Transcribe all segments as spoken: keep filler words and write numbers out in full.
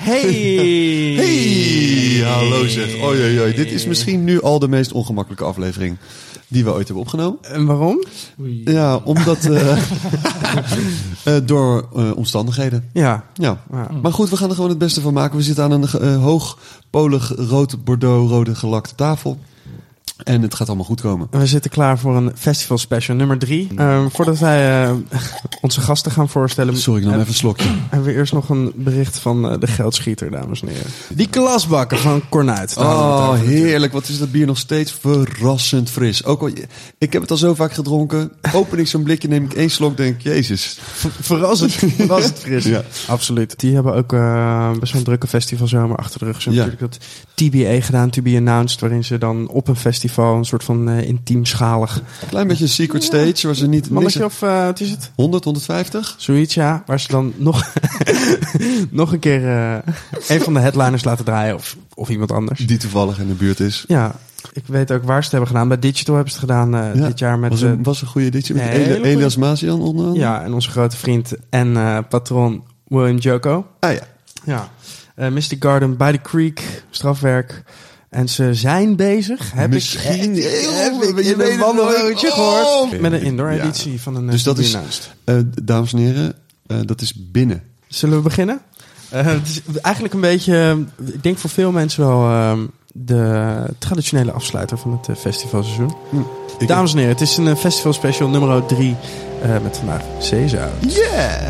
Hey! Hey! Hallo zeg. Oei, oei, oei. Dit is misschien nu al de meest ongemakkelijke aflevering die we ooit hebben opgenomen. En waarom? Oei. Ja, omdat... Uh, uh, door uh, omstandigheden. Ja. ja. ja. Maar goed, we gaan er gewoon het beste van maken. We zitten aan een uh, hoogpolig rood bordeaux rode gelakte tafel. En het gaat allemaal goed komen. We zitten klaar voor een festival special nummer drie. Uh, voordat wij uh, onze gasten gaan voorstellen... Sorry, ik nam even een slokje. Hebben we eerst nog een bericht van uh, de geldschieter, dames en heren. Die klasbakken van Kornuit. Oh, heerlijk. Wat is dat bier nog steeds verrassend fris. Ook al, ik heb het al zo vaak gedronken. Open ik zo'n blikje, neem ik één slok, denk ik, jezus. Verrassend, verrassend fris. Ja. Absoluut. Die hebben ook uh, best wel een drukke festivalzomer achter de rug. Ze hebben ja. natuurlijk dat T B A gedaan, To Be Announced, waarin ze dan op een festival een soort van uh, intiem schalig. Klein beetje een secret stage, ja. waar ze niet... Mannetje of, uh, wat is het? honderd, honderdvijftig? Zoiets, ja. Waar ze dan nog, nog een keer uh, een van de headliners laten draaien. Of, of iemand anders. Die toevallig in de buurt is. Ja. Ik weet ook waar ze het hebben gedaan. Bij Digital hebben ze het gedaan uh, ja, dit jaar. Met, was, een, was een goede editie met Eli- Elias Mazian onder andere. Ja, en onze grote vriend en uh, patron William Joko. Ah ja. Ja. Uh, Mystic Garden, By the Creek, strafwerk... En ze zijn bezig. Heb Misschien ik, heb ik in een wandelroodje gehoord. Oh. Met een indoor editie ja. van een... Dus dat is, uh, dames en heren, uh, dat is binnen. Zullen we beginnen? Uh, het is eigenlijk een beetje, ik denk voor veel mensen wel uh, de traditionele afsluiter van het uh, festivalseizoen. Hm. Dames en heren, het is een uh, festival special nummer drie uh, met vandaag Zeezout. Yeah!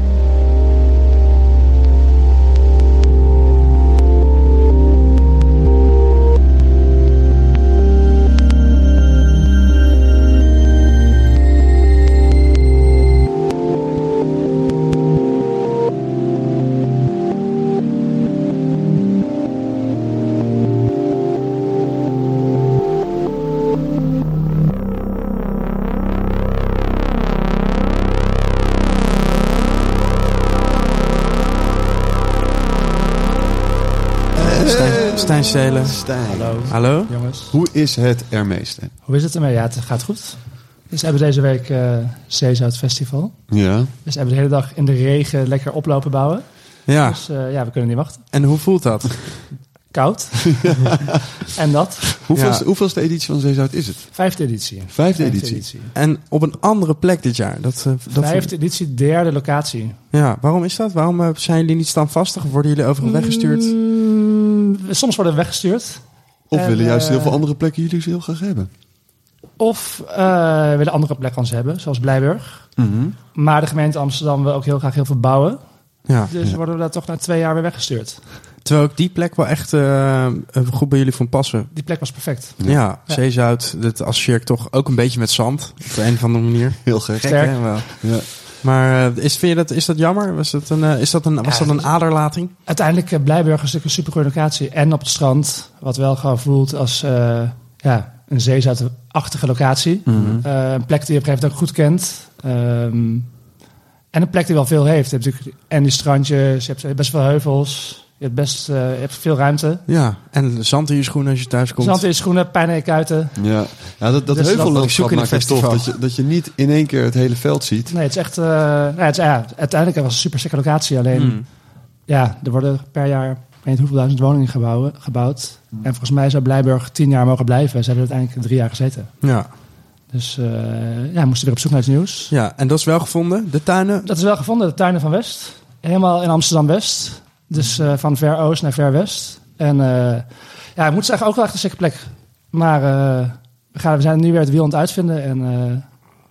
Stijn Stelen. Stijn. Hallo. Hallo. Jongens. Hoe is het ermee, Stijn? Hoe is het ermee? Ja, het gaat goed. Dus we hebben deze week uh, Zeezout Festival. Ja. Dus we hebben de hele dag in de regen lekker oplopen bouwen. Ja. Dus uh, ja, we kunnen niet wachten. En hoe voelt dat? Koud. En dat. Hoeveelste, ja. hoeveelste editie van Zeezout is het? Vijfde editie. Vijfde, Vijfde editie. editie. En op een andere plek dit jaar. Dat, uh, dat Vijfde editie, derde locatie. Ja, waarom is dat? Waarom uh, zijn jullie niet standvastig? Of worden jullie overal weggestuurd? Mm, soms worden we weggestuurd. Of en, willen juist uh, heel veel andere plekken jullie ze heel graag hebben? Of uh, willen andere plekken ons hebben, zoals Blijburg. Mm-hmm. Maar de gemeente Amsterdam wil ook heel graag heel veel bouwen. Ja. Dus ja. worden we daar toch na twee jaar weer weggestuurd. Terwijl ook die plek wel echt uh, goed bij jullie van passen. Die plek was perfect. Ja, ja. ja. Zeezout, dat associeer ik toch ook een beetje met zand. Op de een of andere manier. Heel gek. Sterk. Hè, wel. Ja. Maar is, vind je dat, is dat jammer? Was dat een, is dat een, was ja, dat een aderlating? Uiteindelijk, uh, Blijburg is natuurlijk een supergoeie locatie. En op het strand, wat wel gewoon voelt als uh, ja, een zeezoutachtige locatie. Mm-hmm. Uh, een plek die je op een gegeven moment ook goed kent. Um, en een plek die wel veel heeft. Je hebt natuurlijk en die strandjes, je hebt best veel heuvels. Je hebt best uh, je hebt veel ruimte. Ja, en zand in je schoenen als je thuis komt. Zand in je schoenen, pijn in je kuiten. Ja, ja dat, dat dus heuvellandschap maakt het tof. Dat je, dat je niet in één keer het hele veld ziet. Nee, het is echt... Uh, ja, het is, ja, uiteindelijk was het een super sikke locatie. Alleen, mm. ja, er worden per jaar... Ik weet niet hoeveel duizend woningen gebouwen, gebouwd. Mm. En volgens mij zou Blijburg tien jaar mogen blijven. Ze hebben uiteindelijk drie jaar gezeten. Ja. Dus uh, ja, moesten weer op zoek naar iets nieuws. Ja, en dat is wel gevonden, de tuinen? Dat is wel gevonden, de tuinen van West. Helemaal in Amsterdam-West. Dus uh, van ver oost naar ver west. En uh, ja, ik moet zeggen, ook wel echt een sikke plek. Maar uh, we, gaan, we zijn nu weer het wiel aan het uitvinden. En uh, aan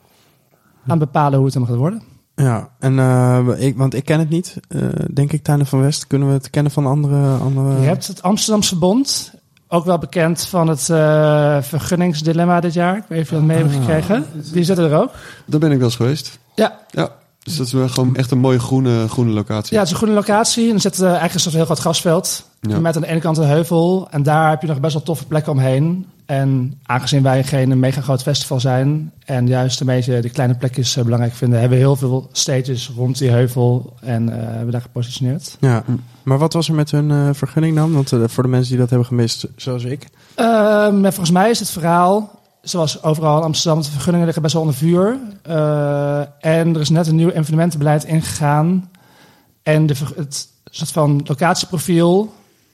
het bepalen hoe het dan gaat worden. Ja, en uh, ik, want ik ken het niet, uh, denk ik, Tuinen van West. Kunnen we het kennen van andere... andere... Je hebt het Amsterdamse Bond... Ook wel bekend van het uh, vergunningsdilemma dit jaar. Ik weet niet of je dat mee hebt gekregen. Die zitten er ook. Daar ben ik wel eens geweest. Ja. Ja. Dus dat is wel gewoon echt een mooie groene, groene locatie. Ja, het is een groene locatie. En er zit uh, eigenlijk een heel groot grasveld. Ja. Met aan de ene kant een heuvel. En daar heb je nog best wel toffe plekken omheen. En aangezien wij geen mega groot festival zijn... en juist een beetje de kleine plekjes uh, belangrijk vinden... hebben we heel veel stages rond die heuvel. En uh, hebben we daar gepositioneerd. Ja, maar wat was er met hun uh, vergunning dan? Want uh, voor de mensen die dat hebben gemist, zoals ik. Uh, maar volgens mij is het verhaal... Zoals overal in Amsterdam, de vergunningen liggen best wel onder vuur. Uh, en er is net een nieuw evenementenbeleid ingegaan. En de, het soort van locatieprofiel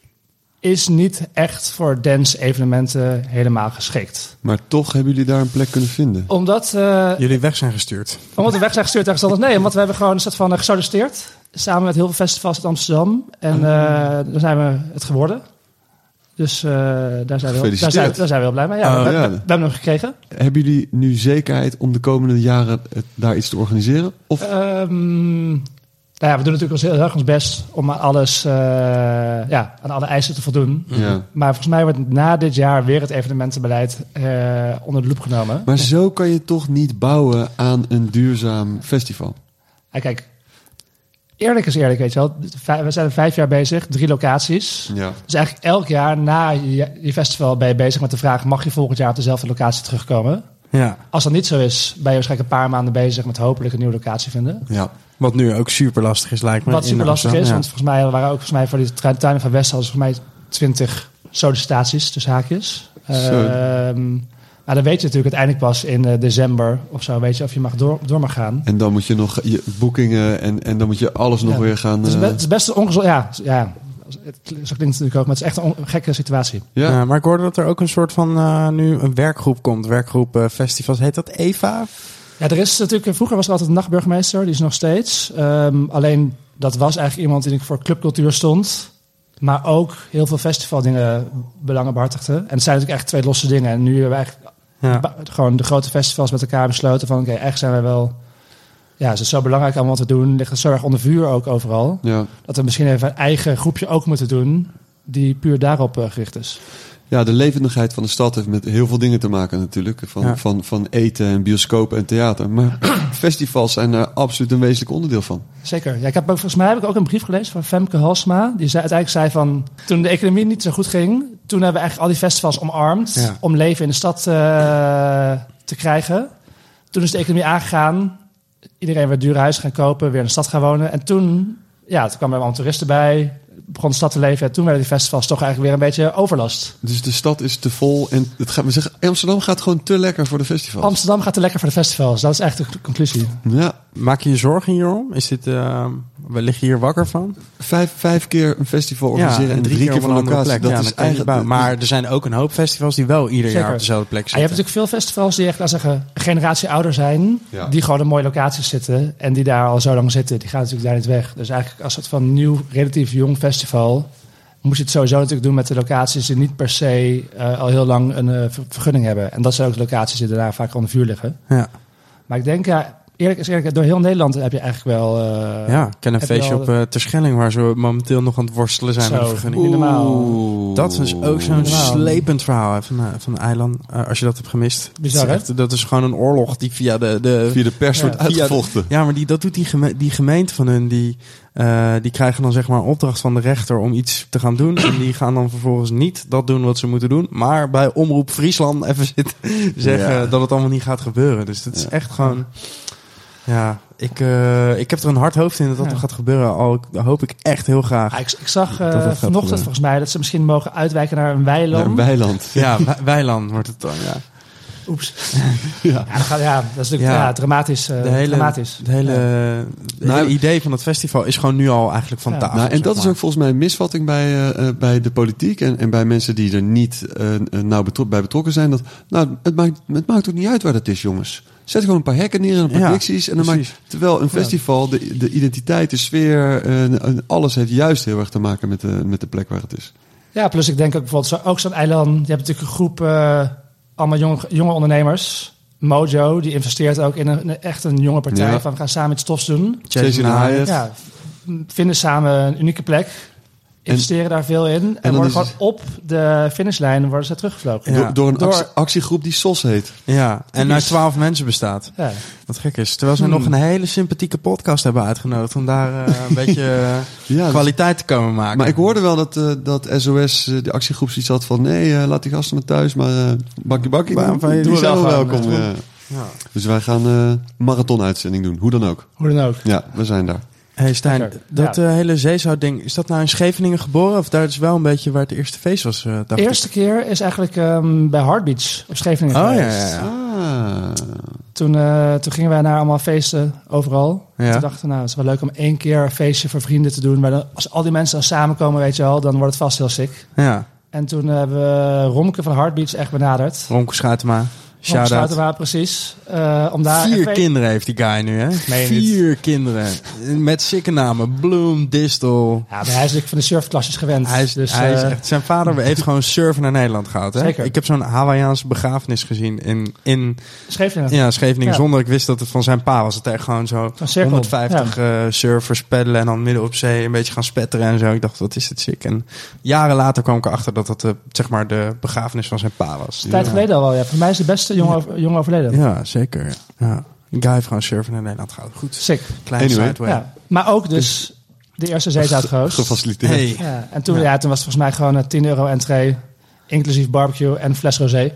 is niet echt voor dance-evenementen helemaal geschikt. Maar toch hebben jullie daar een plek kunnen vinden? Omdat... Uh, jullie weg zijn gestuurd. Omdat we weg zijn gestuurd ergens anders. Nee, omdat we hebben gewoon een soort van uh, gesolliciteerd. Samen met heel veel festivals in Amsterdam. En uh, daar zijn we het geworden. Dus uh, daar, zijn we heel, daar, zijn, daar zijn we heel blij mee. Ja, oh, we, ja. we, we hebben hem gekregen. Hebben jullie nu zekerheid om de komende jaren het, daar iets te organiseren? Of? Um, nou ja, we doen natuurlijk heel erg ons best om aan alles, uh, ja, aan alle eisen te voldoen. Ja. Maar volgens mij wordt na dit jaar weer het evenementenbeleid uh, onder de loep genomen. Maar zo kan je toch niet bouwen aan een duurzaam festival? Ja, kijk, eerlijk is eerlijk, weet je wel. We zijn er vijf jaar bezig, drie locaties. Ja. Dus eigenlijk elk jaar na je, je festival ben je bezig met de vraag... mag je volgend jaar op dezelfde locatie terugkomen? Ja. Als dat niet zo is, ben je waarschijnlijk een paar maanden bezig... met hopelijk een nieuwe locatie vinden. Ja. Wat nu ook super lastig is, lijkt me. Wat super lastig is, ja. want volgens mij waren ook volgens mij voor die tuinen van West... hadden ze volgens mij twintig sollicitaties, tussen haakjes. Um, maar dan weet je natuurlijk uiteindelijk pas in uh, december of zo... weet je of je mag door, door mag gaan. En dan moet je nog je boekingen en, en dan moet je alles nog ja. weer gaan... Het is, be- het is best een ongezond... Ja, ja, het klinkt natuurlijk ook, maar het is echt een on- gekke situatie. Ja. Ja, maar ik hoorde dat er ook een soort van uh, nu een werkgroep komt. Werkgroep uh, festivals. Heet dat Eva? Ja, er is natuurlijk... Vroeger was er altijd een nachtburgemeester, die is nog steeds. Um, alleen, dat was eigenlijk iemand die voor clubcultuur stond... maar ook heel veel festivaldingen belangen behartigde. En het zijn natuurlijk echt twee losse dingen. En nu hebben we eigenlijk ja. ba- gewoon de grote festivals met elkaar besloten... van oké, okay, echt zijn wij wel... Ja, het is zo belangrijk allemaal wat te doen. Ligt er zo erg onder vuur ook overal. Ja. Dat we misschien even een eigen groepje ook moeten doen... die puur daarop uh, gericht is. Ja, de levendigheid van de stad heeft met heel veel dingen te maken natuurlijk. Van, ja. van, van eten en bioscopen en theater. Maar festivals zijn er absoluut een wezenlijk onderdeel van. Zeker. Ja, ik heb ook, volgens mij heb ik ook een brief gelezen van Femke Halsma. Die zei, uiteindelijk zei van... toen de economie niet zo goed ging... toen hebben we eigenlijk al die festivals omarmd... Ja. om leven in de stad uh, te krijgen. Toen is de economie aangegaan... Iedereen weer dure huizen gaan kopen, weer in de stad gaan wonen. En toen, ja, toen kwamen er allemaal toeristen bij, begon de stad te leven. En toen werden die festivals toch eigenlijk weer een beetje overlast. Dus de stad is te vol en het gaat, we zeggen, Amsterdam gaat gewoon te lekker voor de festivals. Amsterdam gaat te lekker voor de festivals. Dat is eigenlijk de conclusie. Ja. Maak je je zorgen hierom? Is dit, uh, we liggen hier wakker van? Vijf, vijf keer een festival organiseren ja, en, en drie, drie keer, keer van een locatie. Plek. Dat ja, is eigenlijk. Maar er zijn ook een hoop festivals die wel ieder Zeker. jaar op dezelfde plek zitten. En je hebt natuurlijk veel festivals die echt, laten zeggen, een generatie ouder zijn. Ja. Die gewoon in mooie locaties zitten. En die daar al zo lang zitten. Die gaan natuurlijk daar niet weg. Dus eigenlijk als het van een nieuw, relatief jong festival... moet je het sowieso natuurlijk doen met de locaties die niet per se uh, al heel lang een uh, vergunning hebben. En dat zijn ook de locaties die daar vaak onder vuur liggen. Ja. Maar ik denk, ja, eerlijk is eerlijk, door heel Nederland heb je eigenlijk wel... Uh, ja, ik ken een feestje op uh, Terschelling waar ze momenteel nog aan het worstelen zijn zo, met de vergunning. Niet normaal. Dat is ook zo'n slepend verhaal van, uh, van Eiland, uh, als je dat hebt gemist. Bizar, dat, is echt, dat is gewoon een oorlog die via de... de via de pers wordt ja. uitgevochten. De, ja, maar die, dat doet die, geme, die gemeente van hun, die... Uh, die krijgen dan zeg maar een opdracht van de rechter om iets te gaan doen. En die gaan dan vervolgens niet dat doen wat ze moeten doen. Maar bij Omroep Friesland even zitten zeggen ja. dat het allemaal niet gaat gebeuren. Dus dat is ja. echt gewoon... Ja, ik, uh, ik heb er een hard hoofd in dat dat ja. gaat gebeuren. Al hoop ik echt heel graag. Ja, ik, ik zag uh, vanochtend gebeuren. volgens mij dat ze misschien mogen uitwijken naar een weiland. Naar een weiland. Ja, weiland wordt het dan, ja. Oeps. ja. Ja, dat gaat, ja, dat is natuurlijk ja. Ja, dramatisch. Uh, de hele, dramatisch. De hele, ja. de nou, hele idee van het festival is gewoon nu al eigenlijk van ja. tafel. Nou, en dat maar. is ook volgens mij een misvatting bij, uh, bij de politiek en, en bij mensen die er niet uh, nou betro- bij betrokken zijn. Dat, nou, het maakt, het maakt ook niet uit waar dat is, jongens. Zet gewoon een paar hekken neer en een paar ja, dicties. En dan maakt, terwijl een festival, de, de identiteit, de sfeer, uh, alles heeft juist heel erg te maken met de, met de plek waar het is. Ja, plus ik denk ook bijvoorbeeld zo, ook zo'n eiland. Je hebt natuurlijk een groep... Uh, allemaal jonge, jonge ondernemers. Mojo, die investeert ook in een, een echt een jonge partij. Ja. Van we gaan samen iets tofs doen. Jason Hyatt. Ja, vinden samen een unieke plek. Investeren en, daar veel in. En, en worden gewoon op de finishlijn worden ze teruggevlogen. Ja. Door, door een door, actie, actiegroep die S O S heet. Ja, en uit twaalf mensen bestaat. Ja. Wat gek is. Terwijl ze hmm. nog een hele sympathieke podcast hebben uitgenodigd. Om daar uh, een beetje uh, ja, kwaliteit te komen maken. Maar ik hoorde wel dat, uh, dat S O S, uh, de actiegroep, zoiets had van... Nee, uh, laat die gasten maar thuis, maar uh, bakkie bakkie. Waarom doen, die zijn wel welkom. Ja. Ja. Dus wij gaan een uh, marathon-uitzending doen. Hoe dan ook. Hoe dan ook. Ja, we zijn daar. Hey Stijn, Lekker. dat ja. uh, hele zeezout-ding, is dat nou in Scheveningen geboren? Of daar is wel een beetje waar het eerste feest was? Uh, de eerste ik. keer is eigenlijk um, bij Hard Beach op Scheveningen oh, geweest. Ja, ja, ja. Ah. Toen, uh, toen gingen wij naar allemaal feesten overal. Ja. Toen dachten we, nou, het is wel leuk om één keer een feestje voor vrienden te doen. Maar dan, als al die mensen dan samenkomen, weet je wel, dan wordt het vast heel sick. Ja. En toen hebben we Romke van Heartbeats echt benaderd. Romke Schuitema. Romke Schuitema, precies. Uh, om daar Vier even... kinderen heeft die guy nu, hè? Nee, Vier niet. kinderen. Met sikke namen. Bloem, Distel. Ja, maar hij is natuurlijk van de surfklasjes gewend. Hij is, dus, hij is uh, echt, zijn vader heeft gewoon surfen naar Nederland gehad. Hè? Zeker. Ik heb zo'n Hawaïaanse begrafenis gezien in, in Scheveningen. ja, Scheveningen. Ja. Zonder ik wist dat het van zijn pa was. Het echt gewoon zo honderdvijftig ja. uh, surfers peddelen en dan midden op zee een beetje gaan spetteren en zo. Ik dacht, wat is dit sick. En jaren later kwam ik erachter dat dat uh, zeg maar de begrafenis van zijn pa was. Een tijd ja. geleden al wel, ja. Voor mij is de beste jongen over, jong overleden. Ja, zeker. Ja. Een guy heeft gewoon surfen naar Nederland gehad. Goed. Sick. Klein anyway. sideway. Ja. Maar ook dus de eerste zeezoutgoos. Gefaciliteerd. Hey. Ja. En toen, Ja. ja, toen was het volgens mij gewoon een tien euro entree. Inclusief barbecue en een fles rosé.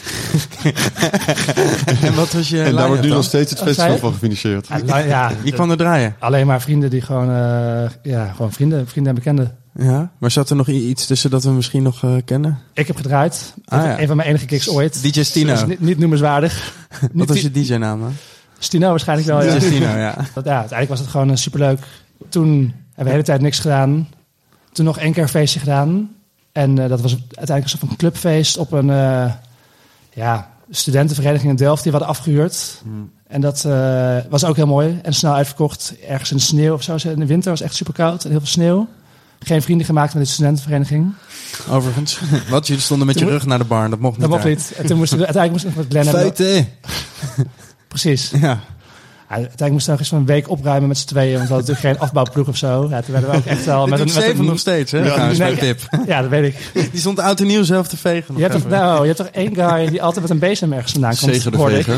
En wat was je En daar wordt nu dan? nog steeds het Wat festival zei je? van gefinancierd. Ja, ja, Wie kwam er draaien? alleen maar vrienden die gewoon... Uh, ja, gewoon vrienden, vrienden en bekenden. Ja, maar zat er nog i- iets tussen dat we misschien nog uh, kennen? Ik heb gedraaid. Ah, ja. Een van mijn enige gigs ooit. D J Stino. Dus niet, niet noemenswaardig. Wat Niet was die- je D J-naam? hè? Stino waarschijnlijk wel, D J ja. Stino, ja. Dat, ja, uiteindelijk was het gewoon uh, superleuk. Toen hebben we de hele tijd niks gedaan. Toen nog één keer een feestje gedaan. En uh, dat was uiteindelijk een soort van clubfeest op een uh, ja, studentenvereniging in Delft die we hadden afgehuurd. Hmm. En dat uh, was ook heel mooi. En snel uitverkocht. Ergens in de sneeuw of zo. In de winter was het echt super koud en heel veel sneeuw. Geen vrienden gemaakt met de studentenvereniging. Overigens. Wat, jullie stonden met je Toen rug naar de bar. Dat mocht niet. Dat mocht hè? niet. En toen moesten we uiteindelijk moesten we met Glenn hebben. Feiten. Precies. Ja. Ja, uiteindelijk moesten we nog eens van een week opruimen met z'n tweeën. Want we hadden natuurlijk geen afbouwploeg of zo. Ja, toen werden we ook echt wel... Dit met doet een, met Steven een, nog steeds, hè? Ja, Trouwens, nee, mijn tip. Ja, dat weet ik. Die stond oud en nieuw zelf te vegen. nog Je hebt, toch, even. nou, je hebt toch één guy die altijd met een bezem ergens vandaan komt, Zeger de hoorde ik. veger.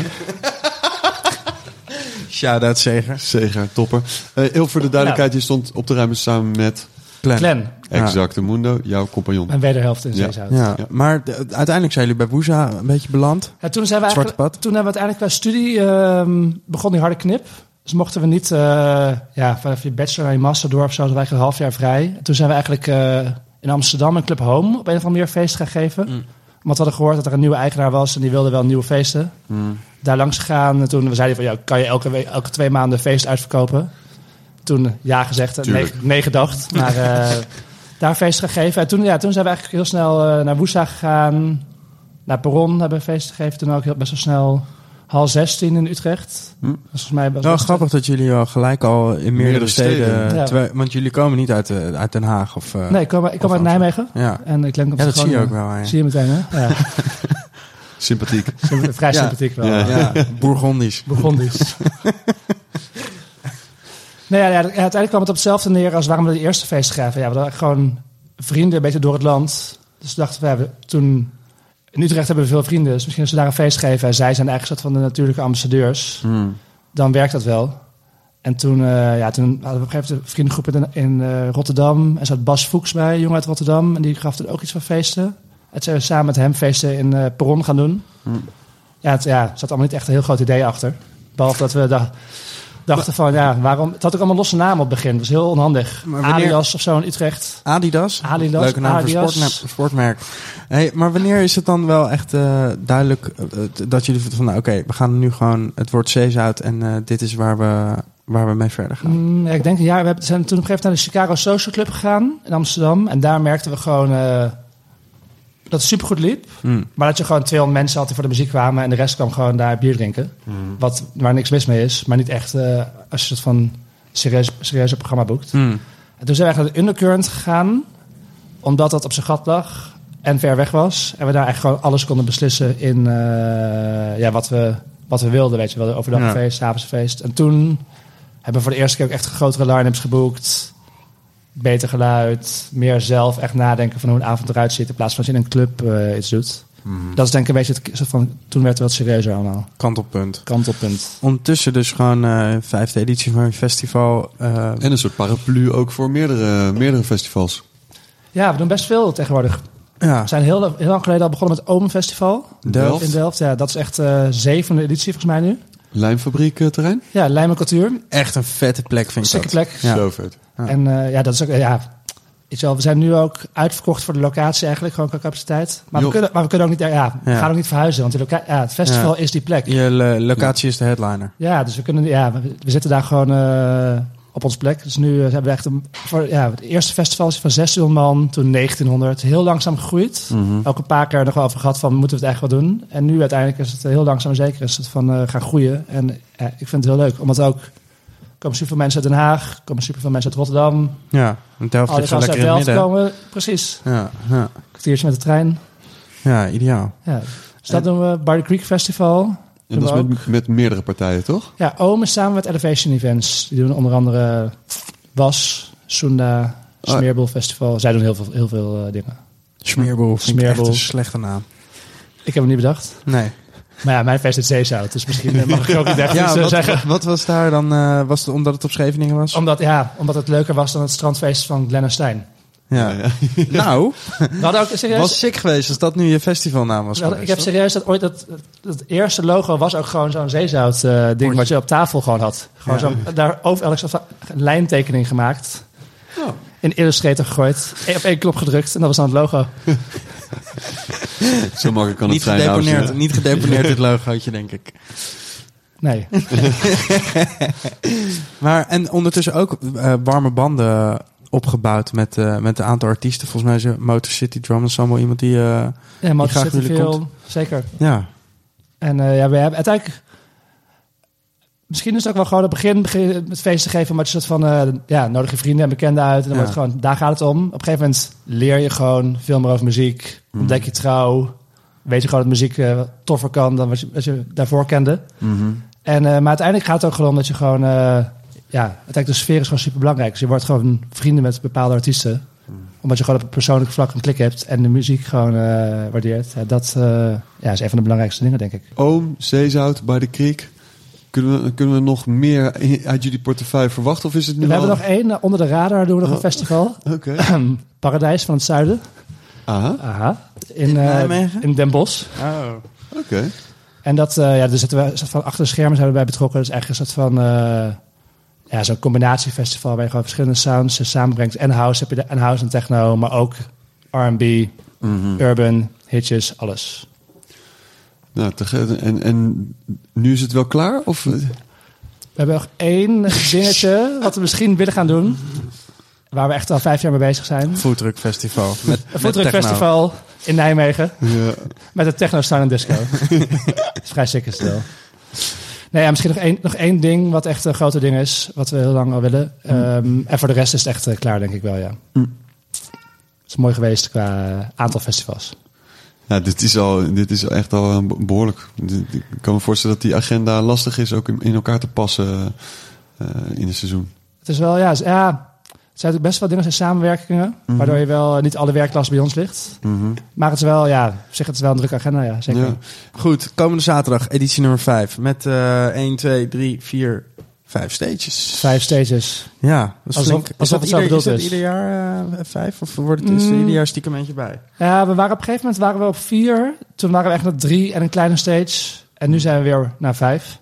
Shout-out Zeger. Zeger, topper. Uh, heel voor de duidelijkheid, je stond op de ruimte samen met Glenn. Glenn, Exacte Mundo, jouw compagnon. mijn wederhelft in Ja. Zeezout. Ja, Ja. maar de- uiteindelijk zijn jullie bij Woeza een beetje beland. Ja, toen, zijn we Zwarte eigenlijk, pad. toen hebben we uiteindelijk qua studie ehm, begon die harde knip. Dus mochten we niet uh, ja, vanaf je bachelor naar je master door of zo, dus wij een half jaar vrij. En toen zijn we eigenlijk uh, in Amsterdam een Club Home op een of andere manier feest gaan geven. Mm. Want we hadden gehoord dat er een nieuwe eigenaar was en die wilde wel nieuwe feesten. Mm. Daar langs gegaan en toen we zeiden van ja, kan je elke, week, elke twee maanden een feest uitverkopen? Toen ja gezegd en nee, Tuurlijk. nee gedacht. Maar uh, daar een feest gegeven. En toen, ja, toen zijn we eigenlijk heel snel uh, naar Woesa gegaan. Naar Perron hebben we een feest gegeven. Toen ook heel, best wel snel hal zestien in Utrecht. Hm. Dat was volgens mij best Wel best- grappig dat jullie al gelijk al in meerdere, Meerdere steden... steden. Ja. terwijl- want jullie komen niet uit, de, uit Den Haag of... uh, Nee, ik kom, ik kom Of uit Nijmegen. Ja, En ik klink op ja dat zie je ook Groningen. wel. Ja. Zie je meteen, hè? Ja. Sympathiek. Vrij Ja. sympathiek wel. Ja. Ja, Bourgondisch. Bourgondisch. Nee, ja, ja, uiteindelijk kwam het op hetzelfde neer als waarom we de eerste feest gaven. Ja, we hadden gewoon vrienden een beetje door het land. Dus dachten we, ja, we toen... In Utrecht hebben we veel vrienden, dus misschien als we daar een feest geven... en zij zijn eigenlijk soort van de natuurlijke ambassadeurs... Mm. dan werkt dat wel. En toen, uh, ja, toen hadden we op een gegeven moment een vriendengroep in, in uh, Rotterdam... en zat Bas Fuchs bij, jong uit Rotterdam... en die gaf toen ook iets van feesten. En toen zijn we samen met hem feesten in uh, Perron gaan doen. Mm. Ja, het ja, zat allemaal niet echt een heel groot idee achter. Behalve dat we dacht, dachten van, ja, waarom... Het had ook allemaal losse namen op het begin. Dat was heel onhandig. Maar wanneer- Adidas of zo in Utrecht. Adidas. Adidas, Leuke naam voor Adidas. sportna- sportmerk. Hey, maar wanneer is het dan wel echt uh, duidelijk uh, dat jullie van... Nou, oké, we gaan nu gewoon... Het wordt Zeezout en uh, dit is waar we, waar we mee verder gaan. Mm, ja, ik denk, ja, we hebben, zijn toen op een gegeven moment naar de Chicago Social Club gegaan in Amsterdam. En daar merkten we gewoon uh, dat het supergoed liep. Mm. Maar dat je gewoon tweehonderd mensen had die voor de muziek kwamen... en de rest kwam gewoon daar bier drinken. Mm. Wat, waar niks mis mee is. Maar niet echt uh, als je het van serieus, serieuze programma boekt. Mm. En toen zijn we eigenlijk naar de Undercurrent gegaan. Omdat dat op zijn gat lag en ver weg was. En we daar eigenlijk gewoon alles konden beslissen in uh, ja, wat, we, wat we wilden. Weet je wel, overdag een Ja. feest, 's avonds een feest. En toen hebben we voor de eerste keer ook echt grotere line-ups geboekt. Beter geluid, meer zelf echt nadenken van hoe een avond eruit ziet... in plaats van als je in een club uh, iets doet. Mm. Dat is denk ik een beetje het soort van... Toen werd het wat serieuzer allemaal. Kantelpunt. Kantelpunt. Ondertussen dus gewoon uh, vijfde editie van het festival. Uh, En een soort paraplu ook voor meerdere, meerdere festivals. Ja, we doen best veel tegenwoordig. ja, We zijn heel, heel lang geleden al begonnen met het Omen Festival. Delft. In Delft, ja. Dat is echt uh, zevende editie volgens mij nu. Lijmfabriek eh, terrein? Ja, Lijm en Cultuur. Echt een vette plek vind ik Sikke dat. plek. Ja. Zo vet. Ja. En uh, ja, dat is ook... Ja, weet je wel, we zijn nu ook uitverkocht voor de locatie eigenlijk, gewoon qua capaciteit. Maar, we kunnen, maar we kunnen ook niet, ja, we Ja. gaan ook niet verhuizen, want de loca- ja, het festival Ja. is die plek. Je lo- locatie is de headliner. Ja, dus we kunnen, ja, we, we zitten daar gewoon uh, op ons plek. Dus nu uh, hebben we echt een, voor, ja, het eerste festival is van zeshonderd man, toen negentienhonderd, heel langzaam gegroeid. Mm-hmm. Ook een paar keer nog wel over gehad van, moeten we het echt wel doen? En nu uiteindelijk is het heel langzaam zeker is het van uh, gaan groeien. En uh, ik vind het heel leuk, omdat ook er komen super mensen uit Den Haag, komen super veel mensen uit Rotterdam. Ja, een Delft Alle ligt zo gasten lekker uit in het Delft midden. komen, precies. Ja, ja. Een kwartiertje met de trein. ja, ideaal. Ja. Dus dat doen we, Barley Creek Festival. En Doen dat we is ook. met, met meerdere partijen, toch? Ja, Oom is samen met Elevation Events. Die doen onder andere Was, Sunda, Ah. Smeerbol Festival. Zij doen heel veel, heel veel uh, dingen. Smeerbol vind ik Smeerbol. echt een slechte naam. Ik heb hem niet bedacht. Nee. Maar ja, mijn fest is zeezout. Dus misschien uh, mag ik ook niet echt Ja, iets uh, wat, zeggen. wat, wat was daar dan? Uh, was het omdat het op Scheveningen was? Omdat, ja, omdat het leuker was dan het strandfeest van Glennerstein. Ja. Ja, Nou, We hadden ook serieus... was sick geweest als dat nu je festivalnaam was we hadden- geweest, ik heb serieus dat ooit... Dat, dat eerste logo was ook gewoon zo'n zeezout uh, ding Bordje. wat je op tafel gewoon had. Gewoon Ja. zo'n, daar over elk soort van lijntekening gemaakt. Oh. In Illustrator gegooid. Op één knop gedrukt. En dat was dan het logo. Zo makkelijk kan het Niet zijn. dames en gedeponeerd, heren. niet gedeponeerd dit logootje, denk ik. Nee. Maar, en ondertussen ook uh, warme banden opgebouwd met, uh, met een aantal artiesten. Volgens mij is er Motor City Drum Ensemble iemand die... Uh, Ja, Die Motor graag City naar jullie veel. komt. Zeker. ja, En uh, ja, we hebben uiteindelijk... Misschien is het ook wel gewoon het begin, begin het feest te geven, maar je soort van, uh, ja, nodig je vrienden en bekenden uit. En dan Ja. wordt het gewoon, daar gaat het om. Op een gegeven moment leer je gewoon veel meer over muziek. Mm. Ontdek je trouw. Weet je gewoon dat muziek uh, toffer kan dan wat je, wat je daarvoor kende. Mm-hmm. En, uh, maar uiteindelijk gaat het ook gewoon om dat je gewoon, uh, ja, uiteindelijk de sfeer is gewoon super belangrijk. Dus je wordt gewoon vrienden met bepaalde artiesten. Mm. Omdat je gewoon op een persoonlijk vlak een klik hebt en de muziek gewoon uh, waardeert. Ja, dat uh, ja, is een van de belangrijkste dingen, denk ik. Oom, zeezout, bij de Creek. Kunnen we, kunnen we nog meer uit jullie portefeuille verwachten? Of is het nu We al... hebben nog één, uh, onder de radar doen we nog Oh. een festival. Oké. Paradijs van het Zuiden. Aha, Aha. In, uh, Nijmegen? in Den Bosch. oh. oké. En dat, uh, ja, daar zitten we soort van achter de schermen zijn we bij betrokken. Dat is eigenlijk een soort van, uh, ja, zo'n combinatiefestival waar je gewoon verschillende sounds uh, samenbrengt. En house heb je de, en house en techno, maar ook R en B, Mhm. urban, hitjes, alles. Nou, te ge- en, en nu is het wel klaar? Of... We hebben nog één dingetje wat we misschien willen gaan doen. Waar we echt al vijf jaar mee bezig zijn. Foodtruck Festival. Met, Een met foodtruck techno. festival in Nijmegen. Ja. Met een techno sound en disco. Dat is vrij sick stil. Nee, ja, misschien nog één, nog één ding wat echt een grote ding is. Wat we heel lang al willen. Um, en voor de rest is het echt uh, klaar, denk ik wel, ja. Mm. Het is mooi geweest qua aantal festivals. Ja, dit is, al, dit is echt al een be- behoorlijk. Dit- Ik kan me voorstellen dat die agenda lastig is ook in, in elkaar te passen uh, in het seizoen. Het is wel, ja, z- ja het zijn natuurlijk best wel dingen zijn samenwerkingen. Mhm. Waardoor je wel uh, niet alle werklast bij ons ligt. Mhm. Maar het is wel, ja, zeg het is wel een drukke agenda, ja, zeker. Ja. Goed, komende zaterdag, editie nummer vijf. Met uh, één, twee, drie, vier, vijf stages. Vijf stages. Ja, dat is Alsof- flink. Is alsof dat, het zo ieder, is bedoeld dat is. ieder jaar uh, vijf? Of wordt het is er Mm. ieder jaar stiekem eentje bij? Ja, we waren op een gegeven moment waren we op vier. Toen waren we echt naar drie en een kleine stage. En nu zijn we weer naar vijf.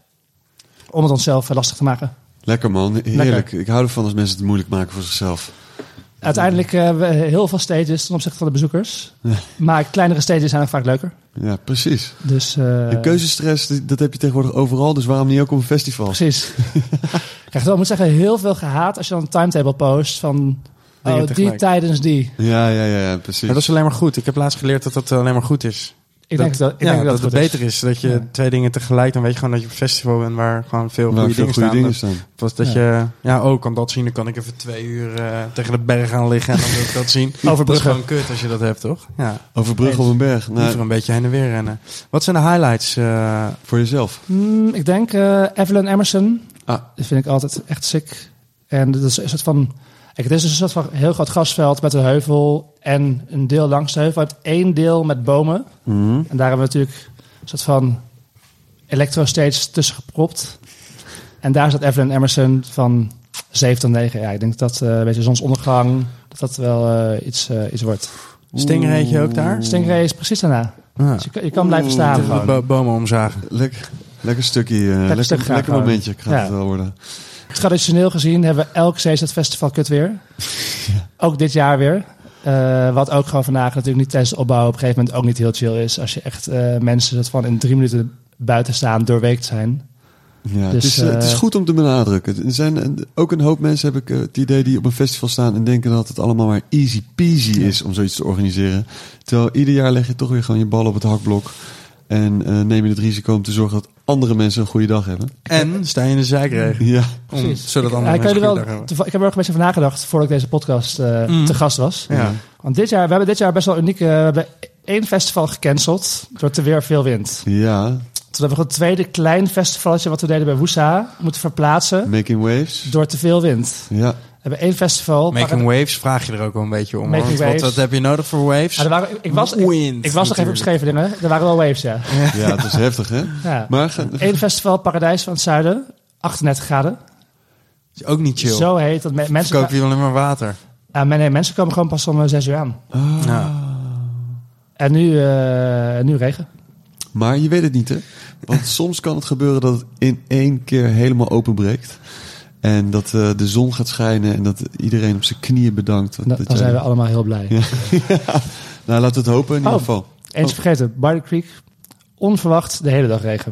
Om het onszelf uh, lastig te maken. Lekker man, heerlijk. Lekker. Ik hou ervan als mensen het moeilijk maken voor zichzelf. Uiteindelijk uh, hebben we heel veel stages ten opzichte van de bezoekers. Maar kleinere stages zijn ook vaak leuker. Ja, precies. Dus, uh, De keuzestress, die- dat heb je tegenwoordig overal. Dus waarom niet ook op een festival? Precies. Ik krijg wel, ik moet zeggen, heel veel gehaat als je dan een timetable post van Dingen oh, die tegelijk. tijdens die. Ja, ja, ja, ja, precies. Maar dat is alleen maar goed. Ik heb laatst geleerd dat dat alleen maar goed is. Ik dat, denk dat, ik ja, denk dat, dat het goed is. beter is. Dat je Ja. twee dingen tegelijk, dan weet je gewoon dat je op een festival bent waar gewoon veel Waar goede veel dingen goede staan. dingen Dat- staan. Was dat Ja. je, ja, oh, kan dat zien, dan kan ik even twee uur uh, tegen de berg gaan liggen en dan wil ik dat zien. Dat is Overbruggen. gewoon kut als je dat hebt, toch? Ja, Over brug op een berg. liever Nou, een beetje heen en weer rennen. Wat zijn de highlights? Uh, voor jezelf. Hmm, ik denk uh, Evelyn Emerson. Ah. Dat vind ik altijd echt sick. En dat is een soort van... Kijk, het is een soort van heel groot grasveld met een heuvel en een deel langs de heuvel. Je hebt één deel met bomen. Mhm. En daar hebben we natuurlijk een soort van electro-stage tussen gepropt. En daar staat Evelyn Emerson van zeven tot negen. Ja, ik denk dat uh, een beetje zonsondergang, dat dat wel uh, iets, uh, iets wordt. Stingray je ook daar? Stingray is precies daarna. Ah. Dus je, kan- je kan blijven staan De gewoon. bo- bomen omzagen. Lekker, lekker stukje, uh, lekker, stuk graag lekker houden. momentje gaat Ja. het wel worden. Traditioneel gezien hebben we elk C Z-festival kut weer. Ja. Ook dit jaar weer. Uh, wat ook gewoon vandaag natuurlijk niet tijdens de opbouw op een gegeven moment ook niet heel chill is. Als je echt uh, mensen dat van in drie minuten buiten staan doorweekt zijn. Ja, dus, het, is, uh, het is goed om te benadrukken. Er zijn ook een hoop mensen, heb ik uh, het idee, die op een festival staan en denken dat het allemaal maar easy peasy is om zoiets te organiseren. Terwijl ieder jaar leg je toch weer gewoon je bal op het hakblok. En uh, neem je het risico om te zorgen dat andere mensen een goede dag hebben. En sta je in de zijkregen. Ja. Om, zodat andere ja, mensen wel, een goede dag hebben. Ik heb er ook een beetje over nagedacht voordat ik deze podcast uh, mm. te gast was. Ja. Want dit jaar, we hebben dit jaar best wel uniek. Uh, we hebben één festival gecanceld door te weer veel wind. Ja. Toen hebben we een tweede klein festivaletje wat we deden bij Woesa moeten verplaatsen. Making Waves. Door te veel wind. Ja. We hebben één festival. Making Waves vraag je er ook wel een beetje om. Making Wat, wat heb je nodig voor waves? Ja, er waren, ik was, Wind, ik, ik was nog even op Scheveningen. Er waren wel waves, ja. Ja, het is heftig, hè? Ja. Maar ga, Eén festival, Paradijs van het Zuiden. achtendertig graden. Is ook niet chill. Zo heet dat. Me- mensen koop je alleen maar water. Ja, maar nee, mensen komen gewoon pas om uh, zes uur aan. Oh. Ja. En nu, uh, nu regen. Maar je weet het niet, hè? Want soms kan het gebeuren dat het in één keer helemaal openbreekt. En dat uh, de zon gaat schijnen en dat iedereen op zijn knieën bedankt. Da, dat dan jij... zijn we allemaal heel blij. Ja. Ja. Nou, laten we het hopen in ieder oh, geval. Eens oh. vergeten, Barley Creek, onverwacht de hele dag regen.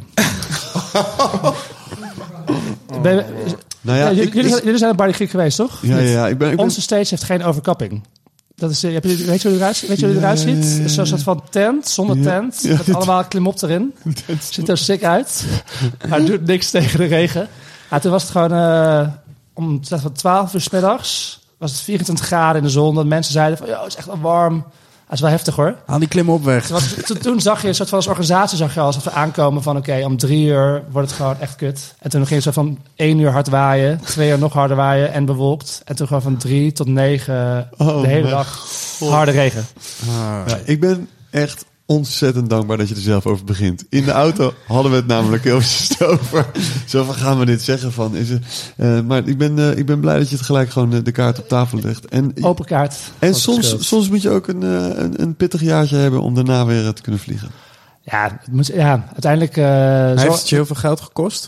ben je, nou ja, ja, ik, jullie, ik, zijn, jullie zijn op Barley Creek geweest, toch? Ja, ja, ik ben, ik ben... Onze stage heeft geen overkapping. Dat is, heb je, weet je hoe het eruit, weet je hoe het eruit ziet? Het is zo'n soort van tent, zonder tent. Ja, met allemaal klimop erin. Ziet er sick uit. Maar het doet niks tegen de regen. Ja, toen was het gewoon uh, om twaalf uur 's middags. Was het vierentwintig graden in de zon. Dat mensen zeiden van, ja, het is echt wel warm. Dat is wel heftig hoor. Haal die klim op weg. Toen, was, toen, toen zag je een soort van als organisatie zag je al alsof we aankomen van oké, okay, om drie uur wordt het gewoon echt kut. En toen ging het zo van één uur hard waaien, twee uur nog harder waaien en bewolkt. En toen gewoon van drie tot negen oh, de hele dag God. harde regen. Ah. Ja, ik ben echt ontzettend dankbaar dat je er zelf over begint. In de auto hadden we het namelijk heel over. Zo van gaan we dit zeggen van. Is het, uh, maar ik ben, uh, ik ben blij dat je het gelijk gewoon uh, de kaart op tafel legt. En, Open kaart. En soms, soms moet je ook een, uh, een, een pittig jaartje hebben om daarna weer uh, te kunnen vliegen. Ja, het moet, ja uiteindelijk... Uh, Heeft zo, het je heel veel geld gekost?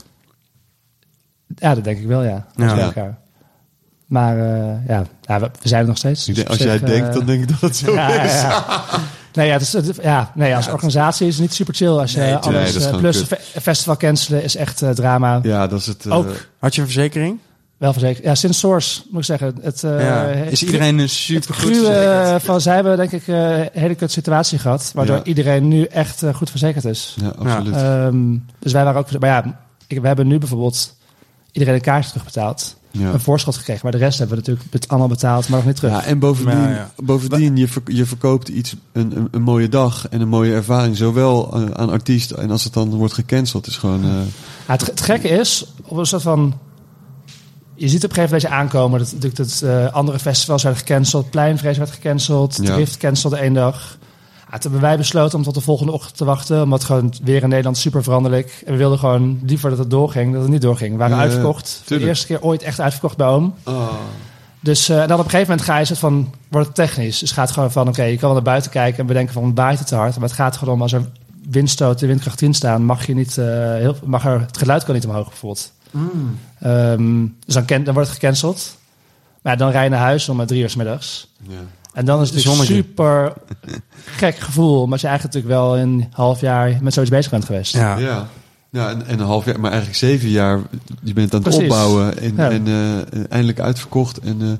Ja, dat denk ik wel, ja. ja. ja. Maar uh, ja, ja we, we zijn er nog steeds. Ik denk, dus als jij zich, denkt, uh, dan denk ik dat het zo ja, is. Ja, ja. Nee, ja, het is, het, ja, nee, als organisatie is het niet super chill. Als je nee, alles, nee, uh, plus een festival cancelen is echt uh, drama. Ja, dat is het. Uh, Ook, had je een verzekering? Wel verzekerd. Ja, sinds Source, moet ik zeggen. Het, uh, ja. Is iedereen een super goed verzekerd? Van, zij hebben denk ik uh, een hele kut situatie gehad. Waardoor ja. iedereen nu echt uh, goed verzekerd is. Ja, absoluut. Ja. Um, dus wij waren ook... Maar ja, ik, we hebben nu bijvoorbeeld iedereen een kaartje terugbetaald. Ja. Een voorschot gekregen. Maar de rest hebben we natuurlijk allemaal betaald, maar nog niet terug. Ja, en bovendien, ja, ja. bovendien je, ver, je verkoopt iets, een, een, een mooie dag en een mooie ervaring. Zowel uh, aan artiesten en als het dan wordt gecanceld. Is gewoon, uh... ja, het, het gekke is, op een soort van... Je ziet op een gegeven moment aankomen dat, dat, dat uh, andere festivals werden gecanceld. Pleinvrees werd gecanceld. Ja. Drift cancelde één dag. Ja, toen hebben wij besloten om tot de volgende ochtend te wachten. Omdat gewoon weer in Nederland super veranderlijk. En we wilden gewoon liever dat het doorging, dat het niet doorging. We waren ja, uitverkocht. Voor de eerste keer ooit echt uitverkocht bij Oom. Oh. Dus uh, dan op een gegeven moment ga je het van, wordt het technisch. Dus gaat gewoon van, oké, okay, je kan wel naar buiten kijken en bedenken van, waait het te hard. Maar het gaat gewoon om, als er windstoten, windkracht tien staan, mag je niet, uh, heel, mag er, het geluid kan niet omhoog bijvoorbeeld. Mm. Um, dus dan, ken, dan wordt het gecanceld. Maar dan rij je naar huis om drie uur 's middags. Ja. En dan is het een super gek gevoel. Omdat je eigenlijk natuurlijk wel een half jaar met zoiets bezig bent geweest. Ja, ja. ja en, en een half jaar, maar eigenlijk zeven jaar. Je bent aan het Precies. opbouwen en, ja. en uh, eindelijk uitverkocht. En uh,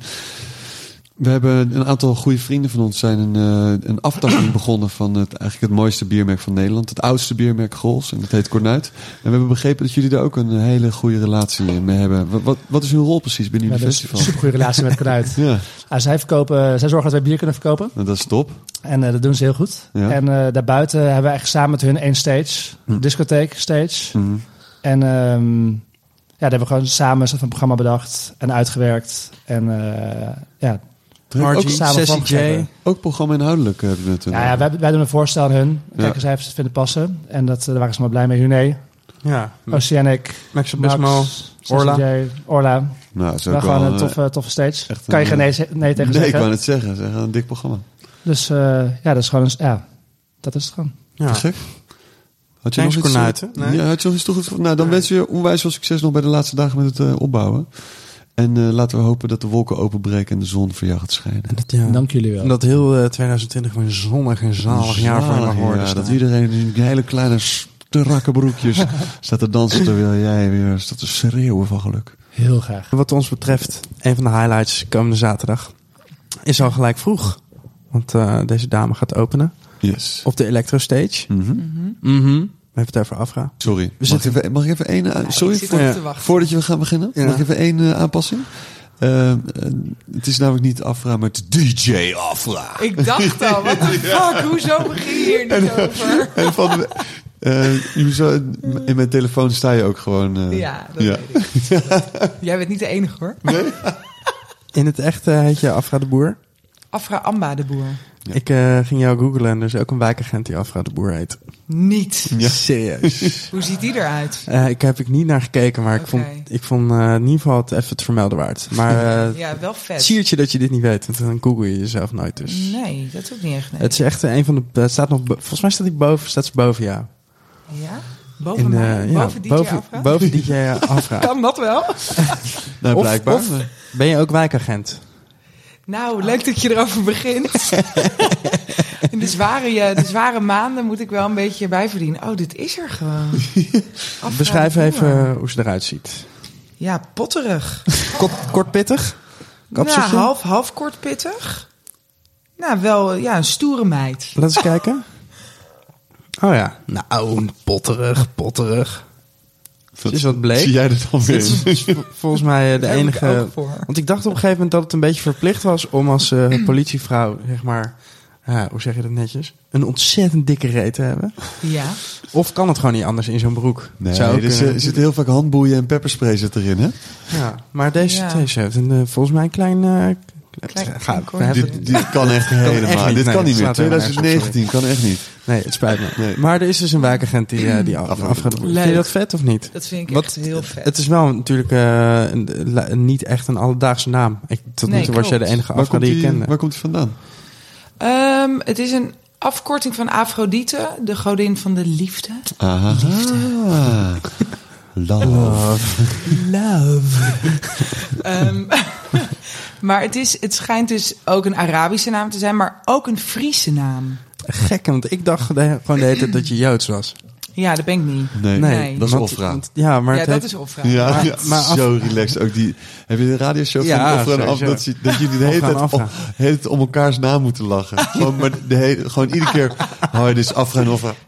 we hebben een aantal goede vrienden van ons zijn een, uh, een aftakking begonnen van het eigenlijk het mooiste biermerk van Nederland. Het oudste biermerk Grols. En dat heet Kornuit. En we hebben begrepen dat jullie daar ook een hele goede relatie mee hebben. Wat, wat, wat is hun rol precies binnen jullie festival? Een super goede relatie met Kornuit. ja. Ah, zij, verkopen, zij zorgen dat wij bier kunnen verkopen. Nou, dat is top. En uh, dat doen ze heel goed. Ja. En uh, daarbuiten hebben we echt samen met hun één stage. Hm. Discotheek stage. Hm. En um, ja, daar hebben we gewoon samen een programma bedacht en uitgewerkt. En uh, ja... Margie, Sessie J. Ook programma inhoudelijk hebben we het. Ja, ja wij, wij doen een voorstel aan hun. Kijken ja. zij of ze het vinden passen. En dat, daar waren ze maar blij mee. Huné, ja. Oceanic, Max Abismo, Orla. J, Orla. Nou, zo gewoon een toffe, toffe stage. Kan je geen nee, nee tegen nee, zeggen? Nee, ik wou het zeggen. Zeg, een dik programma. Dus uh, ja, dat is gewoon een, ja, dat is het gewoon. Ja. Gek. Had je nog iets, kornuiten? Nee? Ja, had je nog iets toegevoegd? Nou, dan nee. wensen we je onwijs veel succes nog bij de laatste dagen met het uh, opbouwen. En uh, laten we hopen dat de wolken openbreken en de zon voor jou gaat schijnen. Dat, ja, Dank jullie wel. En dat heel uh, twintig twintig een zonnig en zalig Zalig, jaar voor je mag worden. Ja, dat iedereen in hele kleine strakke broekjes staat te dansen terwijl jij weer staat te schreeuwen van geluk. Heel graag. Wat ons betreft, een van de highlights komende zaterdag is al gelijk vroeg. Want uh, deze dame gaat openen. Yes. Op de Electro Stage. Mm-hmm. Mm-hmm. We hebben het over Afra. Sorry. We mag, zitten... ik even, mag ik even één... Ja, sorry, voor, ja. voordat je gaan beginnen. Ja. Mag ik even één uh, aanpassing? Uh, uh, het is namelijk niet Afra, maar het D J Afra. Ik dacht al, what the fuck? Hoezo begin je hier niet en, over? En van de, uh, zo, in mijn telefoon sta je ook gewoon... Uh, ja, dat ja. weet ik. Jij bent niet de enige, hoor. Nee? In het echte heet je Afra de Boer? Afra Amba de Boer. Ja. Ik uh, ging jou googlen en er is ook een wijkagent die Afra de Boer heet. Niet. Ja. Serieus. Hoe ziet die eruit? Uh, ik heb ik niet naar gekeken, maar okay. ik vond, ik vond uh, in ieder geval het even te vermelden waard. Maar uh, ja, wel vet. Siertje dat je dit niet weet, want dan google je jezelf nooit. Dus. Nee, dat is ook niet echt. Nee. Het is echt een van de. Het staat nog. Volgens mij staat hij boven. Staat ze boven jou. Ja. Boven in, uh, mij? Ja, boven D J boven, Afra? Boven D J Afra. Kan dat wel? Nou, blijkbaar. Of, of ben je ook wijkagent? Nou, leuk dat je erover begint. In de zware, de zware maanden moet ik wel een beetje bijverdienen. Oh, dit is er gewoon. Afra Beschrijf even hoe ze eruit ziet. Ja, potterig. Kort, kort pittig? Nou, half, half kort pittig. Nou, wel ja, een stoere meid. Laat eens kijken. Oh ja. Nou, potterig, potterig. Wat, is wat bleek. Zie jij dat dan weer? Is volgens mij de enige... Ik want ik dacht op een gegeven moment dat het een beetje verplicht was om als uh, politievrouw, zeg maar... Uh, hoe zeg je dat netjes? Een ontzettend dikke reet te hebben. Ja. Of kan het gewoon niet anders in zo'n broek? Nee, Zou dus, uh, er zit heel vaak handboeien en pepperspray zit erin, hè? Ja, maar deze, ja. deze heeft een, uh, volgens mij een klein... Uh, Klein, Ga, klein dit, dit kan echt helemaal. Dit nee, kan niet meer. twintig negentien kan echt niet. Nee, het spijt me. Nee. Maar er is dus een wijkagent die, uh, die af, af gaat. Vind je dat vet of niet? Dat vind ik Wat, echt heel vet. Het is wel natuurlijk uh, een, een, niet echt een alledaagse naam. Ik, tot nee, nu toe was jij de enige Afra die je kende. Waar komt hij vandaan? Um, het is een afkorting van Afrodite, de godin van de liefde. Aha. Liefde. Love. Love. Love. um, maar het, is, het schijnt dus ook een Arabische naam te zijn, maar ook een Friese naam. Gek, want ik dacht de, gewoon de hele tijd dat je Joods was. Ja, dat ben ik niet. Nee, nee. nee. dat is Ofra. Ja, maar ja, het dat heeft... is Ofra. Ja, maar, ja, maar af... zo relaxed. Ook die, heb je de radioshow van ja, Ofra en af dat, je, dat jullie de hele tijd, om, hele tijd om elkaars naam moeten lachen. Gewoon, maar de hele, gewoon iedere keer, oh, dit is Afra en Ofra.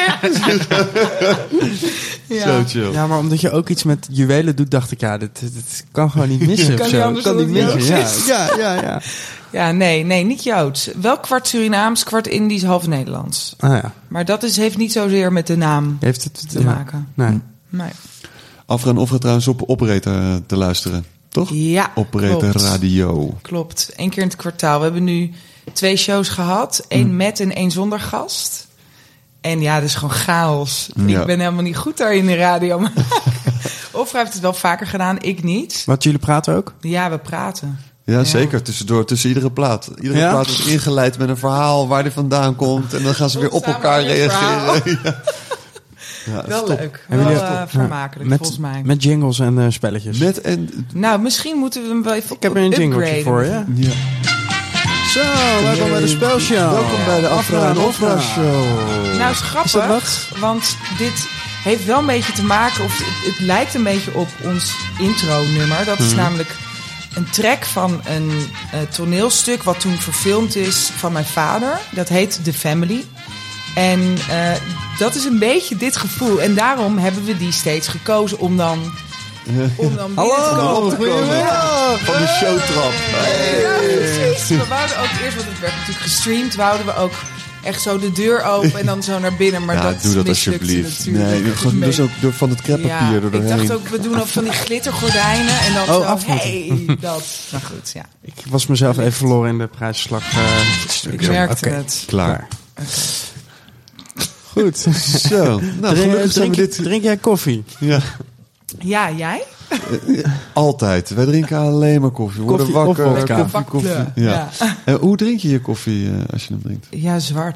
Ja. Zo chill. Ja, maar omdat je ook iets met juwelen doet, dacht ik, ja, dit, dit kan gewoon niet missen. kan of niet zo. anders kan niet missen. Ja. Ja. ja, ja, ja. Ja, nee, nee, niet Joods. Wel kwart Surinaams, kwart Indisch, half Nederlands. Ah, ja. Maar dat is, heeft niet zozeer met de naam heeft het te ja. maken. Nee. nee. Afra en Ofra trouwens op Operator te luisteren, toch? Ja, Operator klopt. Radio. Klopt, één keer in het kwartaal. We hebben nu twee shows gehad. Eén mm. met en één zonder gast. En ja, dat is gewoon chaos. Ja. Ik ben helemaal niet goed daar in de radio. Ofra heeft het wel vaker gedaan, ik niet. Wat, jullie praten ook? Ja, we praten. Ja, ja, zeker. Tussendoor, tussen iedere plaat. Iedere ja? plaat is ingeleid met een verhaal waar die vandaan komt. En dan gaan ze weer op elkaar reageren. Ja. Ja, wel leuk. Wel jullie, uh, vermakelijk, met, volgens mij. Met jingles en uh, spelletjes. Met en... Nou, misschien moeten we hem wel even Ik heb er een jingletje voor, ja. ja. Zo, welkom hey. bij de spelshow. Welkom ja. bij de Afra en Ofra show. Nou, is grappig, is wat? Want dit heeft wel een beetje te maken, of het, het lijkt een beetje op ons intro-nummer. Dat is mm-hmm. namelijk een track van een uh, toneelstuk wat toen verfilmd is van mijn vader. Dat heet The Family. En uh, dat is een beetje dit gevoel. En daarom hebben we die steeds gekozen om dan... Om dan binnen te komen. Van de showtrap. Hey. Ja, precies. We wouden ook eerst, want het werd natuurlijk gestreamd, wouden we ook echt zo de deur open en dan zo naar binnen. Maar ja, dat doe dat alsjeblieft. Nee, gewoon dus ook door van het kreppapier ja, door doorheen. Ik dacht ook, we doen ook van die glittergordijnen en dan oh, zo, hey, dat. Maar goed, ja. Ik was mezelf even verloren in de prijsslag. Uh, ik merkte okay. het. Klaar. Okay. Goed. Zo. Nou, drink, drink, dit... drink jij koffie? Ja. Ja, jij? Uh, altijd. Wij drinken alleen maar koffie. We worden wakker. Koffie, koffie, koffie. Ja. Ja. Uh, hoe drink je je koffie uh, als je hem drinkt? Ja, zwart.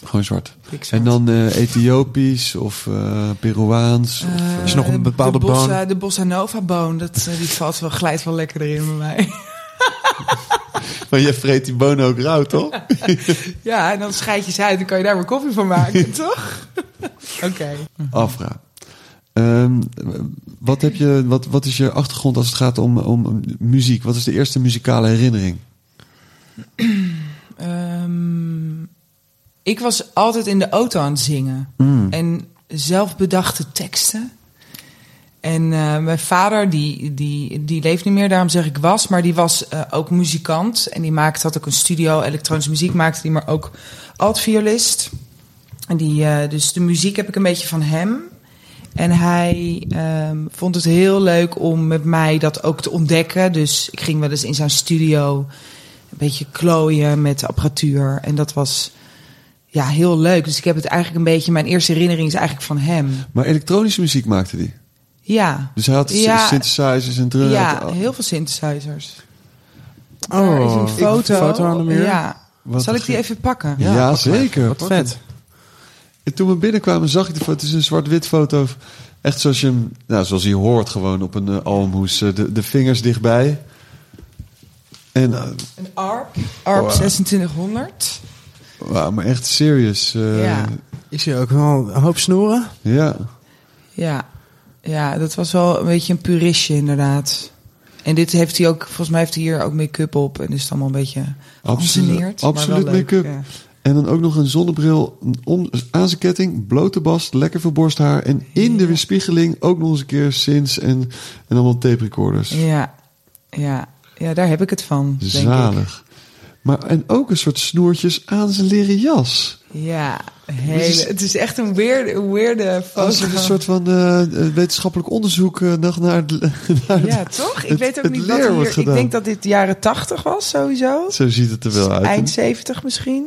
Gewoon zwart. En dan uh, Ethiopisch of uh, Peruaans? Uh, of, uh, is nog een bepaalde de bossa, boon? De bossa nova boon, dat, uh, die valt wel, glijdt wel lekker erin bij mij. Maar je vreet die bonen ook rauw, toch? Ja, en dan scheid je ze uit en kan je daar maar koffie van maken, toch? Oké. Okay. Afra. Um, wat, heb je, wat, wat is je achtergrond als het gaat om, om muziek? Wat is de eerste muzikale herinnering? um, ik was altijd in de auto aan het zingen. Mm. En zelfbedachte teksten. En uh, mijn vader, die, die, die leeft niet meer, daarom zeg ik was. Maar die was uh, ook muzikant. En die maakte, had ook een studio, elektronische muziek maakte die, maar ook altviolist. En die, uh, dus de muziek heb ik een beetje van hem. En hij um, vond het heel leuk om met mij dat ook te ontdekken. Dus ik ging wel eens in zijn studio een beetje klooien met de apparatuur. En dat was ja heel leuk. Dus ik heb het eigenlijk een beetje... Mijn eerste herinnering is eigenlijk van hem. Maar elektronische muziek maakte hij? Ja. Dus hij had ja. synthesizers en drums? Ja, heel veel synthesizers. Oh, daar is een foto. Een foto aan de muur? Ja. Wat Zal ik die even pakken? Ja, ja zeker. Wat vet. En toen we binnenkwamen zag ik de foto. Het is een zwart-wit foto. Echt zoals je hem, nou, zoals je hoort gewoon op een uh, almhoes. Uh, de, de vingers dichtbij. En, uh, een A R P. A R P oh, zesentwintighonderd. Wauw, maar echt serious. Uh, ja. Ik zie ook wel een hoop snoeren. Ja. Ja. Ja, dat was wel een beetje een puristje inderdaad. En dit heeft hij ook, volgens mij heeft hij hier ook make-up op. En is het allemaal een beetje geanceneerd. Absoluut make-up. Ja. En dan ook nog een zonnebril om, aan zijn ketting, blote bast, lekker veel borsthaar. En in ja. de weerspiegeling ook nog eens een keer synths en, en allemaal tape recorders. Ja, ja. ja, daar heb ik het van. Zalig. Maar, en ook een soort snoertjes aan zijn leren jas. Ja, hele, is, het is echt een weirde, weirde foto. Alsof een soort van uh, wetenschappelijk onderzoek uh, nog naar, naar ja, het, toch? Ik het, weet ook niet wat hier... Ik denk dat dit jaren tachtig was, sowieso. Zo ziet het er wel uit. Eind zeventig misschien.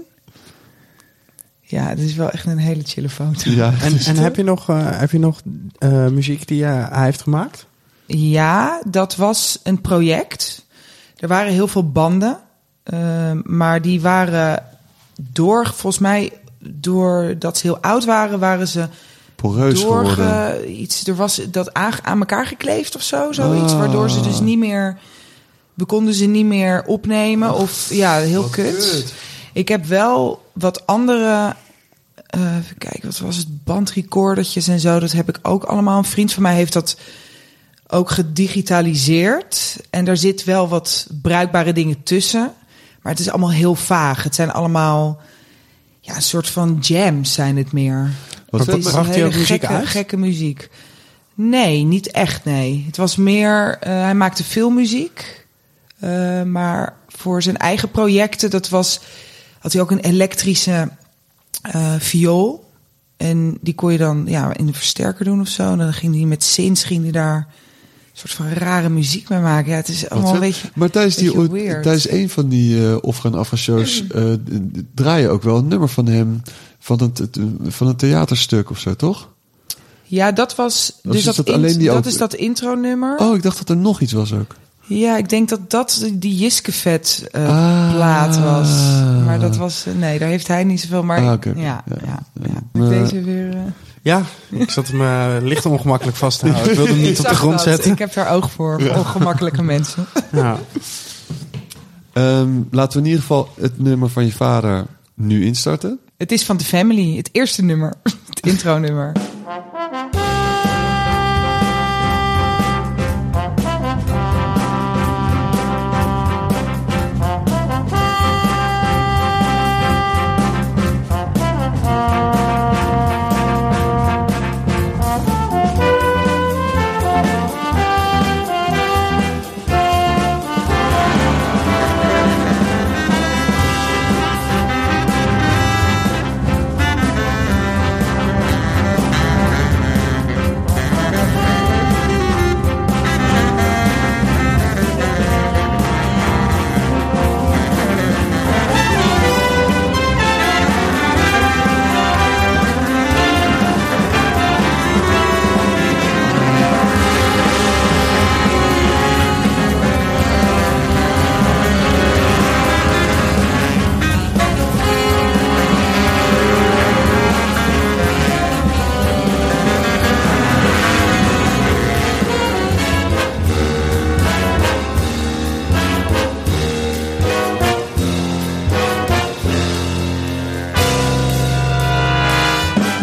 Ja, het is wel echt een hele chille foto. Ja, en en heb je nog, uh, heb je nog uh, muziek die uh, hij heeft gemaakt? Ja, dat was een project. Er waren heel veel banden. Uh, maar die waren door, volgens mij, doordat ze heel oud waren, waren ze poreus doorge, geworden. Iets, er was dat aan, aan elkaar gekleefd of zo, zoiets, ah. waardoor ze dus niet meer, we konden ze niet meer opnemen. Och, of ja, heel kut. kut. Ik heb wel wat andere, uh, even kijken, wat was het, bandrecordertjes en zo, dat heb ik ook allemaal. Een vriend van mij heeft dat ook gedigitaliseerd. En daar zit wel wat bruikbare dingen tussen. Maar het is allemaal heel vaag. Het zijn allemaal ja, een soort van jams zijn het meer. Wat het is bracht hij ook muziek gekke, uit? gekke muziek. Nee, niet echt, nee. Het was meer, uh, hij maakte veel muziek. Uh, maar voor zijn eigen projecten, dat was, had hij ook een elektrische uh, viool. En die kon je dan ja, in de versterker doen of zo. En dan ging hij met synths, ging hij daar een soort van rare muziek mee maken. Ja, het is allemaal een beetje, maar tijdens, die, weird. tijdens een van die uh, Ofra en Afra shows uh, draai je ook wel een nummer van hem van een, van een theaterstuk of zo, toch? Ja, dat was of dus dat, dat, int- alleen die dat ook... is dat intro-nummer. Oh, ik dacht dat er nog iets was ook. Ja, ik denk dat dat die Jiskevet uh, ah. plaat was. Maar dat was, uh, nee, daar heeft hij niet zoveel. Maar ah, okay. ja, ja, ja, ja. Uh, deze weer. Uh... Ja, ik zat hem uh, licht ongemakkelijk vast te houden. Ik wilde hem niet op de grond dat. zetten. Ik heb daar oog voor, voor ja. ongemakkelijke mensen. Ja. Um, laten we in ieder geval het nummer van je vader nu instarten. Het is van The Family, het eerste nummer, het intro-nummer.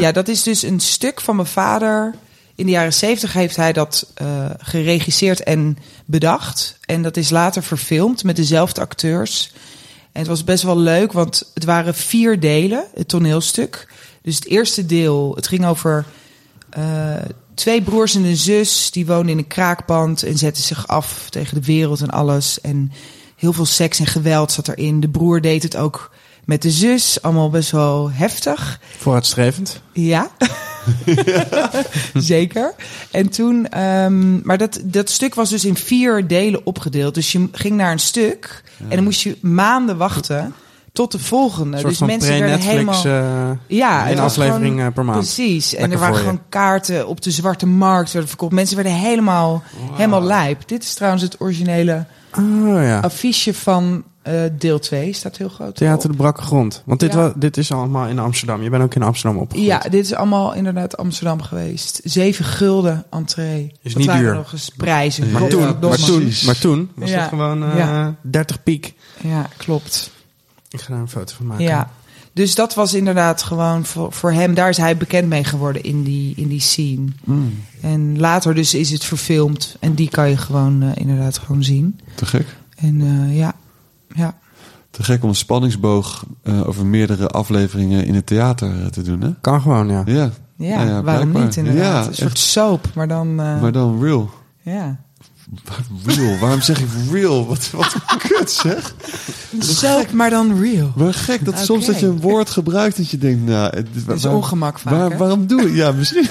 Ja, dat is dus een stuk van mijn vader. In de jaren zeventig heeft hij dat uh, geregisseerd en bedacht. En dat is later verfilmd met dezelfde acteurs. En het was best wel leuk, want het waren vier delen, het toneelstuk. Dus het eerste deel, het ging over uh, twee broers en een zus. Die woonden in een kraakpand en zetten zich af tegen de wereld en alles. En heel veel seks en geweld zat erin. De broer deed het ook met de zus. Allemaal best wel heftig. Vooruitstrevend. Ja. Ja. Zeker. En toen, um, maar dat, dat stuk was dus in vier delen opgedeeld. Dus je ging naar een stuk ja. en dan moest je maanden wachten tot de volgende. Een soort dus van mensen werden helemaal. Uh, ja, een aflevering gewoon, per maand. Precies. Lekker en er waren gewoon kaarten op de zwarte markt werden verkocht. Mensen werden helemaal, wow. helemaal lijp. Dit is trouwens het originele oh, ja. affiche van. Uh, deel twee staat heel groot. Theater de Brakke Grond. Want dit, ja. wa- dit is allemaal in Amsterdam. Je bent ook in Amsterdam opgegroeid. Ja, dit is allemaal inderdaad Amsterdam geweest. Zeven gulden entree. Is dat niet duur. Nog eens prijzen. Ja. Maar, toen, ja, maar, toen, maar toen was ja. het gewoon uh, ja. dertig piek. Ja, klopt. Ik ga daar een foto van maken. Ja, dus dat was inderdaad gewoon voor, voor hem. Daar is hij bekend mee geworden in die, in die scene. Mm. En later dus is het verfilmd. En die kan je gewoon uh, inderdaad gewoon zien. Te gek. En uh, ja, ja. Te gek om een spanningsboog uh, over meerdere afleveringen in het theater uh, te doen, hè? Kan gewoon, ja. Ja, ja, ja, ja waarom blijkbaar. Niet inderdaad? Ja, een soort echt. Soap, maar dan... Uh... Maar dan real. Ja. Real? Waarom zeg ik real? Wat, wat kut, zeg. Soap, maar dan real. Maar gek, dat okay. soms dat je een woord gebruikt dat je denkt... Nou, het waar, is ongemak vaak, waar, Waarom doe je... Ja, misschien...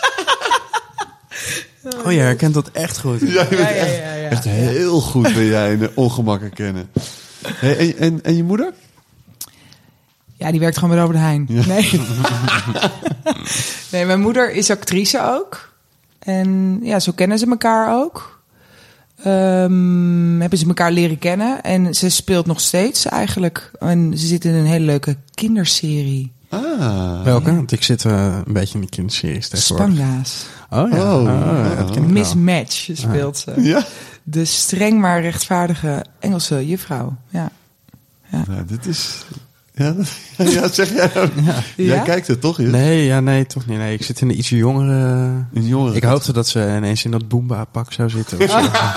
Oh, je herkent dat echt goed. Ja, je bent ja, ja, ja, ja, ja. Echt, echt heel goed ben jij in de ongemak herkennen. Hey, en, en, en je moeder? Ja, die werkt gewoon bij Robert Heijn. Ja. Nee. Nee, mijn moeder is actrice ook. En ja, zo kennen ze elkaar ook. Um, hebben ze elkaar leren kennen. En ze speelt nog steeds eigenlijk. En ze zit in een hele leuke kinderserie. Ah. Welke? Ja. Want ik zit uh, een beetje in die kinderseries tegenwoordig. Spanga's. Oh ja. Oh, oh, ja. Mismatch speelt ze. Ja? De streng maar rechtvaardige Engelse juffrouw. Ja. Ja. Nou, dit is... Ja, dat, ja, zeg jij ook. Ja. Jij ja? kijkt het toch? Je? Nee, ja, nee, toch niet. Nee, ik zit in de iets jongere... In jongere ik hoopte dat ze ineens in dat Boomba-pak zou zitten. Of zo.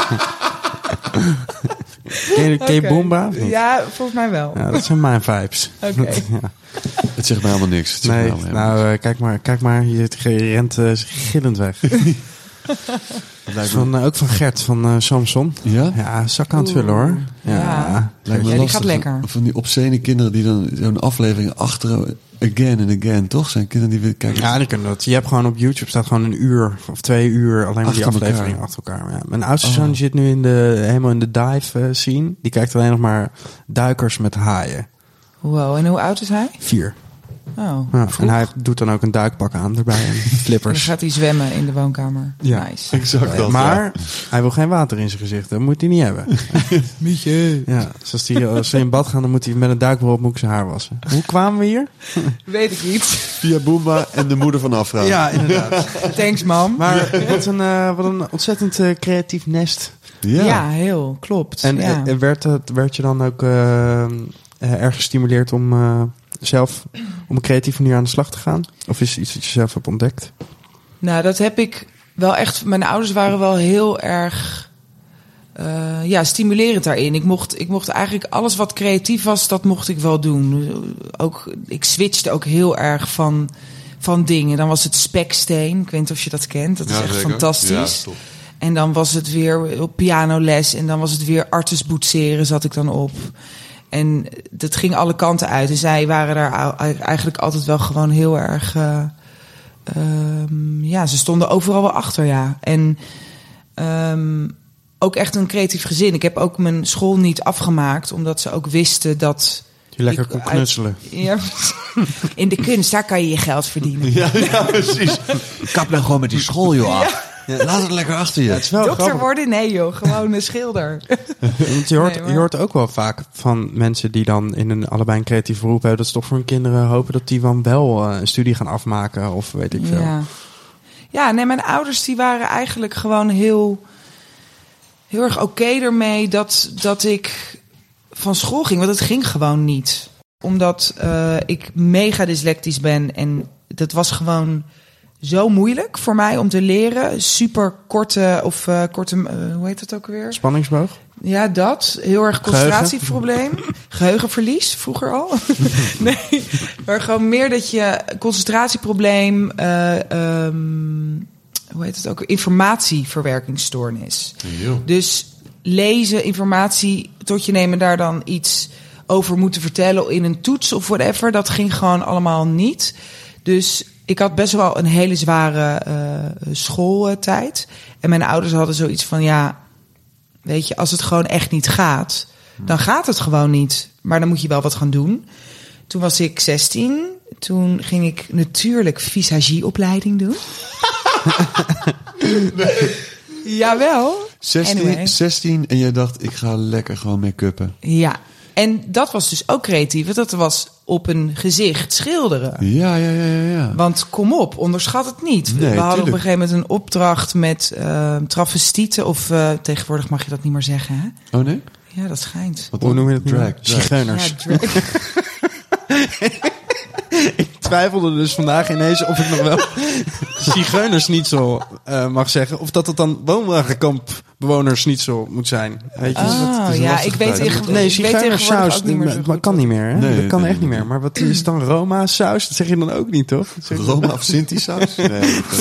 ken je, ken je okay. Boomba? Ja, volgens mij wel. Ja, dat zijn mijn vibes. Oké. Okay. Ja. Het zegt mij helemaal niks. Het nee, helemaal nou, uh, kijk maar, kijk maar, je rent uh, gillend weg. Van, uh, ook van Gert van uh, Samson. Ja? Ja, zak aan het vullen hoor. Ja, ja. ja die lastig. Gaat lekker. Van die obscene kinderen die dan zo'n aflevering achter again and again, toch? Zijn kinderen die we kijken. Ja, die kunnen dat. Je hebt gewoon op YouTube staat gewoon een uur of twee uur alleen maar die aflevering achter elkaar. Ja. Mijn oudste zoon oh. zit nu in de, helemaal in de dive uh, scene. Die kijkt alleen nog maar duikers met haaien. Wow, en hoe oud is hij? Vier. Oh, ja, en hij doet dan ook een duikpak aan erbij en flippers. En dan gaat hij zwemmen in de woonkamer. Ja, nice. Exact dat, maar ja. hij wil geen water in zijn gezicht. Dat moet hij niet hebben. Mietje. Ja, dus als, die, als ze in bad gaan, dan moet hij met een duikbril op moet zijn haar wassen. Hoe kwamen we hier? Weet ik niet. Via Boomba en de moeder van Afra. Ja, inderdaad. Thanks, mam. Maar wat een, uh, wat een ontzettend uh, creatief nest. Ja, ja heel, klopt. En, ja. en werd, het, werd je dan ook uh, uh, erg gestimuleerd om... Uh, zelf op een creatieve manier aan de slag te gaan? Of is het iets dat je zelf hebt ontdekt? Nou, dat heb ik wel echt... Mijn ouders waren wel heel erg uh, ja, stimulerend daarin. Ik mocht, ik mocht eigenlijk alles wat creatief was, dat mocht ik wel doen. Ook, ik switchte ook heel erg van, van dingen. Dan was het speksteen. Ik weet niet of je dat kent. Dat is ja, echt zeker. Fantastisch. Ja, en dan was het weer op pianoles. En dan was het weer artis boetseren zat ik dan op. En dat ging alle kanten uit. En zij waren daar eigenlijk altijd wel gewoon heel erg... Uh, um, ja, ze stonden overal wel achter, ja. En um, ook echt een creatief gezin. Ik heb ook mijn school niet afgemaakt, omdat ze ook wisten dat... Je lekker kon knutselen. Uit, ja, in de kunst, daar kan je je geld verdienen. Ja, ja precies. Kap dan gewoon met die school, joh, af. Ja. Ja, laat het lekker achter je. Ja, het is wel Dokter grappig. worden? Nee joh, gewoon een schilder. Want je, hoort, nee, maar... je hoort ook wel vaak van mensen die dan in een allebei een creatief beroep hebben... dat ze toch voor hun kinderen hopen dat die dan wel uh, een studie gaan afmaken of weet ik veel. Ja, ja nee, mijn ouders die waren eigenlijk gewoon heel, heel erg oké ermee dat, dat ik van school ging. Want het ging gewoon niet. Omdat uh, ik mega dyslectisch ben en dat was gewoon zo moeilijk voor mij om te leren. Super korte, of uh, korte, uh, hoe heet dat ook weer? Spanningsboog? Ja, dat. Heel erg concentratieprobleem. Geheugenverlies, vroeger al. Nee, maar gewoon meer dat je concentratieprobleem, uh, um, hoe heet het ook? Informatieverwerkingsstoornis. Heel. Dus lezen, informatie tot je nemen, daar dan iets over moeten vertellen in een toets of whatever. Dat ging gewoon allemaal niet. Dus ik had best wel een hele zware uh, schooltijd. En mijn ouders hadden zoiets van, ja, weet je, als het gewoon echt niet gaat, dan gaat het gewoon niet. Maar dan moet je wel wat gaan doen. Toen was ik zestien. Toen ging ik natuurlijk visagieopleiding doen. Nee. Jawel. zestien, anyway. zestien en jij dacht, ik ga lekker gewoon make-uppen. Ja. En dat was dus ook creatief. Want dat was op een gezicht schilderen. Ja, ja, ja, ja. ja. Want kom op, onderschat het niet. Nee, we hadden tuurlijk. op een gegeven moment een opdracht met uh, travestieten. Of uh, tegenwoordig mag je dat niet meer zeggen, hè? Oh nee? Ja, dat schijnt. Wat Hoe noem je dat? Drag, drag. Zigeuners. Ja, drag. Ik twijfelde dus vandaag ineens of ik nog wel zigeunersnietsel uh, mag zeggen. Of dat het dan woonwagenkampbewonersnietsel moet zijn. Weet je? Oh, is een ja, lastige ik weet, tijd. tegen, Nee, ik weet tegenwoordig zigeunersaus, ook niet meer zo dat goed kan wat- niet meer. Hè? Nee, dat kan nee, echt niet nee. meer. Maar wat is dan Roma saus? Dat zeg je dan ook niet, toch? Dat zeg je- Roma of Sinti saus? Nee.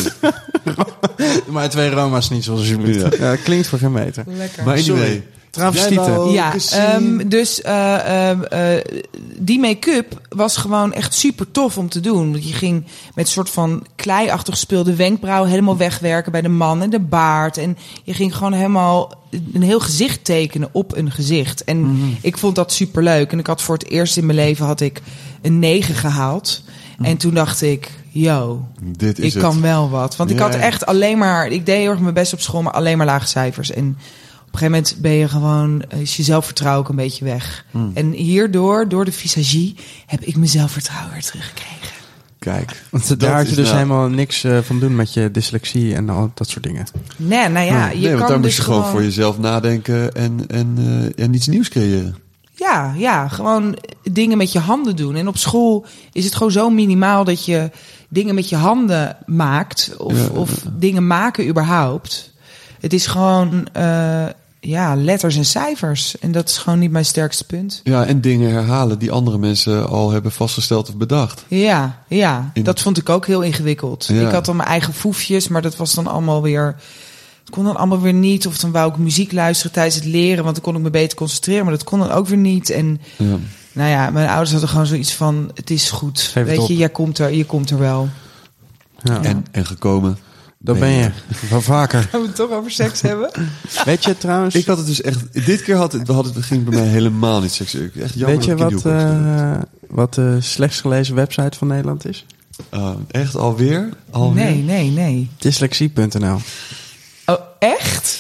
Doe maar twee Roma's niet, zoals alsjeblieft. Ja. Ja, klinkt voor geen meter. Lekker. Maar Sorry. anyway. Travestieten. Jij wou Ja, ook zien- um, dus uh, uh, uh, die make-up was gewoon echt super tof om te doen. Want je ging met een soort van kleiachtig gespeelde wenkbrauw helemaal wegwerken bij de man en de baard. En je ging gewoon helemaal een heel gezicht tekenen op een gezicht. En mm-hmm. ik vond dat super leuk. En ik had voor het eerst in mijn leven had ik een negen gehaald. Mm. En toen dacht ik, yo, Dit is ik het. kan wel wat. Want ik Ja. had echt alleen maar, ik deed heel erg mijn best op school, maar alleen maar lage cijfers. En op een gegeven moment ben je gewoon, is je zelfvertrouwen ook een beetje weg. Hmm. En hierdoor, door de visagie, heb ik mijn zelfvertrouwen weer teruggekregen. Kijk. Want daar had je is dus nou- helemaal niks uh, van doen met je dyslexie en al dat soort dingen. Nee, nou ja, je nee, want kan daar dus moest je gewoon voor jezelf nadenken en, en, uh, en iets nieuws creëren. Ja, ja, gewoon dingen met je handen doen. En op school is het gewoon zo minimaal dat je dingen met je handen maakt. Of, Ja, of ja. dingen maken überhaupt. Het is gewoon, uh, ja, letters en cijfers. En dat is gewoon niet mijn sterkste punt. Ja, en dingen herhalen die andere mensen al hebben vastgesteld of bedacht. Ja, ja, In- dat vond ik ook heel ingewikkeld. Ja. Ik had dan mijn eigen foefjes, maar dat was dan allemaal weer... Het kon dan allemaal weer niet. Of dan wou ik muziek luisteren tijdens het leren, want dan kon ik me beter concentreren. Maar dat kon dan ook weer niet. En Ja. nou ja, mijn ouders hadden gewoon zoiets van, het is goed. Geef het Weet op. je, jij komt er, je komt er wel. Ja. En, en gekomen. Dat ben je. Wel vaker. Gaan we het toch over seks hebben? Weet je trouwens... Ik had het dus echt... Dit keer had het, had het, ging bij mij helemaal niet seksueel. Echt jammer Weet je dat ik wat, in die hoek was geweest. uh, wat de slechtst gelezen website van Nederland is? Uh, echt alweer? alweer? Nee, nee, nee. Dyslexie punt n l. Oh, echt?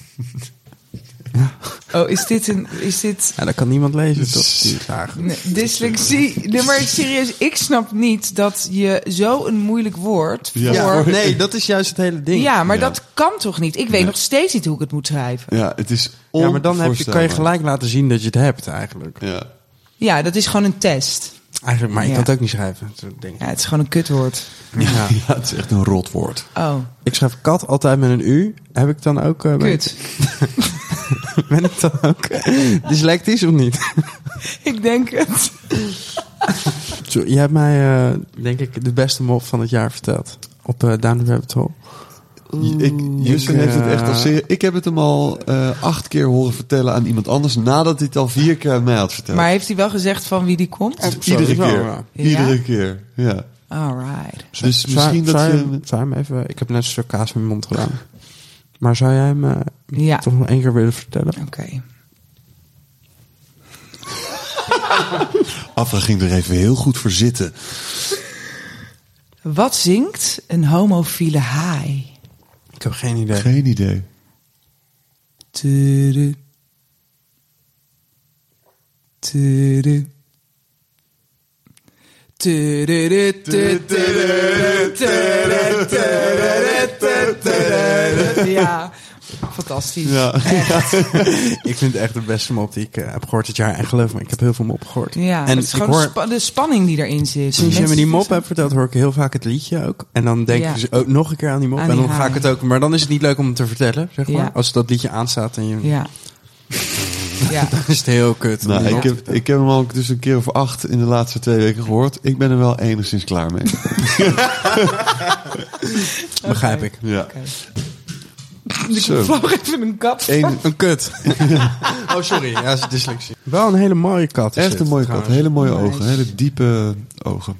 Oh, is dit een... Is dit... Ja, dat kan niemand lezen, toch? Die vragen. Nee, dyslexie. Nee, maar serieus, ik snap niet dat je zo een moeilijk woord voor... Ja, Ja, nee, dat is juist het hele ding. Ja, maar Ja. dat kan toch niet? Ik weet Nee. nog steeds niet hoe ik het moet schrijven. Ja, het is Ja, maar dan heb je, kan je onvoorstelbaar. gelijk laten zien dat je het hebt, eigenlijk. Ja. Ja, dat is gewoon een test. Eigenlijk, maar ik Ja. kan het ook niet schrijven. Dat ding. Ja, het is gewoon een kutwoord. Ja. ja, het is echt een rotwoord. Oh, Ik schrijf kat altijd met een U. Heb ik dan ook... Uh, ben, kut. ben ik dan ook uh, dyslectisch of niet? Ik denk het. Zo, jij hebt mij, uh, denk ik, de beste mop van het jaar verteld. Op uh, Down the Rabbit Hole. Ik, Justin Ik, heeft het uh, echt al serie. Ik heb het hem al uh, acht keer horen vertellen aan iemand anders nadat hij het al vier keer aan mij had verteld. Maar heeft hij wel gezegd van wie die komt? Iedere Sorry, keer. wel, ja. Iedere keer, ja. Alright. Dus Zou- misschien dat zou je... je... Zou je hem even... Ik heb net een stuk kaas in mijn mond gedaan. Maar zou jij hem uh, Ja, toch nog één keer willen vertellen? oké. Afra ging er even heel goed voor zitten. Wat zingt een homofiele haai? Ik heb geen idee. Geen idee. Tudu. Tudu. Tudu, tudu, tudu, tudu, tudu, tudu. Ja, fantastisch. Ja. Ik vind het echt de beste mop die ik uh, heb gehoord dit jaar. En geloof me, ik heb heel veel moppen gehoord. Ja, en het is gewoon hoor, spa- de spanning die erin zit. Sinds je me die mop hebt verteld, hoor ik heel vaak het liedje ook. En dan denk ja. ik dus ook nog een keer aan die mop. Aan die en dan haai. ga ik het ook... Maar dan is het niet leuk om het te vertellen, zeg maar. Ja. Als dat liedje aanstaat en je... Ja. Ja. Dan is het heel kut. Nou, ik, heb, ik heb hem al dus een keer of acht in de laatste twee weken gehoord. Ik ben er wel enigszins klaar mee. Begrijp ik. Ja. Okay. Ik vloog even een kat. Een, een kut. Oh, sorry. Ja, dat is dyslexie. Wel een hele mooie kat. Echt een mooie trouwens. kat. Hele mooie nice. ogen. Hele diepe ogen.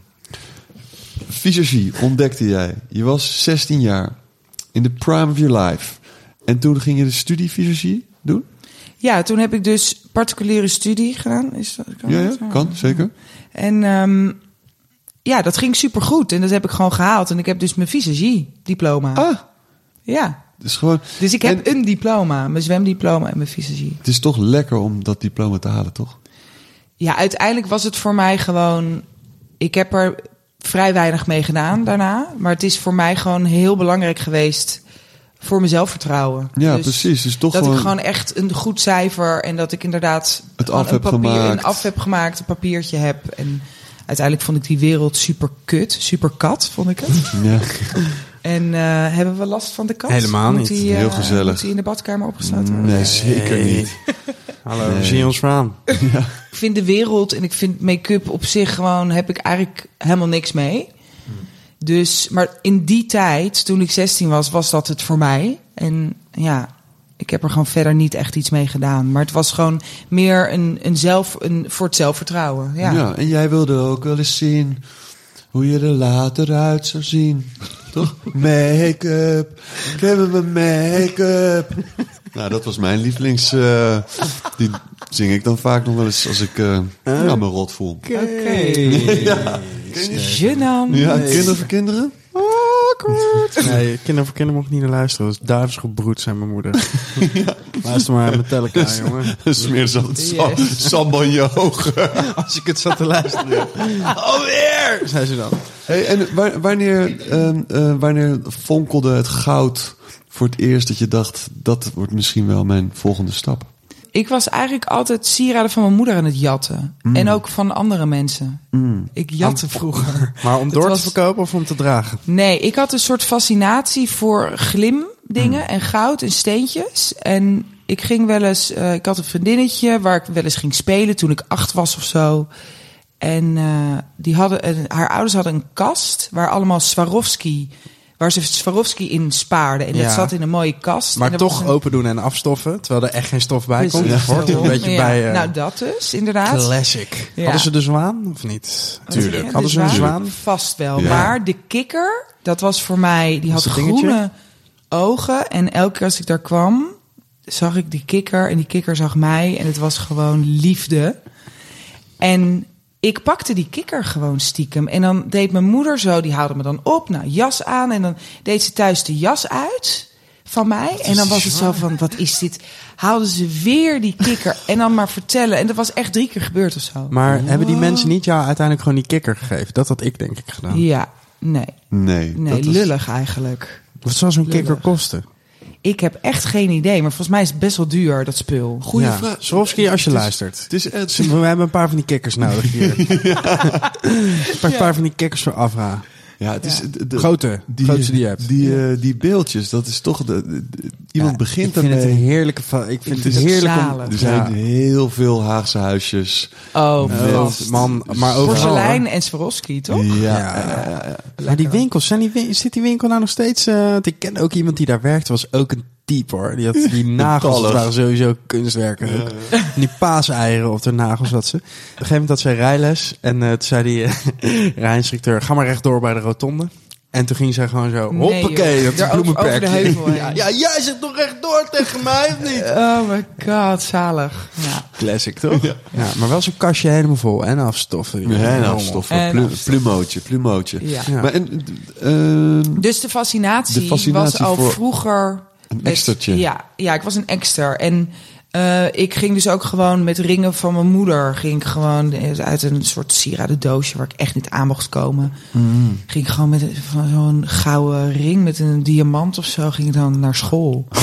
Visagie ontdekte jij. Je was zestien jaar. In de prime of your life. En toen ging je de studie visagie doen? Ja, toen heb ik dus particuliere studie gedaan. Is dat, kan ja, ja, dat? kan, zeker. En um, ja, dat ging supergoed. En dat heb ik gewoon gehaald. En ik heb dus mijn visagie-diploma. Ah. Ja. Dus, gewoon, dus ik heb en, een diploma. Mijn zwemdiploma en mijn visagie. Het is toch lekker om dat diploma te halen, toch? Ja, uiteindelijk was het voor mij gewoon... Ik heb er vrij weinig mee gedaan daarna. Maar het is voor mij gewoon heel belangrijk geweest... voor mijn zelfvertrouwen. Ja, dus precies. Dus toch dat gewoon ik gewoon echt een goed cijfer... en dat ik inderdaad het af een, heb papier, gemaakt. een af heb gemaakt, een papiertje heb. En uiteindelijk vond ik die wereld super kut. Super kat, vond ik het. Ja. En uh, hebben we last van de kat? Helemaal moet niet. Die, uh, heel gezellig. Moet die in de badkamer opgesloten worden? Nee, zeker niet. Hallo, nee. Zie je ons aan. Ja. Ik vind de wereld en ik vind make-up op zich gewoon... heb ik eigenlijk helemaal niks mee. Dus, maar in die tijd, toen ik zestien was, was dat het voor mij. En ja, ik heb er gewoon verder niet echt iets mee gedaan. Maar het was gewoon meer een, een zelf, een, voor het zelfvertrouwen. Ja. Ja, en jij wilde ook wel eens zien hoe je er later uit zou zien. Toch? Make-up, ik heb mijn make-up. Nou, dat was mijn lievelings... Uh, die zing ik dan vaak nog wel eens als ik uh, uh, ja, me rot voel. Oké. Okay. Ja. Gênant. Ja, nee. Kinderen voor kinderen? Awkward. Nee, kinderen voor kinderen mocht niet naar luisteren. Dus duivels gebroed zijn mijn moeder. Ja. Luister maar met Metallica, dus, jongen. Smeer zo het yes. sambal in je ogen. Als ik het zat te luisteren. Alweer! Zei ze dan. Hey, en wanneer, uh, uh, wanneer fonkelde het goud voor het eerst dat je dacht... dat wordt misschien wel mijn volgende stap? Ik was eigenlijk altijd sieraden van mijn moeder aan het jatten. Mm. En ook van andere mensen. Mm. Ik jatte vroeger. Maar om door was... te verkopen of om te dragen? Nee, ik had een soort fascinatie voor glimdingen mm. en goud en steentjes. En ik ging wel eens... Uh, ik had een vriendinnetje waar ik wel eens ging spelen toen ik acht was of zo. En uh, die hadden, uh, haar ouders hadden een kast waar allemaal Swarovski... waar ze Swarovski in spaarden. En ja. dat zat in een mooie kast. Maar en toch een... open doen en afstoffen, terwijl er echt geen stof bij Precies. komt. Ja. Hoort er een beetje ja. bij... Uh... Nou, dat dus, inderdaad. Classic. Ja. Hadden ze de zwaan of niet? Tuurlijk. De Hadden ze een zwaan? Vast wel. Ja. Maar de kikker, dat was voor mij... die had groene ogen. En elke keer als ik daar kwam, zag ik die kikker. En die kikker zag mij. En het was gewoon liefde. En... ik pakte die kikker gewoon stiekem. En dan deed mijn moeder zo, die haalde me dan op. Nou, jas aan. En dan deed ze thuis de jas uit van mij. En dan was het zo van, wat is dit? Haalden ze weer die kikker. En dan maar vertellen. En dat was echt drie keer gebeurd of zo. Maar wow. hebben die mensen niet jou uiteindelijk gewoon die kikker gegeven? Dat had ik denk ik gedaan. Ja, nee. Nee. Nee, lullig was... eigenlijk. Wat zou zo'n kikker kosten? Ik heb echt geen idee, maar volgens mij is het best wel duur, dat spul. Goeie ja. vraag. Swarovski, als je het is, luistert. Het is, het is, we hebben een paar van die kikkers nodig hier. ja. Een paar, ja. paar van die kikkers voor Afra. Ja, het is ja. de, de, grote, die, grootste die je hebt. Die, uh, die beeldjes, dat is toch de, de, de iemand ja, begint ik vind ermee. Het een heerlijke, ik vind het, het heerlijk om, er zijn ja. heel veel Haagse huisjes. Oh, met, man, maar overal. Porselijn en Swarovski, toch? Ja, ja. ja, ja, ja. Maar die winkels, zijn die, zit die winkel nou nog steeds? Uh, ik ken ook iemand die daar werkt, was ook een type hoor. Die had die nagels, dat waren sowieso kunstwerken. Ja, ja. En die paaseieren op de nagels had ze. Op een gegeven moment had zij rijles en uh, toen zei die uh, rijinstructeur, ga maar rechtdoor bij de rotonde. En toen ging zij gewoon zo, nee, hoppakee, dat is een bloemenperk. Ja, ja, jij zit nog rechtdoor tegen mij, of niet? Oh my god, zalig. Ja. Classic, toch? Ja. Ja, maar wel zo'n kastje helemaal vol. En afstoffen. Ja, en afstoffen. En Plu- afstoffen. Plumootje, plumootje. Ja. Ja. Maar en, uh, dus de fascinatie, de fascinatie was al vroeger... Een extertje. Ja, ja, ik was een exter. En uh, ik ging dus ook gewoon met ringen van mijn moeder. Ging ik gewoon uit een soort sieradendoosje waar ik echt niet aan mocht komen. Mm. Ging ik gewoon met van zo'n gouden ring met een diamant of zo. Ging ik dan naar school.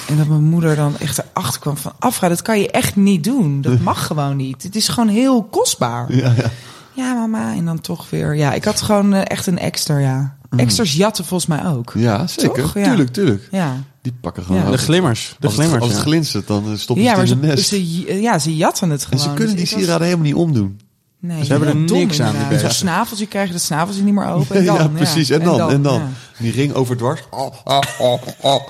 En dat mijn moeder dan echt erachter kwam van... Afra, dat kan je echt niet doen. Dat mag gewoon niet. Het is gewoon heel kostbaar. Ja, ja. Ja, mama. En dan toch weer... Ja, ik had gewoon uh, echt een extra, ja. Mm. Extras jatten volgens mij ook. Ja, zeker. Toch? Ja. Tuurlijk, tuurlijk. Ja. Die pakken gewoon... Ja. De glimmers. De als glimmers, het, als het ja. glinstert, dan stoppen Ja, ze het in maar de ze, nest. ze, ja, ze jatten het gewoon. En ze kunnen dus die ik sieraden was... helemaal niet omdoen. Nee, Ze hebben er dom, niks aan, die inderdaad. beesten. Zo'n snaveltje krijgen, dat snaveltje niet meer open. En dan, ja, precies. En dan, en dan. Ja. Die ring overdwars. Oh, oh, oh, oh.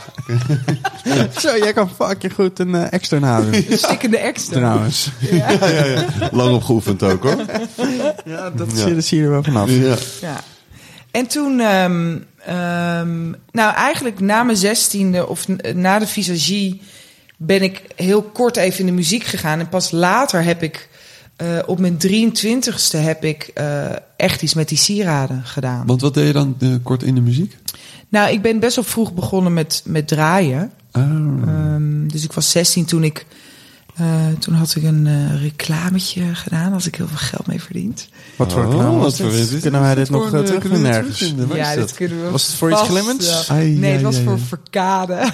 Zo, jij kan fucking goed een uh, extra nadoen. Een stikkende extra. Trouwens. Ja. Ja, ja, ja. Lang op geoefend ook, hoor. Ja, dat, Ja. Zie, dat zie je er wel vanaf. Ja. Ja. En toen, um, um, nou eigenlijk na mijn zestiende of n- na de visagie ben ik heel kort even in de muziek gegaan. En pas later heb ik, uh, op mijn drieëntwintigste heb ik uh, echt iets met die sieraden gedaan. Want wat deed je dan uh, kort in de muziek? Nou, ik ben best wel vroeg begonnen met, met draaien. Oh. Um, dus ik was zestien toen ik... Uh, toen had ik een uh, reclametje gedaan. Had ik heel veel geld mee verdiend. Wat voor Oh, reclame was wat voor- dit? dit- Kunnen wij dit dit nog voor, uh, uh, terug kunnen we dit nergens? terugvinden? Waar Ja, is dat dat? kunnen we Was het voor iets vast, glimmends? ja. Ai, Nee, het ai, was ai, voor ai. verkade.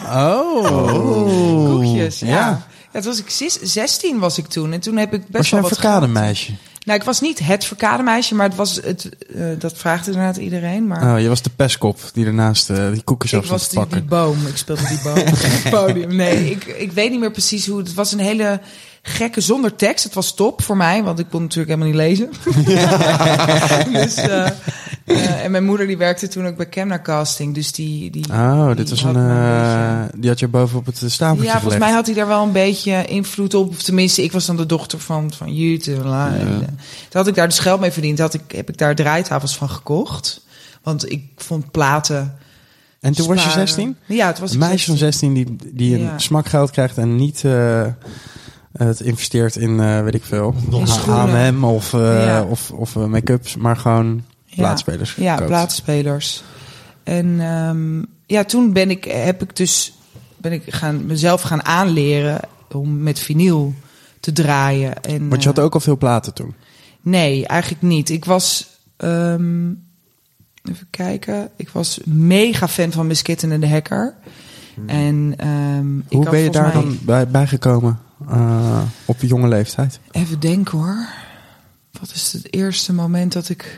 Oh. Koekjes, ja. Ja. ja. Het was ik zes- zestien was ik toen. En toen heb ik best Was jij wel een wat geld. verkademeisje? Nou, ik was niet het verkademeisje, maar het was het. Uh, dat vraagt inderdaad iedereen. Maar Oh, je was de pestkop die ernaast uh, die koekjes ik af zat was te die, die pakken. boom. Ik speelde die boom op het podium. Nee, ik, ik weet niet meer precies hoe. Het was een hele gekke zonder tekst. Het was top voor mij, want ik kon natuurlijk helemaal niet lezen. dus, uh, uh, en mijn moeder die werkte toen ook bij Kemner Casting. Dus die. die Oh, die dit was had een... me uh, beetje- die had je boven op het uh, stapeltje Ja, volgens gelegd. mij had hij daar wel een beetje invloed op. Of tenminste, ik was dan de dochter van, van Jut. En la, en, uh, toen had ik daar dus geld mee verdiend. Had ik, heb ik daar draaitafels van gekocht. Want ik vond platen... En toen was je sparen. zestien? Ja, het was Een meisje van zestien die, die een Ja. smakgeld krijgt en niet uh, het investeert in, uh, weet ik veel, In H schoenen. en M of, uh, Ja. of, of uh, make-ups, maar gewoon plaatspelers. Ja, koopt. plaatspelers. En um, ja, toen ben ik, heb ik dus ben ik gaan, mezelf gaan aanleren om met vinyl te draaien. En, Want je had ook al veel platen toen? Nee, eigenlijk niet. Ik was, um, even kijken, ik was mega fan van Miss Kitten en de Hacker. Hmm. En, um, Hoe ik ben je daar mij... dan bij, bijgekomen uh, op je jonge leeftijd? Even denken hoor. Wat is het eerste moment dat ik...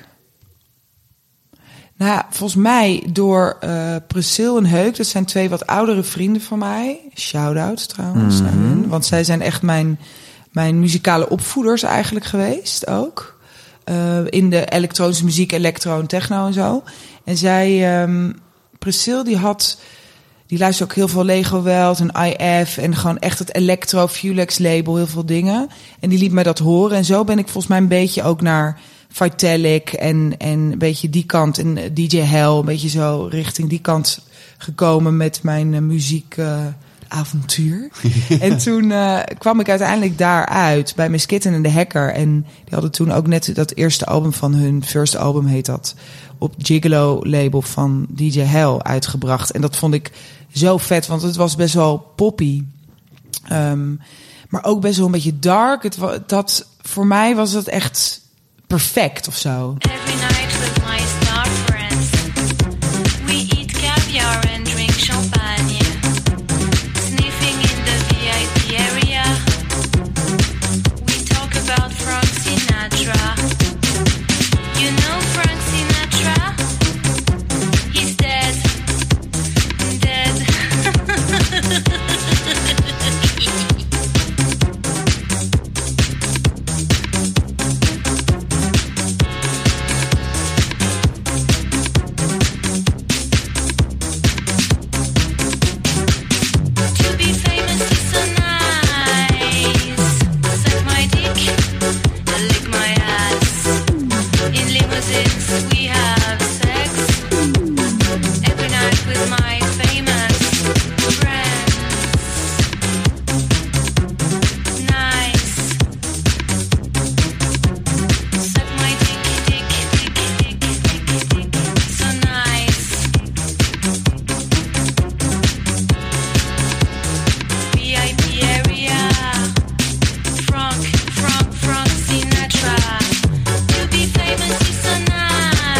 Nou ja, volgens mij door uh, Priscille en Heuk. Dat zijn twee wat oudere vrienden van mij. Shout-out trouwens. Mm-hmm. Want zij zijn echt mijn, mijn muzikale opvoeders eigenlijk geweest ook. Uh, in de elektronische muziek, elektro en techno en zo. En zij, um, Priscille die had... Die luisterde ook heel veel Lego Weld en I F en gewoon echt het Electro Fulex label, heel veel dingen. En die liet mij dat horen. En zo ben ik volgens mij een beetje ook naar Vitalik en, en een beetje die kant. En D J Hell, een beetje zo richting die kant gekomen met mijn uh, muziekavontuur. Uh, en toen uh, kwam ik uiteindelijk daaruit bij Miss Kitten en de Hacker. En die hadden toen ook net dat eerste album van hun, first album heet dat, op Gigolo label van D J Hell uitgebracht. En dat vond ik zo vet, want het was best wel poppy. Um, maar ook best wel een beetje dark. Het, dat, voor mij was het echt perfect of zo. Every night with my star friends, we eat caviar and drink champagne, sniffing in the V I P area. We talk about Frank Sinatra. You know Frank Sinatra? He's dead. Dead. To be famous is so nice. Suck my dick, lick my ass. In limousines we have sex. Every night with my famous friends. Nice. Suck my dick, dick, dick, dick, dick, dick. So nice. V I P area. Frank, Frank, Frank Sinatra. To be famous is so nice.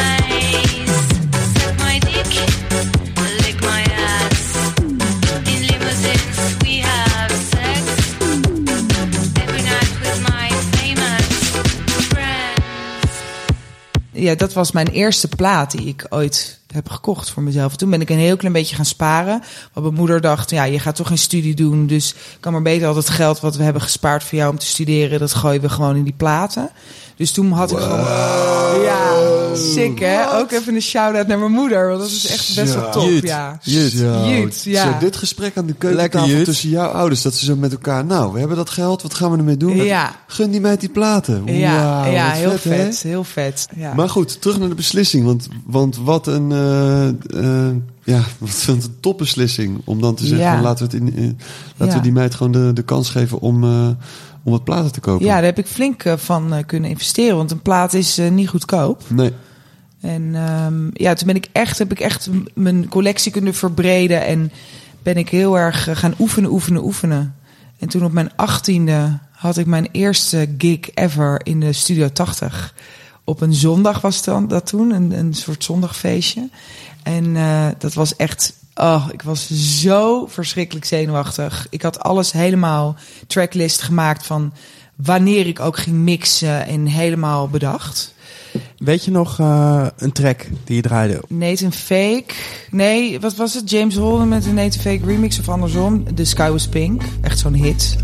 ja, dat was mijn eerste plaat die ik ooit heb gekocht voor mezelf. Toen ben ik een heel klein beetje gaan sparen. Want mijn moeder dacht, ja, je gaat toch geen studie doen. Dus kan maar beter al dat geld wat we hebben gespaard voor jou om te studeren, dat gooien we gewoon in die platen. Dus toen had ik wow. gewoon... Ja, sick hè? What? Ook even een shout-out naar mijn moeder. Want dat is echt best wel top. Jut. Ja. Jut. Jut, ja. Zo, dit gesprek aan de keukentafel tussen jouw ouders. Dat ze zo met elkaar... Nou, we hebben dat geld. Wat gaan we ermee doen? Ja. Gun die meid die platen. Wow, ja, ja heel vet. vet heel vet. Ja. Maar goed, terug naar de beslissing. Want, want wat een... Uh, uh, ja, wat een topbeslissing. Om dan te zeggen, Ja. van, laten we, het in, uh, laten Ja. we die meid gewoon de, de kans geven om... Uh, om wat platen te kopen. Ja, daar heb ik flink uh, van uh, kunnen investeren. Want een plaat is uh, niet goedkoop. Nee. En um, ja, toen ben ik echt, heb ik echt m- mijn collectie kunnen verbreden. En ben ik heel erg uh, gaan oefenen, oefenen, oefenen. En toen op mijn achttiende had ik mijn eerste gig ever in de Studio tachtig. Op een zondag was het dan, dat toen, een, een soort zondagfeestje. En uh, dat was echt... Oh, ik was zo verschrikkelijk zenuwachtig. Ik had alles helemaal tracklist gemaakt van wanneer ik ook ging mixen en helemaal bedacht. Weet je nog uh, een track die je draaide? Nathan Fake. Nee, wat was het? James Holden met een Nathan Fake remix of andersom? The Sky Was Pink. Echt zo'n hit.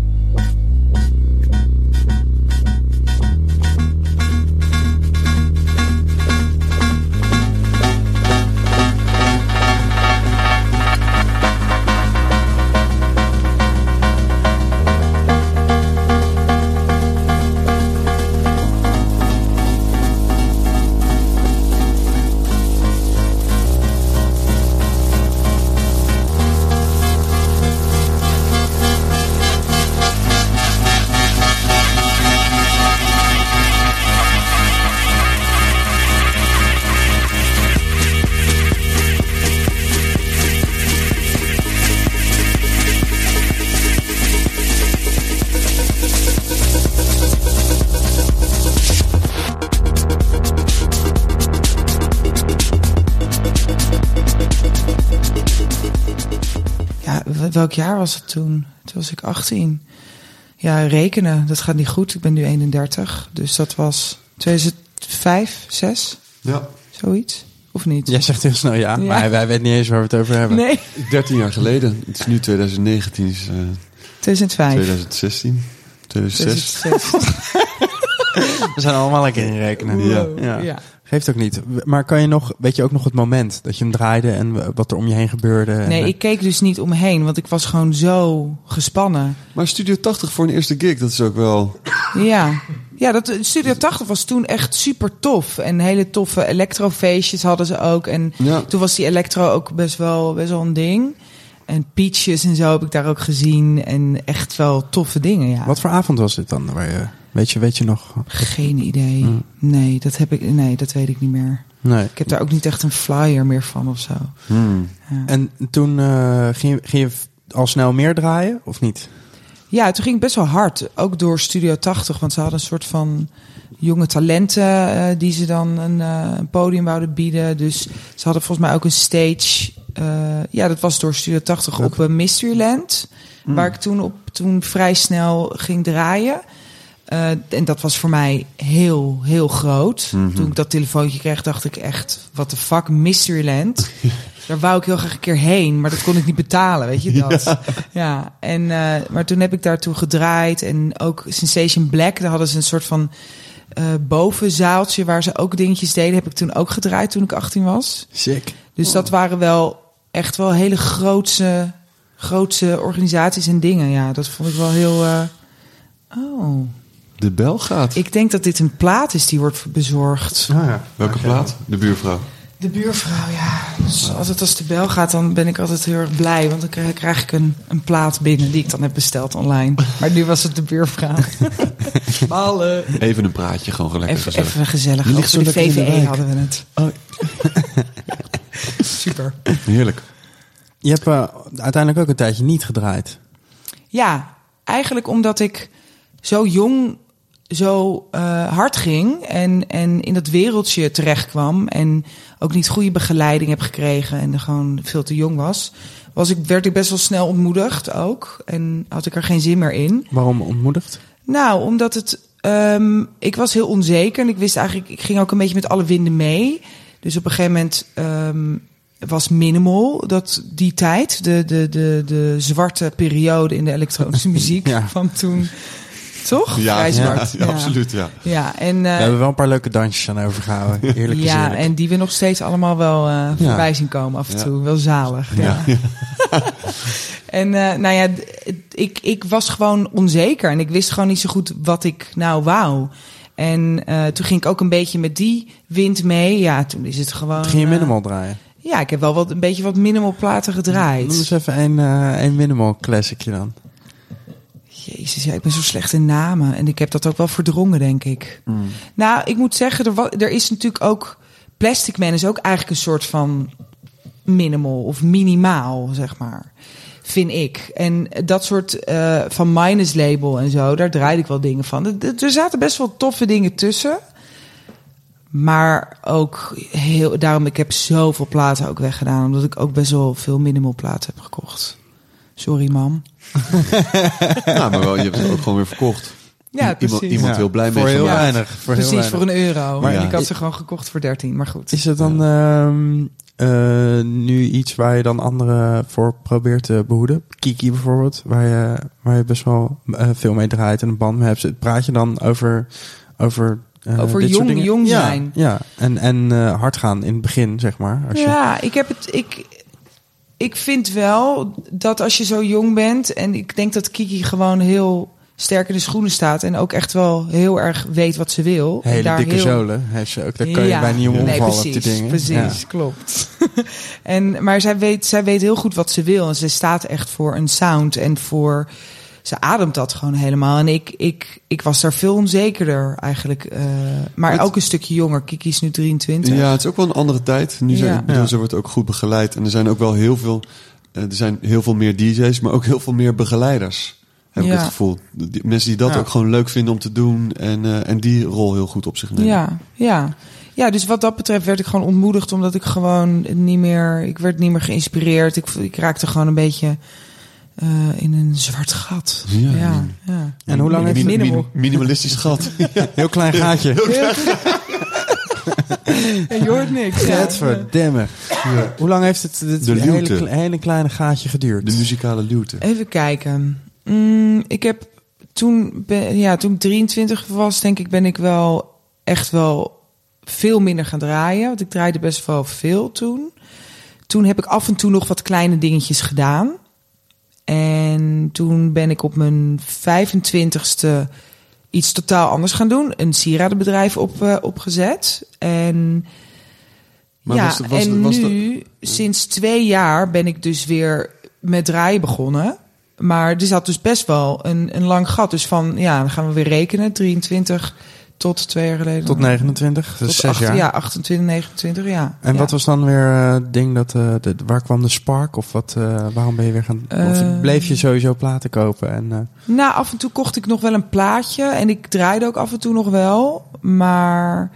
Welk jaar was het toen? Toen was ik achttien. Ja, rekenen, dat gaat niet goed. Ik ben nu eenendertig. Dus dat was tweeduizend vijf, zes? Ja. Zoiets? Of niet? Jij zegt heel snel ja, Ja. maar wij weten niet eens waar we het over hebben. Nee. dertien jaar geleden. Het is nu twintig negentien. Is, uh, tweeduizend vijf. twintig zestien. tweeduizend zes. tweeduizend zes. We zijn allemaal lekker in rekenen. Ja. Ja. Ja. Geeft ook niet. Maar kan je nog, weet je ook nog het moment dat je hem draaide en wat er om je heen gebeurde? En, Nee, ik keek dus niet omheen, want ik was gewoon zo gespannen. Maar Studio tachtig voor een eerste gig, dat is ook wel... Ja, ja dat, Studio tachtig was toen echt super tof. En hele toffe electrofeestjes hadden ze ook. En Ja. toen was die electro ook best wel, best wel een ding. En Peaches en zo heb ik daar ook gezien. En echt wel toffe dingen, ja. Wat voor avond was dit dan? Waar je, weet, je, weet je nog? Geen idee. Hmm. Nee, dat heb ik, nee, dat weet ik niet meer. Nee. Ik heb daar ook niet echt een flyer meer van of zo. Hmm. Ja. En toen uh, ging, je, ging je al snel meer draaien, of niet? Ja, toen ging ik best wel hard. Ook door Studio tachtig. Want ze hadden een soort van jonge talenten uh, die ze dan een, uh, een podium wouden bieden. Dus ze hadden volgens mij ook een stage. Uh, ja, dat was door Studio tachtig op uh, Mysteryland. Mm. Waar ik toen, op, toen vrij snel ging draaien. Uh, en dat was voor mij heel, heel groot. Mm-hmm. Toen ik dat telefoontje kreeg, dacht ik echt... What the fuck, Mysteryland? Daar wou ik heel graag een keer heen, maar dat kon ik niet betalen, weet je dat? Ja. ja en, uh, maar toen heb ik daartoe gedraaid. En ook Sensation Black, daar hadden ze een soort van uh, bovenzaaltje... waar ze ook dingetjes deden. Heb ik toen ook gedraaid toen ik achttien was. Sick. Dus oh. dat waren wel echt wel hele grootse, grootse organisaties en dingen. Ja, dat vond ik wel heel... Uh, oh... De bel gaat. Ik denk dat dit een plaat is die wordt bezorgd. Ah, ja. Welke okay. plaat? De buurvrouw. De buurvrouw, ja. Dus oh. altijd als de bel gaat, dan ben ik altijd heel erg blij. Want dan krijg, krijg ik een, een plaat binnen die ik dan heb besteld online. Maar nu was het de buurvrouw. Ballen. Even een praatje, gewoon lekker even, gezellig. Even gezellig. Over zo de V V E hadden we het. Oh. Super. Heerlijk. Je hebt uh, uiteindelijk ook een tijdje niet gedraaid. Ja, eigenlijk omdat ik zo jong... zo uh, hard ging en, en in dat wereldje terecht kwam... en ook niet goede begeleiding heb gekregen... en er gewoon veel te jong was... was ik, werd ik best wel snel ontmoedigd ook. En had ik er geen zin meer in. Waarom ontmoedigd? Nou, omdat het Um, ik was heel onzeker en ik wist eigenlijk, ik ging ook een beetje met alle winden mee. Dus op een gegeven moment um, was minimal dat die tijd, de, de, de, de zwarte periode in de elektronische muziek ja. van toen. Toch? Ja, Vrij zwart. Ja, ja, ja, absoluut, ja. ja en, uh, we hebben wel een paar leuke dansjes aan overgehouden. Eerlijk is ja, eerlijk. En die we nog steeds allemaal wel uh, voorbij ja. zien komen af en toe. Ja. Wel zalig. Ja. ja. En uh, nou ja, ik, ik was gewoon onzeker. En ik wist gewoon niet zo goed wat ik nou wou. En uh, toen ging ik ook een beetje met die wind mee. Ja, toen is het gewoon... Toen ging je minimal uh, draaien? Ja, ik heb wel wat, een beetje wat minimal platen gedraaid. Noem eens even een, uh, een minimal classicje dan. Jezus, ja, ik ben zo slecht in namen. En ik heb dat ook wel verdrongen, denk ik. Mm. Nou, ik moet zeggen, er, er is natuurlijk ook... Plastic Man is ook eigenlijk een soort van minimal of minimaal, zeg maar. Vind ik. En dat soort uh, van Minus Label en zo, daar draaide ik wel dingen van. Er zaten best wel toffe dingen tussen. Maar ook heel... Daarom, ik heb zoveel platen ook weggedaan. Omdat ik ook best wel veel minimal platen heb gekocht. Sorry, mam. Nou, maar wel, je hebt het ook gewoon weer verkocht. Ja, precies. Iemand, iemand ja. heel blij mee. Voor heel gemaakt. weinig. Voor precies, heel weinig. voor een euro. Maar ja. Ik had ze gewoon gekocht voor dertien, maar goed. Is het dan ja. uh, uh, nu iets waar je dan anderen voor probeert te behoeden? Kiki bijvoorbeeld, waar je, waar je best wel uh, veel mee draait en een band mee hebt. Praat je dan over... over Uh, Over dit jong, soort dingen? jong ja, zijn. Ja, en, en uh, hard gaan in het begin, zeg maar. Als ja, je... ik heb het... Ik, ik vind wel dat als je zo jong bent... en ik denk dat Kiki gewoon heel sterk in de schoenen staat... en ook echt wel heel erg weet wat ze wil. Hele en daar dikke heel... zolen heeft ze ook. Daar kan je ja. bijna niet om omvallen. Nee, precies, op die dingen. precies, ja. klopt. en, maar zij weet, zij weet heel goed wat ze wil. En ze staat echt voor een sound en voor... Ze ademt dat gewoon helemaal. En ik, ik, ik was daar veel onzekerder eigenlijk. Uh, maar het, ook een stukje jonger. Kiki is nu drieëntwintig. Ja, het is ook wel een andere tijd. Nu zijn, ja. ik bedoel, ze wordt ook goed begeleid. En er zijn ook wel heel veel... Uh, er zijn heel veel meer D J's, maar ook heel veel meer begeleiders. Heb ja. ik het gevoel. Die, mensen die dat ja. ook gewoon leuk vinden om te doen. En, uh, en die rol heel goed op zich nemen. Ja, ja. Ja, dus wat dat betreft werd ik gewoon ontmoedigd. Omdat ik gewoon niet meer... Ik werd niet meer geïnspireerd. Ik, ik raakte gewoon een beetje... Uh, in een zwart gat. Ja, ja, ja. ja. En hoe lang heeft het minimal? Minimalistisch gat. Ja. Heel klein gaatje. Heel klein en je hoort niks. Gadverdamme. Ja. Hoe lang heeft het dit de hele, hele kleine gaatje geduurd? De muzikale luwte. Even kijken. Mm, ik heb toen, ben, ja, toen ik drieëntwintig was, denk ik, ben ik wel echt wel veel minder gaan draaien. Want ik draaide best wel veel toen. Toen heb ik af en toe nog wat kleine dingetjes gedaan. En toen ben ik op mijn vijfentwintigste iets totaal anders gaan doen. Een sieradenbedrijf op, uh, opgezet. En, maar ja, was de, was en de, was nu, de... sinds twee jaar ben ik dus weer met draaien begonnen. Maar er zat dus best wel een, een lang gat. Dus van, ja, dan gaan we weer rekenen. drieëntwintig tot twee jaar geleden. Tot negenentwintig, dus tot zes acht, jaar. Ja, achtentwintig, negenentwintig, ja. En ja. wat was dan weer het uh, ding dat... Uh, de, waar kwam de spark? Of wat? Uh, waarom ben je weer gaan... Uh, of bleef je sowieso platen kopen? En, uh... Nou, af en toe kocht ik nog wel een plaatje. En ik draaide ook af en toe nog wel. Maar...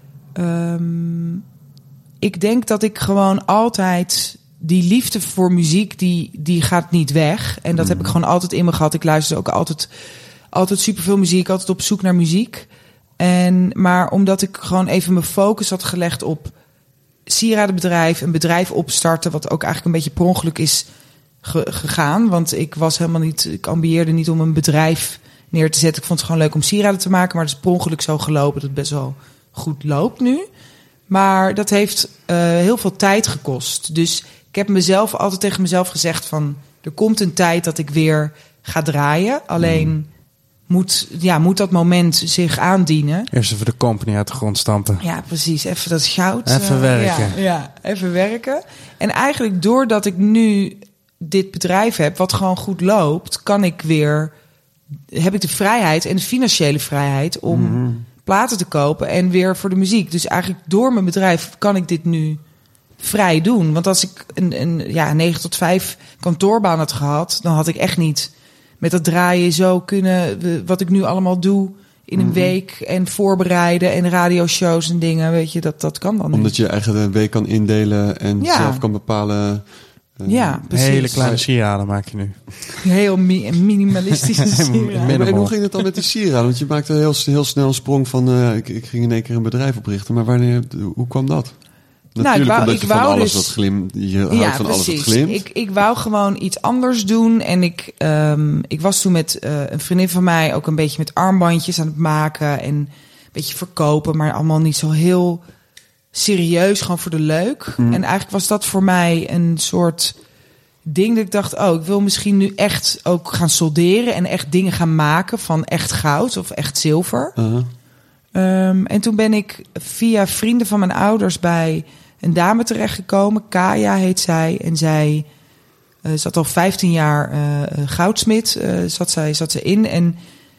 Um, ik denk dat ik gewoon altijd... Die liefde voor muziek, die, die gaat niet weg. En dat mm. heb ik gewoon altijd in me gehad. Ik luister ook altijd, altijd superveel muziek. Altijd op zoek naar muziek. En, maar omdat ik gewoon even mijn focus had gelegd op sieradenbedrijf, een bedrijf opstarten, wat ook eigenlijk een beetje per ongeluk is ge- gegaan. Want ik was helemaal niet, ik ambieerde niet om een bedrijf neer te zetten. Ik vond het gewoon leuk om sieraden te maken, maar het is per ongeluk zo gelopen dat het best wel goed loopt nu. Maar dat heeft uh, heel veel tijd gekost. Dus ik heb mezelf altijd tegen mezelf gezegd van, er komt een tijd dat ik weer ga draaien. Alleen mm. moet, ja, moet dat moment zich aandienen. Eerst even de company uit de grond stampen. Ja, precies. Even dat goud. Even uh, werken. Ja, ja, even werken. En eigenlijk doordat ik nu dit bedrijf heb, wat gewoon goed loopt, kan ik weer, heb ik de vrijheid en de financiële vrijheid om mm-hmm. platen te kopen en weer voor de muziek. Dus eigenlijk door mijn bedrijf kan ik dit nu vrij doen. Want als ik een, een ja, negen tot vijf kantoorbaan had gehad, dan had ik echt niet met dat draaien zo kunnen, wat ik nu allemaal doe in een mm-hmm. week en voorbereiden en radioshows en dingen, weet je, dat, dat kan dan Omdat niet. je eigen week kan indelen en ja. zelf kan bepalen Uh, ja, precies. Hele kleine sieraden maak je nu. Heel mi- minimalistische sieraden. En hoe ging het dan met die sieraden? Want je maakte heel, heel snel een sprong van... Uh, ik, ik ging in één keer een bedrijf oprichten. Maar wanneer, hoe kwam dat? Natuurlijk nou, wou, omdat je van alles dus, wat glimt... Je houdt ja, van precies. alles wat glimt. Ik, ik wou gewoon iets anders doen. En ik, um, ik was toen met uh, een vriendin van mij... ook een beetje met armbandjes aan het maken. En een beetje verkopen. Maar allemaal niet zo heel serieus. Gewoon voor de leuk. Mm. En eigenlijk was dat voor mij een soort... ding dat ik dacht, oh, ik wil misschien nu echt ook gaan solderen... en echt dingen gaan maken van echt goud of echt zilver. Uh-huh. Um, en toen ben ik via vrienden van mijn ouders... bij een dame terechtgekomen. Kaya heet zij. En zij uh, zat al vijftien jaar uh, goudsmid. Uh, zat, zij, zat ze in. En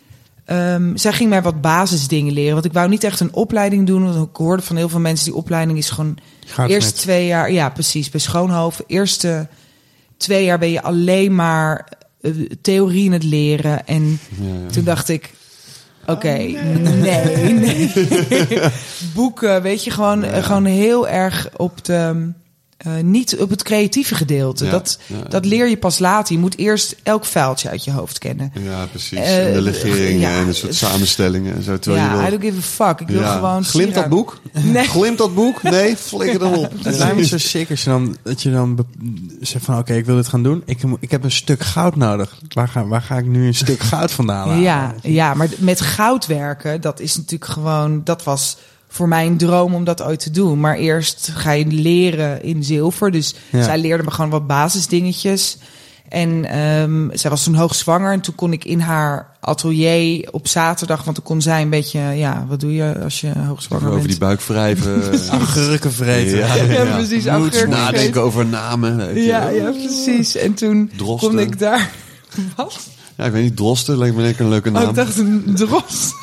um, zij ging mij wat basisdingen leren. Want ik wou niet echt een opleiding doen. Want ik hoorde van heel veel mensen... die opleiding is gewoon eerst twee jaar... Ja, precies, bij Schoonhoven. Eerste... Twee jaar ben je alleen maar uh, theorie in het leren. En ja, ja. toen dacht ik... Oké, okay, oh, nee, nee. nee. Boeken, weet je, gewoon, ja. uh, gewoon heel erg op de... Uh, niet op het creatieve gedeelte. Ja, dat, ja, ja. dat leer je pas later. Je moet eerst elk vuiltje uit je hoofd kennen. Ja, precies. Uh, en de legeringen ja, en een soort samenstellingen en zo. Ja, je wil... I don't give a fuck. Ik wil ja. gewoon... Glimt dat boek? Nee. Glimt dat boek? Nee, flikker dan op. Het lijkt me zo sick als je dan, dat je dan be- zegt van... oké, okay, ik wil dit gaan doen. Ik, ik heb een stuk goud nodig. Waar ga, waar ga ik nu een stuk goud vandaan halen? Ja, ja, maar met goud werken, dat is natuurlijk gewoon... Dat was... voor mij een droom om dat ooit te doen. Maar eerst ga je leren in zilver. Dus ja. zij leerde me gewoon wat basisdingetjes. En um, zij was toen hoogzwanger. En toen kon ik in haar atelier op zaterdag... want dan kon zij een beetje... ja, wat doe je als je hoogzwanger bent? Over die buik wrijven. Agurken vreten. Ja, ja, ja, ja, precies. Moet nadenken over namen. Ja, ja, precies. En toen Drosten. kon ik daar... Wat? Ja, ik weet niet. Drosten lijkt me denk ik een leuke naam. Oh, ik dacht een drost.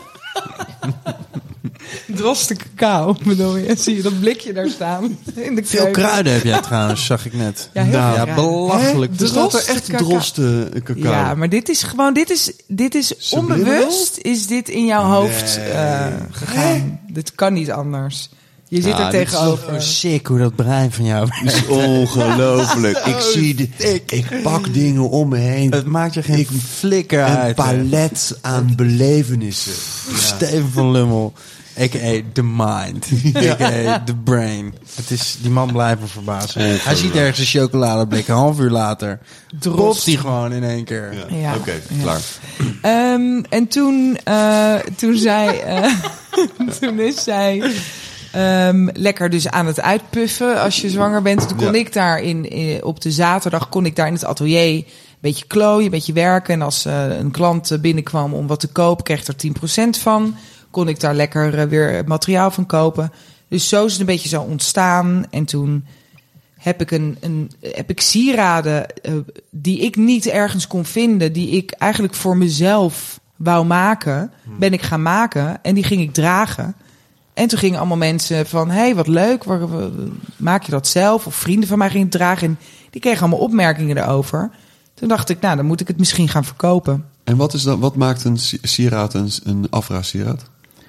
Droste cacao, bedoel je? Zie je dat blikje daar staan? In de Veel kruiden heb jij trouwens, zag ik net. Ja, heel nou, veel ja belachelijk. Er staat er echt droste cacao. Ja, maar dit is gewoon, dit is, dit is onbewust, is dit in jouw hoofd nee. uh, gegaan. Hè? Dit kan niet anders. Je zit ja, er tegenover. Het is sick hoe dat brein van jou is. is ongelooflijk. Ik zie de, ik, ik pak dingen om me heen. Het maakt je geen ik, flikker een uit. Een palet hè? aan belevenissen. Ja. Steven van Lummel. A K A the mind. A K A the brain. Het is, die man blijft me verbazen. Ja, hij ziet ergens een chocoladeblik. Een half uur later dropt hij gewoon in één keer. Ja. Ja. Oké, okay, ja. klaar. Um, en toen, uh, toen, zij, uh, toen is zij um, lekker dus aan het uitpuffen als je zwanger bent. Toen kon ja. ik daar in, in, op de zaterdag kon ik daar in het atelier een beetje klooien, een beetje werken. En als uh, een klant binnenkwam om wat te kopen, kreeg er tien procent van. Kon ik daar lekker uh, weer materiaal van kopen. Dus zo is het een beetje zo ontstaan. En toen heb ik, een, een, heb ik sieraden uh, die ik niet ergens kon vinden... die ik eigenlijk voor mezelf wou maken, ben ik gaan maken. En die ging ik dragen. En toen gingen allemaal mensen van... hé, hey, wat leuk, waar, maak je dat zelf? Of vrienden van mij gingen het dragen. En die kregen allemaal opmerkingen erover. Toen dacht ik, nou, dan moet ik het misschien gaan verkopen. En wat, is dan, wat maakt een sieraad een, een Afra-sieraad?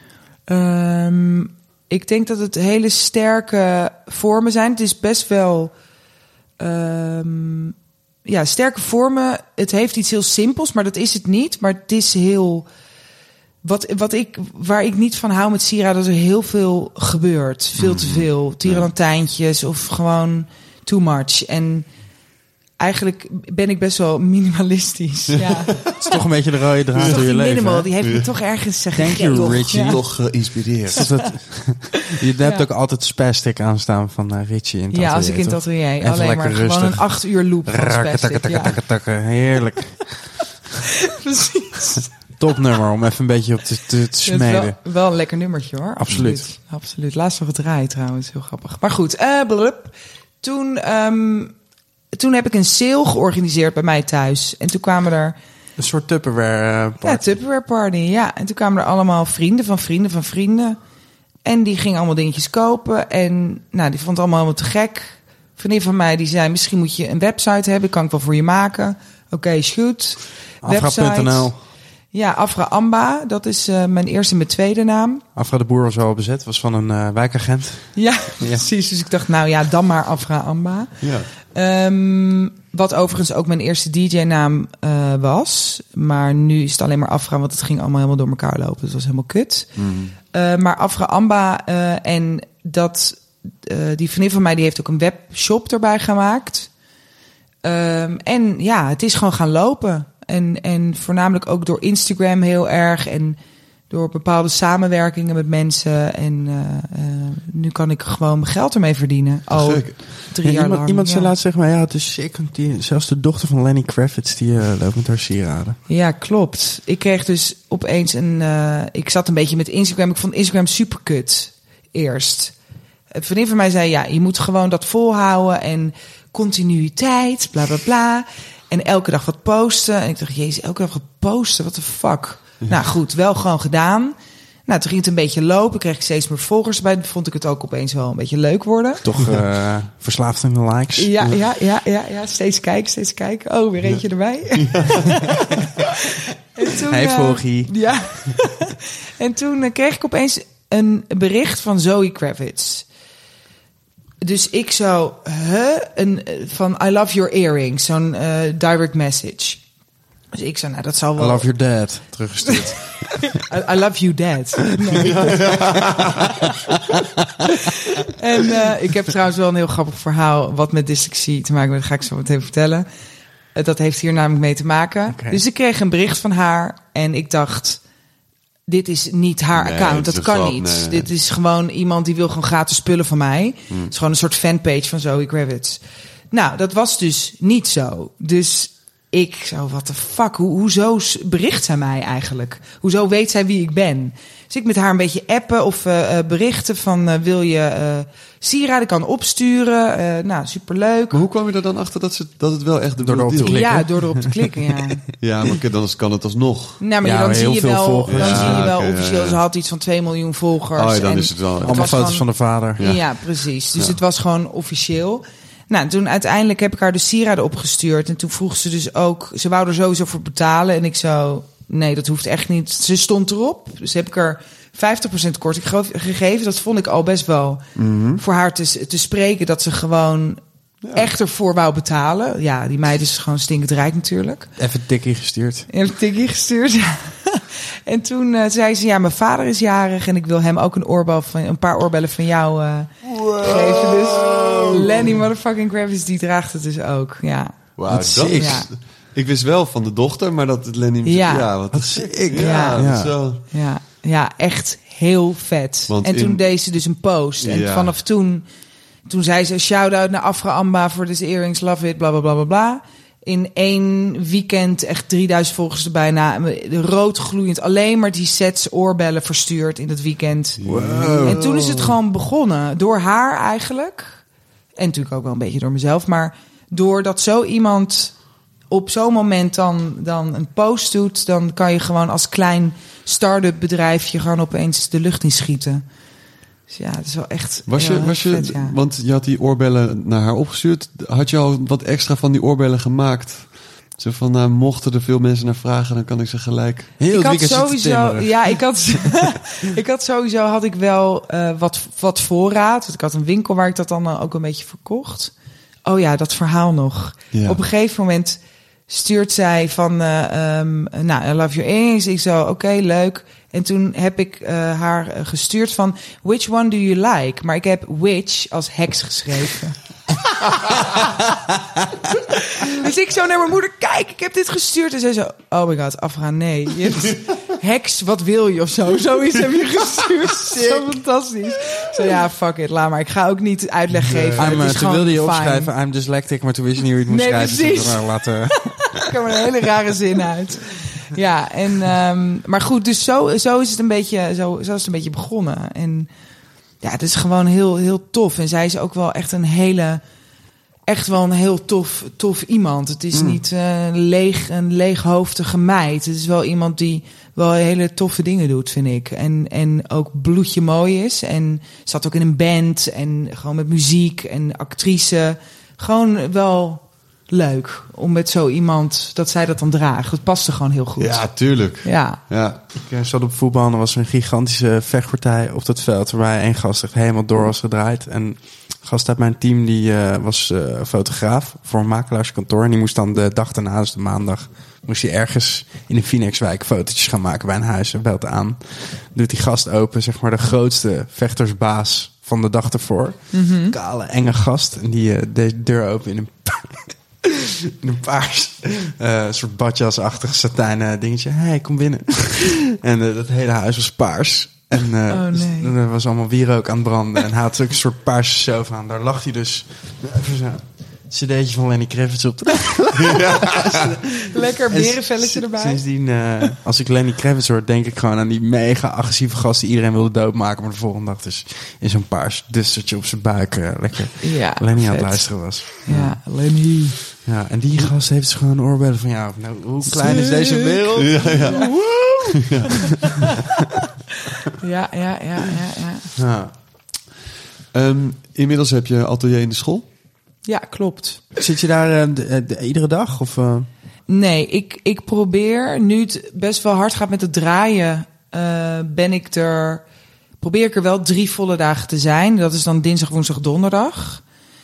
Um, ik denk dat het hele sterke vormen zijn. Het is best wel... Um, ja, sterke vormen. Het heeft iets heel simpels, maar dat is het niet. Maar het is heel... Wat, wat ik, waar ik niet van hou met sieraden, dat er heel veel gebeurt. Veel te veel. Tierenlantijntjes of gewoon too much. En... eigenlijk ben ik best wel minimalistisch. Ja. Het is toch een beetje de rode draad door je leven. Minimal, die heeft me ja. toch ergens zeggen. Thank you, Richie. Ja. Toch geïnspireerd. Uh, je hebt ja. ook altijd spastic aanstaan van uh, Richie in het ja, als ik in het atelier. Alleen maar rustig. Gewoon een acht uur loop van spastic. Ja. Heerlijk. Precies. Topnummer om even een beetje op te, te, te smeden. Wel, wel een lekker nummertje hoor. Absoluut. Absoluut. Absoluut. Laatst nog gedraaid trouwens. Heel grappig. Maar goed. Uh, blub. Toen... Um, Toen heb ik een sale georganiseerd bij mij thuis. En toen kwamen er... Een soort Tupperware uh, party. Ja, Tupperware party, ja. En toen kwamen er allemaal vrienden van vrienden van vrienden. En die gingen allemaal dingetjes kopen. En nou, die vond het allemaal helemaal te gek. Een vriendin van mij die zei... misschien moet je een website hebben. Kan ik wel voor je maken. Oké, okay, is goed. Afra punt n l. Ja, Afra Amba. Dat is uh, mijn eerste en mijn tweede naam. Afra de Boer was al bezet. Was van een uh, wijkagent. Ja, ja, precies. Dus ik dacht, nou ja, dan maar Afra Amba. Ja. Um, wat overigens ook mijn eerste D J-naam uh, was. Maar nu is het alleen maar Afra, want het ging allemaal helemaal door elkaar lopen. Dus het was helemaal kut. Mm. Uh, maar Afra Amba uh, en dat, uh, die vriendin van mij die heeft ook een webshop erbij gemaakt. Um, en ja, het is gewoon gaan lopen. En, en voornamelijk ook door Instagram heel erg. En door bepaalde samenwerkingen met mensen. En uh, uh, nu kan ik gewoon mijn geld ermee verdienen. Al Gek. drie ja, jaar iemand, lang. Iemand ja. zei laatst zeggen, maar ja, het is sick. Die, zelfs de dochter van Lenny Kravitz, die uh, loopt met haar sieraden. Ja, klopt. Ik kreeg dus opeens een... Uh, ik zat een beetje met Instagram. Ik vond Instagram super kut. Eerst. Een vriendin van mij zei, ja, je moet gewoon dat volhouden. En continuïteit, bla, bla, bla. En elke dag wat posten. En ik dacht, jezus, elke dag wat posten? What the fuck? Ja. Nou goed, wel gewoon gedaan. Nou, toen ging het een beetje lopen. Kreeg ik steeds meer volgers bij. Vond ik het ook opeens wel een beetje leuk worden. Toch uh, verslaafd aan de likes. Ja, ja, ja, ja, ja. Steeds kijken, steeds kijken. Oh, weer eentje ja. erbij. Ja. En toen, hey, uh, Volgie. Ja. En toen uh, kreeg ik opeens een bericht van Zoe Kravitz. Dus ik zo, huh? Een, van I love your earrings. Zo'n uh, direct message. Dus ik zei, nou, dat zal wel... I love your dad. Teruggestuurd. I, I love you, dad. Nee. En uh, ik heb trouwens wel een heel grappig verhaal... wat met dyslexie te maken heeft. Dat ga ik zo meteen vertellen. Uh, dat heeft hier namelijk mee te maken. Okay. Dus ik kreeg een bericht van haar... en ik dacht... dit is niet haar nee, account, dat kan grap, niet. Nee, nee. Dit is gewoon iemand die wil gewoon gratis spullen van mij. Hmm. Het is gewoon een soort fanpage van Zoe Kravitz. Nou, dat was dus niet zo. Dus ik zo, what the fuck, Ho- hoezo bericht zij mij eigenlijk? Hoezo weet zij wie ik ben? Dus ik met haar een beetje appen of uh, berichten van... Uh, wil je uh, sieraden kan opsturen? Uh, nou, superleuk. Maar hoe kwam je er dan achter dat, ze, dat het wel echt de door erop te klikken? Ja, door erop te klikken, ja. Ja, maar dan kan het alsnog. Nou, maar ja, dan zie je wel, volgers. dan ja, zie je wel okay, officieel, ja, ja. ze had iets van twee miljoen volgers. Oh, ja, dan en is het wel. Het allemaal foto's van, van de vader. Ja, ja precies. Dus ja. Het was gewoon officieel. Nou, toen uiteindelijk heb ik haar de sieraden opgestuurd. En toen vroeg ze dus ook... Ze wou er sowieso voor betalen. En ik zo... Nee, dat hoeft echt niet. Ze stond erop. Dus heb ik er vijftig procent korting gegeven. Dat vond ik al best wel mm-hmm. voor haar te, te spreken... dat ze gewoon ja. echt ervoor wou betalen. Ja, die meid is gewoon stinkend rijk natuurlijk. Even tikkie gestuurd. Even tikkie gestuurd, ja. En toen uh, zei ze... Ja, mijn vader is jarig... en ik wil hem ook een, oorbel van, een paar oorbellen van jou uh, wow. geven. Dus Lenny motherfucking Kravitz, die draagt het dus ook. Ja. Wauw, dat is... Ja. Ik wist wel van de dochter, maar dat het Lenny... Ja, ja wat is ik. Ja, ja, ja. Zo. ja, ja, echt heel vet. Want en toen in... deed ze dus een post. En ja. vanaf toen... Toen zei ze, shout-out naar Afra Amba voor deze earrings, love it, bla, bla, bla, bla, bla. In één weekend echt drieduizend volgers er bijna. Rood gloeiend. Alleen maar die sets oorbellen verstuurd in dat weekend. Wow. En toen is het gewoon begonnen. Door haar eigenlijk. En natuurlijk ook wel een beetje door mezelf. Maar doordat zo iemand op zo'n moment dan, dan een post doet... dan kan je gewoon als klein start-up bedrijfje... gewoon opeens de lucht in schieten. Dus ja, het is wel echt was je, was je, vet, ja. Want je had die oorbellen naar haar opgestuurd. Had je al wat extra van die oorbellen gemaakt? Zo van, nou, mochten er veel mensen naar vragen, dan kan ik ze gelijk... Heel ik had sowieso, ja, ik had, ik had sowieso had ik wel uh, wat, wat voorraad. Want ik had een winkel waar ik dat dan ook een beetje verkocht. Oh ja, dat verhaal nog. Ja. Op een gegeven moment stuurt zij van, uh, um, nou, I love your earrings. Ik zo, oké, okay, leuk. En toen heb ik uh, haar gestuurd van, which one do you like? Maar ik heb witch als heks geschreven. Dus ik zo naar mijn moeder, kijk, ik heb dit gestuurd. En zij zo, oh my god, Afra, nee. Je hebt heks, wat wil je of zo? Zoiets heb je gestuurd. Zo fantastisch. Zo ja, fuck it, laat maar. Ik ga ook niet uitleg geven. I'm, het is toen wilde je fine. opschrijven, I'm dyslexic, maar toen wist je niet hoe je het moest nee, schrijven. Precies. Dus laten... Er kwam een hele rare zin uit. Ja, en, um, maar goed, dus zo, zo is het een beetje, zo, zo is het een beetje begonnen. En ja, het is gewoon heel, heel tof. En zij is ook wel echt een hele, echt wel een heel tof, tof iemand. Het is mm. niet uh, leeg, een leeghoofdige meid. Het is wel iemand die wel hele toffe dingen doet, vind ik. En, en ook bloedje mooi is. En zat ook in een band en gewoon met muziek en actrice. Gewoon wel leuk om met zo iemand, dat zij dat dan draagt. Het paste gewoon heel goed. Ja, tuurlijk. Ja. ja. Ik zat op voetbal en er was een gigantische vechtpartij op dat veld, waarbij één gast echt helemaal door was gedraaid. En gast uit mijn team die uh, was uh, fotograaf voor een makelaarskantoor. En die moest dan de dag daarna, dus de maandag, moest hij ergens in een Phoenixwijk fotootjes gaan maken bij een huis. En belt aan. Doet die gast open, zeg maar de grootste vechtersbaas van de dag ervoor. Mm-hmm. Kale, enge gast. En die uh, deed de deur open in een, in een paars uh, soort badjasachtig satijnen dingetje. Hey, kom binnen. En uh, dat hele huis was paars. En uh, oh, nee. dus, er was allemaal wierook aan het branden. En hij had ook een soort paarse sofa aan. Daar lag hij dus even zo cd'tje van Lenny Kravitz op. Ja. Lekker berenvelletje erbij. Sindsdien, uh, als ik Lenny Kravitz hoor, denk ik gewoon aan die mega agressieve gast die iedereen wilde doodmaken. Maar de volgende dag dus in zo'n paars dustertje op zijn buik uh, lekker ja, Lenny vet. aan het luisteren was. Ja, ja, Lenny. Ja, en die gast heeft dus gewoon een oorbellen van ja, nou, hoe klein is deze wereld? Ja, ja. Ja. Ja. ja, ja, ja, ja, ja. ja. Um, inmiddels heb je atelier in de school? Ja, klopt. Zit je daar uh, de, de, iedere dag? Of, uh... Nee, ik, ik probeer, nu het best wel hard gaat met het draaien, uh, ben ik er, probeer ik er wel drie volle dagen te zijn. Dat is dan dinsdag, woensdag, donderdag.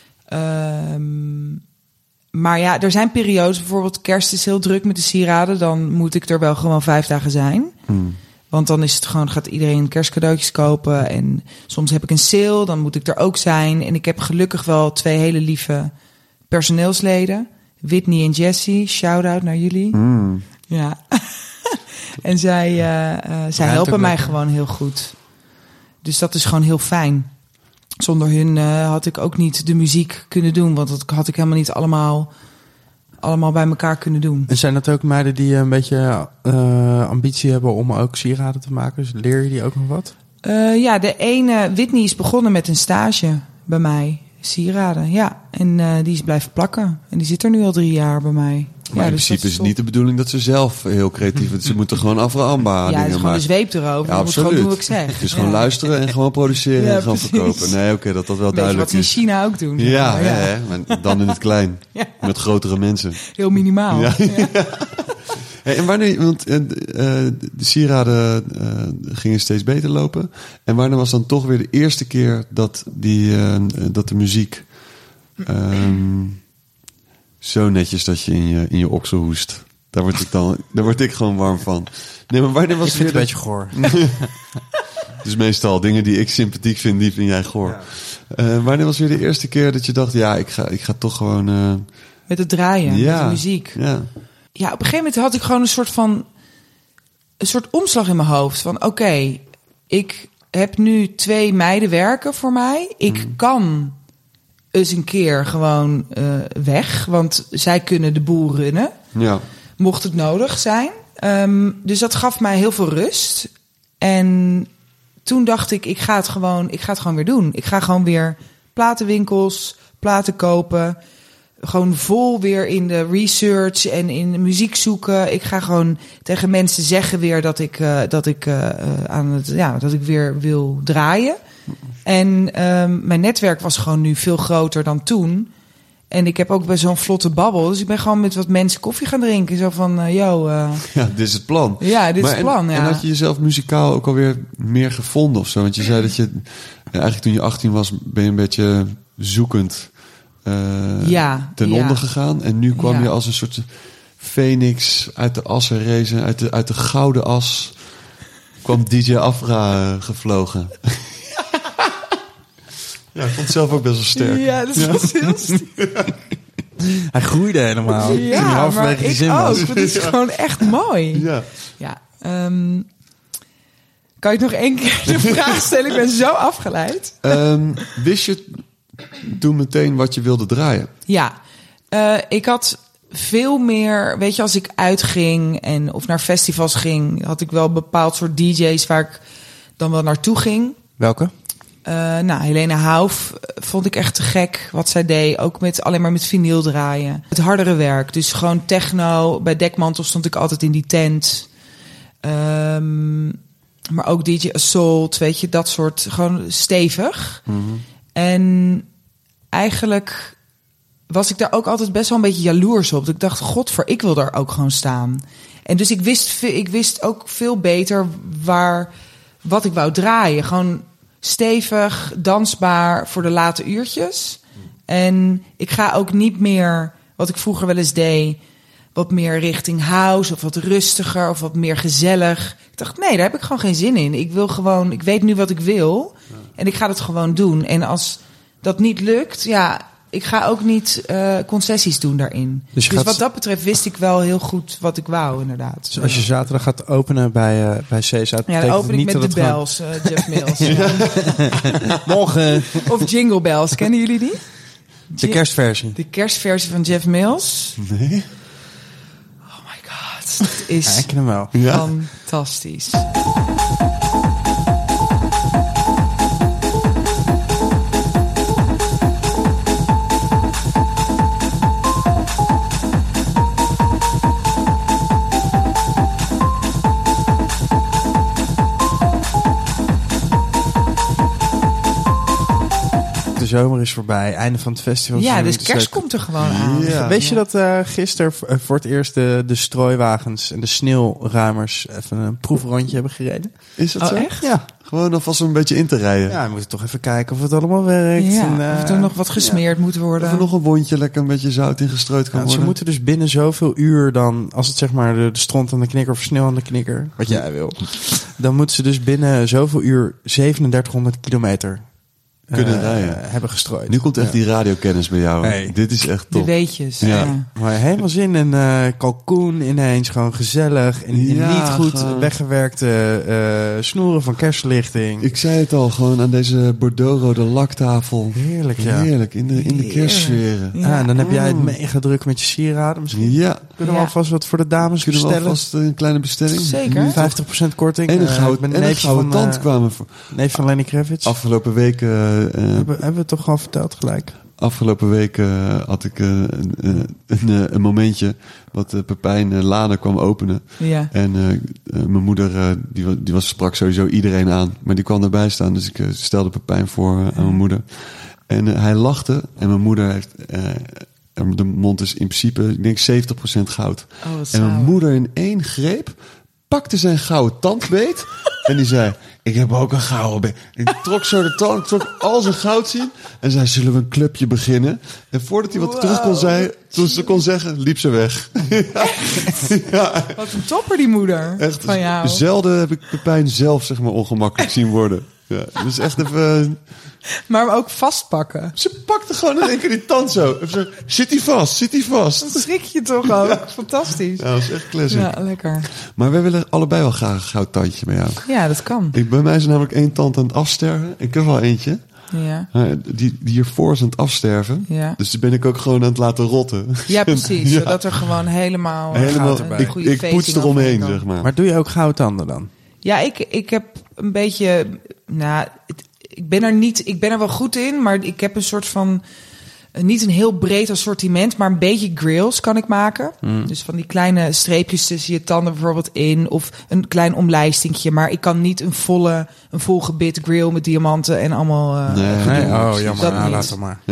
Um, maar ja, er zijn periodes, bijvoorbeeld kerst is heel druk met de sieraden. Dan moet ik er wel gewoon vijf dagen zijn. Hmm. Want dan is het gewoon, gaat iedereen kerstcadeautjes kopen. En soms heb ik een sale, dan moet ik er ook zijn. En ik heb gelukkig wel twee hele lieve personeelsleden. Whitney en Jessie, shout-out naar jullie. Mm. Ja. En zij, uh, uh, zij helpen mij gewoon heel goed. Dus dat is gewoon heel fijn. Zonder hun uh, had ik ook niet de muziek kunnen doen. Want dat had ik helemaal niet allemaal... allemaal bij elkaar kunnen doen. En zijn dat ook meiden die een beetje uh, ambitie hebben om ook sieraden te maken? Dus leer je die ook nog wat? Uh, ja, de ene, Whitney is begonnen met een stage bij mij. Sieraden, ja. En uh, die is blijven plakken. En die zit er nu al drie jaar bij mij. Maar ja, in dus principe is het niet de bedoeling dat ze zelf heel creatief zijn. Ze moeten gewoon afraamba ja, dingen maken. Ja, het is gewoon de zweep erover. Ja, je moet gewoon doen wat ik zeg. Het is gewoon ja. luisteren en gewoon produceren ja, en gewoon precies. verkopen. Nee, oké, okay, dat dat wel Weet duidelijk is. Wat is. in China ook doen. Ja, maar, ja. ja. maar dan in het klein. Ja. Met grotere mensen. Heel minimaal. Ja. Ja. Hey, en wanneer, want uh, de sieraden uh, gingen steeds beter lopen. En wanneer was dan toch weer de eerste keer dat, die, uh, dat de muziek... Um, zo netjes dat je in je, in je oksel hoest. Daar word ik dan, daar word ik gewoon warm van. Nee, maar wanneer was ik vind het een beetje goor. Dus meestal dingen die ik sympathiek vind, die vind jij goor. Ja. Uh, wanneer was weer de eerste keer dat je dacht, ja, ik ga, ik ga toch gewoon... Uh... Met het draaien, ja. met de muziek. Ja. ja, op een gegeven moment had ik gewoon een soort van... een soort omslag in mijn hoofd. Van oké, okay, ik heb nu twee meiden werken voor mij. Ik mm. kan... eens een keer gewoon uh, weg. Want zij kunnen de boel runnen. Ja. Mocht het nodig zijn. Um, dus dat gaf mij heel veel rust. En toen dacht ik, ik ga het gewoon, ik ga het gewoon weer doen. Ik ga gewoon weer platenwinkels, platen kopen. Gewoon vol weer in de research en in de muziek zoeken. Ik ga gewoon tegen mensen zeggen weer dat ik, uh, dat ik, uh, aan het, ja, dat ik weer wil draaien. En um, mijn netwerk was gewoon nu veel groter dan toen. En ik heb ook bij zo'n vlotte babbel. Dus ik ben gewoon met wat mensen koffie gaan drinken. Zo van, uh, yo... Uh... Ja, dit is het plan. Ja, dit maar is het plan, en, ja. En had je jezelf muzikaal ook alweer meer gevonden of zo? Want je zei dat je... Ja, eigenlijk toen je achttien was, ben je een beetje zoekend uh, ja, ten ja. onder gegaan. En nu kwam ja. je als een soort phoenix uit de assen rezen. Uit de, uit de gouden as kwam D J Afra uh, gevlogen. Ja, ik vond het zelf ook best wel sterk. Ja, dat was ja. heel sterk. Hij groeide helemaal. Ja, maar ik die zin ook. Was. Het is ja. gewoon echt mooi. Ja. ja um, kan je nog één keer de vraag stellen? Ik ben zo afgeleid. Um, wist je toen meteen wat je wilde draaien? Ja, uh, ik had veel meer... Weet je, als ik uitging en of naar festivals ging... had ik wel een bepaald soort D J's waar ik dan wel naartoe ging. Welke? Uh, nou, Helene Hauf vond ik echt te gek wat zij deed. Ook met alleen maar met vinyl draaien. Het hardere werk. Dus gewoon techno. Bij Dekmantel stond ik altijd in die tent. Um, maar ook D J Assault, weet je, dat soort. Gewoon stevig. Mm-hmm. En eigenlijk was ik daar ook altijd best wel een beetje jaloers op. Ik dacht, godver, ik wil daar ook gewoon staan. En dus ik wist, ik wist ook veel beter waar wat ik wou draaien. Gewoon stevig, dansbaar voor de late uurtjes. En ik ga ook niet meer, wat ik vroeger wel eens deed, wat meer richting house of wat rustiger of wat meer gezellig. Ik dacht, nee, daar heb ik gewoon geen zin in. Ik wil gewoon, ik weet nu wat ik wil en ik ga het gewoon doen. En als dat niet lukt, ja, ik ga ook niet uh, concessies doen daarin. Dus, dus gaat... wat dat betreft wist ik wel heel goed wat ik wou, inderdaad. Dus als je zaterdag gaat openen bij, uh, bij Cesa... Ja, dan open ik met de bells, gewoon... uh, Jeff Mills. Ja. Morgen. Of Jingle Bells, kennen jullie die? De kerstversie. De kerstversie van Jeff Mills. Nee. Oh my god, dat is ja, ik ken hem wel. Fantastisch. De zomer is voorbij, einde van het festival. Ja, dus kerst komt er gewoon aan. Ja. Weet je dat uh, gisteren voor het eerst de, de strooiwagens en de sneeuwruimers even een proefrondje hebben gereden? Is dat oh, zo? Echt? Ja. Gewoon alvast een beetje in te rijden. Ja, we moeten toch even kijken of het allemaal werkt. Ja, en, uh, of er nog wat gesmeerd ja. moet worden. Of er nog een wondje lekker een beetje zout in gestrooid kan ja, worden. Ze moeten dus binnen zoveel uur dan, als het zeg maar de, de stront aan de knikker of sneeuw aan de knikker, wat jij wil, dan moeten ze dus binnen zoveel uur zevenendertighonderd kilometer kunnen uh, rijden. hebben gestrooid. Nu komt echt ja. die radiokennis bij jou. Hey. Dit is echt top. De weetjes. Ja. Ja. Maar helemaal zin in uh, kalkoen ineens, gewoon gezellig. En, en Ja, niet goed gewoon. weggewerkte uh, snoeren van kerstverlichting. Ik zei het al, gewoon aan deze Bordeaux-rode laktafel. Heerlijk, ja. Heerlijk, in de, in de kerstsferen. Ja, Ja. en dan heb jij het Mm. mega druk met je sieraden. Misschien Ja, kunnen we Ja. alvast wat voor de dames kunnen we bestellen. alvast een kleine bestelling. Zeker. vijftig procent korting. En een Uh, gouden, met en een neefje gouden van, tand uh, kwamen voor. neef van Lenny Kravitz. Afgelopen week, uh, uh, Hebben, hebben we het toch al verteld gelijk? afgelopen week uh, had ik uh, een, een, een, een momentje wat uh, Pepijn uh, Lane kwam openen. Ja. En uh, uh, mijn moeder, uh, die, was, die was, sprak sowieso iedereen aan. Maar die kwam erbij staan, dus ik uh, stelde Pepijn voor uh, aan mijn moeder. En uh, hij lachte en mijn moeder heeft... Uh, de mond is in principe, ik denk zeventig procent goud. Oh, wat en mijn saai. moeder in één greep pakte zijn gouden tandbeet en die zei, ik heb ook een gouden beet. Ik trok zo de tand, trok al zijn goud zien en zei, zullen we een clubje beginnen? En voordat hij wat Wow. terug kon, zei, toen ze kon zeggen, liep ze weg. ja. ja, Wat een topper die moeder echt. van jou. Zelden heb ik Pepijn zelf zeg maar ongemakkelijk zien worden. Ja, dus echt even... Maar ook vastpakken. Ze pakte gewoon in één keer die tand zo. Even zo, zit die vast, zit die vast. Dat schrik je toch ook. Fantastisch. Ja, dat is echt classic. Ja, lekker. Maar wij willen allebei wel graag een goud tandje bij jou. Ja, dat kan. Ik, bij mij is er namelijk één tand aan het afsterven. Ik heb wel eentje. Ja, Maar die, die hiervoor is aan het afsterven. ja. Dus die ben ik ook gewoon aan het laten rotten. Ja, precies. Ja. Zodat er gewoon helemaal... uh, Helemaal, een ik, goede ik poets facing eromheen, overheen zeg kan. maar. Maar doe je ook gouden tanden dan? Ja, ik, ik heb een beetje... Nou, het- ik ben er niet... Ik ben er wel goed in, maar ik heb een soort van... eh, Niet een heel breed assortiment, maar een beetje grills kan ik maken. Mm. Dus van die kleine streepjes tussen je tanden bijvoorbeeld in. Of een klein omlijstingje. Maar ik kan niet een volle, een vol gebit grill met diamanten en allemaal... uh, Nee, gedoe. Nee, oh precies. jammer, Dat nou, niet. laat het maar.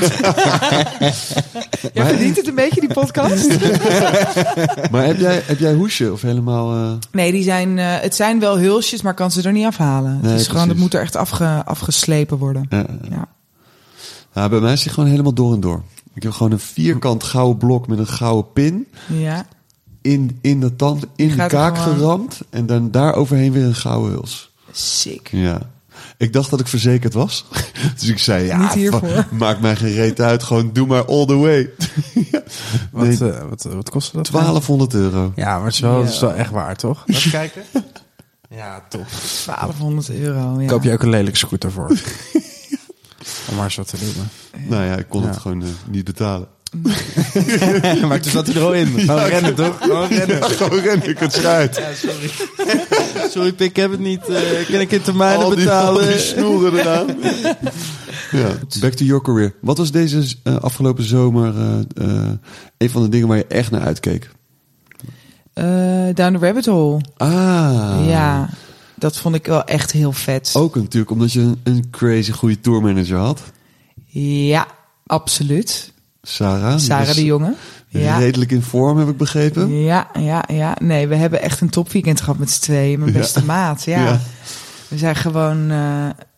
Jij verdient het een beetje, die podcast? Maar heb jij, heb jij hoesje of helemaal... eh, Nee, die zijn, uh, het zijn wel hulsjes, maar kan ze er niet afhalen. Nee, het is gewoon, het precies. moet er echt afge, afgeslepen worden. ja. Ja. Ja, bij mij is die gewoon helemaal door en door. Ik heb gewoon een vierkant gouden blok met een gouden pin. Ja. In, in de tand, in de gaat er kaak gewoon- geramd. En dan daar overheen weer een gouden huls. Sick. Ja. Ik dacht dat ik verzekerd was. Dus ik zei, ja, Niet hiervoor. fa- maakt mij geen reet uit. Gewoon doe maar all the way. Ja. Wat, Nee, uh, wat, wat kostte dat? twaalfhonderd euro. Ja, maar het is wel, Ja. het is wel echt waar, toch? Even kijken. Ja, top. twaalfhonderd euro. Ja. Koop je ook een lelijke scooter voor. Om maar zo te doen. Nou ja, ik kon Ja. het gewoon uh, niet betalen. maar toen zat hij er al in. Gewoon rennen, toch? Gewoon rennen. Gewoon ren ik het schijt. Ja, sorry. Sorry, Pik, ik heb het niet. Uh, kan ik in termijnen Al die, betalen? al die snoeren eraan. Ja, back to your career. Wat was deze uh, afgelopen zomer uh, uh, een van de dingen waar je echt naar uitkeek? Uh, down the rabbit hole. Ah. Ja, dat vond ik wel echt heel vet. Ook natuurlijk omdat je een, een crazy goede tourmanager had. Ja, absoluut. Sarah. die Sarah was de Jonge. Ja. Redelijk in vorm, heb ik begrepen. Ja, ja, ja. Nee, we hebben echt een topweekend gehad met z'n tweeën. Mijn Ja. beste maat, ja. Ja. We zijn gewoon uh,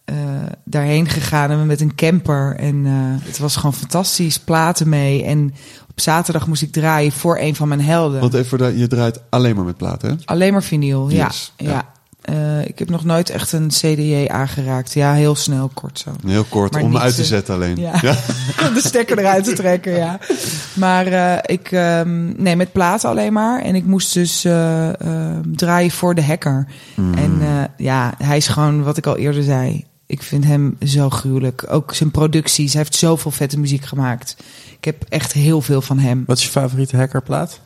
uh, daarheen gegaan en met een camper. En uh, het was gewoon fantastisch. Platen mee. En op zaterdag moest ik draaien voor een van mijn helden. Want even voor de, je draait alleen maar met platen, hè? Alleen maar vinyl, yes. ja. ja. ja. Uh, ik heb nog nooit echt een C D J aangeraakt. Ja, heel snel, kort zo. Heel kort, maar om niet, uit te zetten alleen. Ja. Ja. De stekker eruit te trekken, ja. Maar uh, ik... Um, nee, met platen alleen maar. En ik moest dus uh, uh, draaien voor de hacker. Mm. En uh, ja, hij is gewoon, wat ik al eerder zei... Ik vind hem zo gruwelijk. Ook zijn producties. Hij heeft zoveel vette muziek gemaakt. Ik heb echt heel veel van hem. Wat is je favoriete hackerplaat?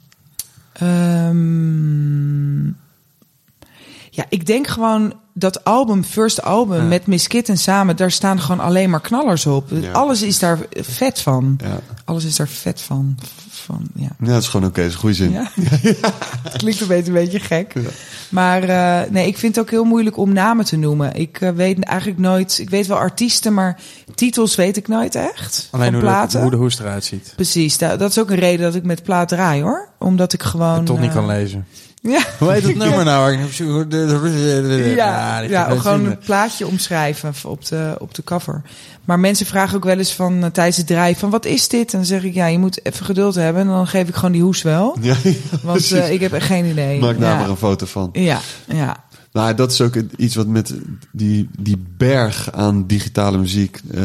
Um, ja, ik denk gewoon dat album, first album ja. met Miss Kitten samen, daar staan gewoon alleen maar knallers op. Ja. Alles is daar vet van. Ja. Alles is daar vet van. van ja. ja, dat is gewoon oké. Okay. Dat is een goede zin. Ja? Het klinkt een beetje, een beetje gek. Ja. Maar uh, nee, ik vind het ook heel moeilijk om namen te noemen. Ik uh, weet eigenlijk nooit... Ik weet wel artiesten, maar titels weet ik nooit echt. Alleen hoe platen. de, hoe de hoes eruit ziet. Precies. Dat, dat is ook een reden dat ik met plaat draai, hoor. Omdat ik gewoon... En toch niet uh, kan lezen. Ja. Hoe heet het nummer nou? Ja, ja gewoon een plaatje omschrijven op de, op de cover. Maar mensen vragen ook wel eens van uh, tijdens het draaien van wat is dit? En dan zeg ik ja, je moet even geduld hebben. En dan geef ik gewoon die hoes wel. Ja, ja, want uh, ik heb echt geen idee. Maak daar ja. maar een foto van. Ja, ja. Nou, dat is ook iets wat met die, die berg aan digitale muziek... Uh,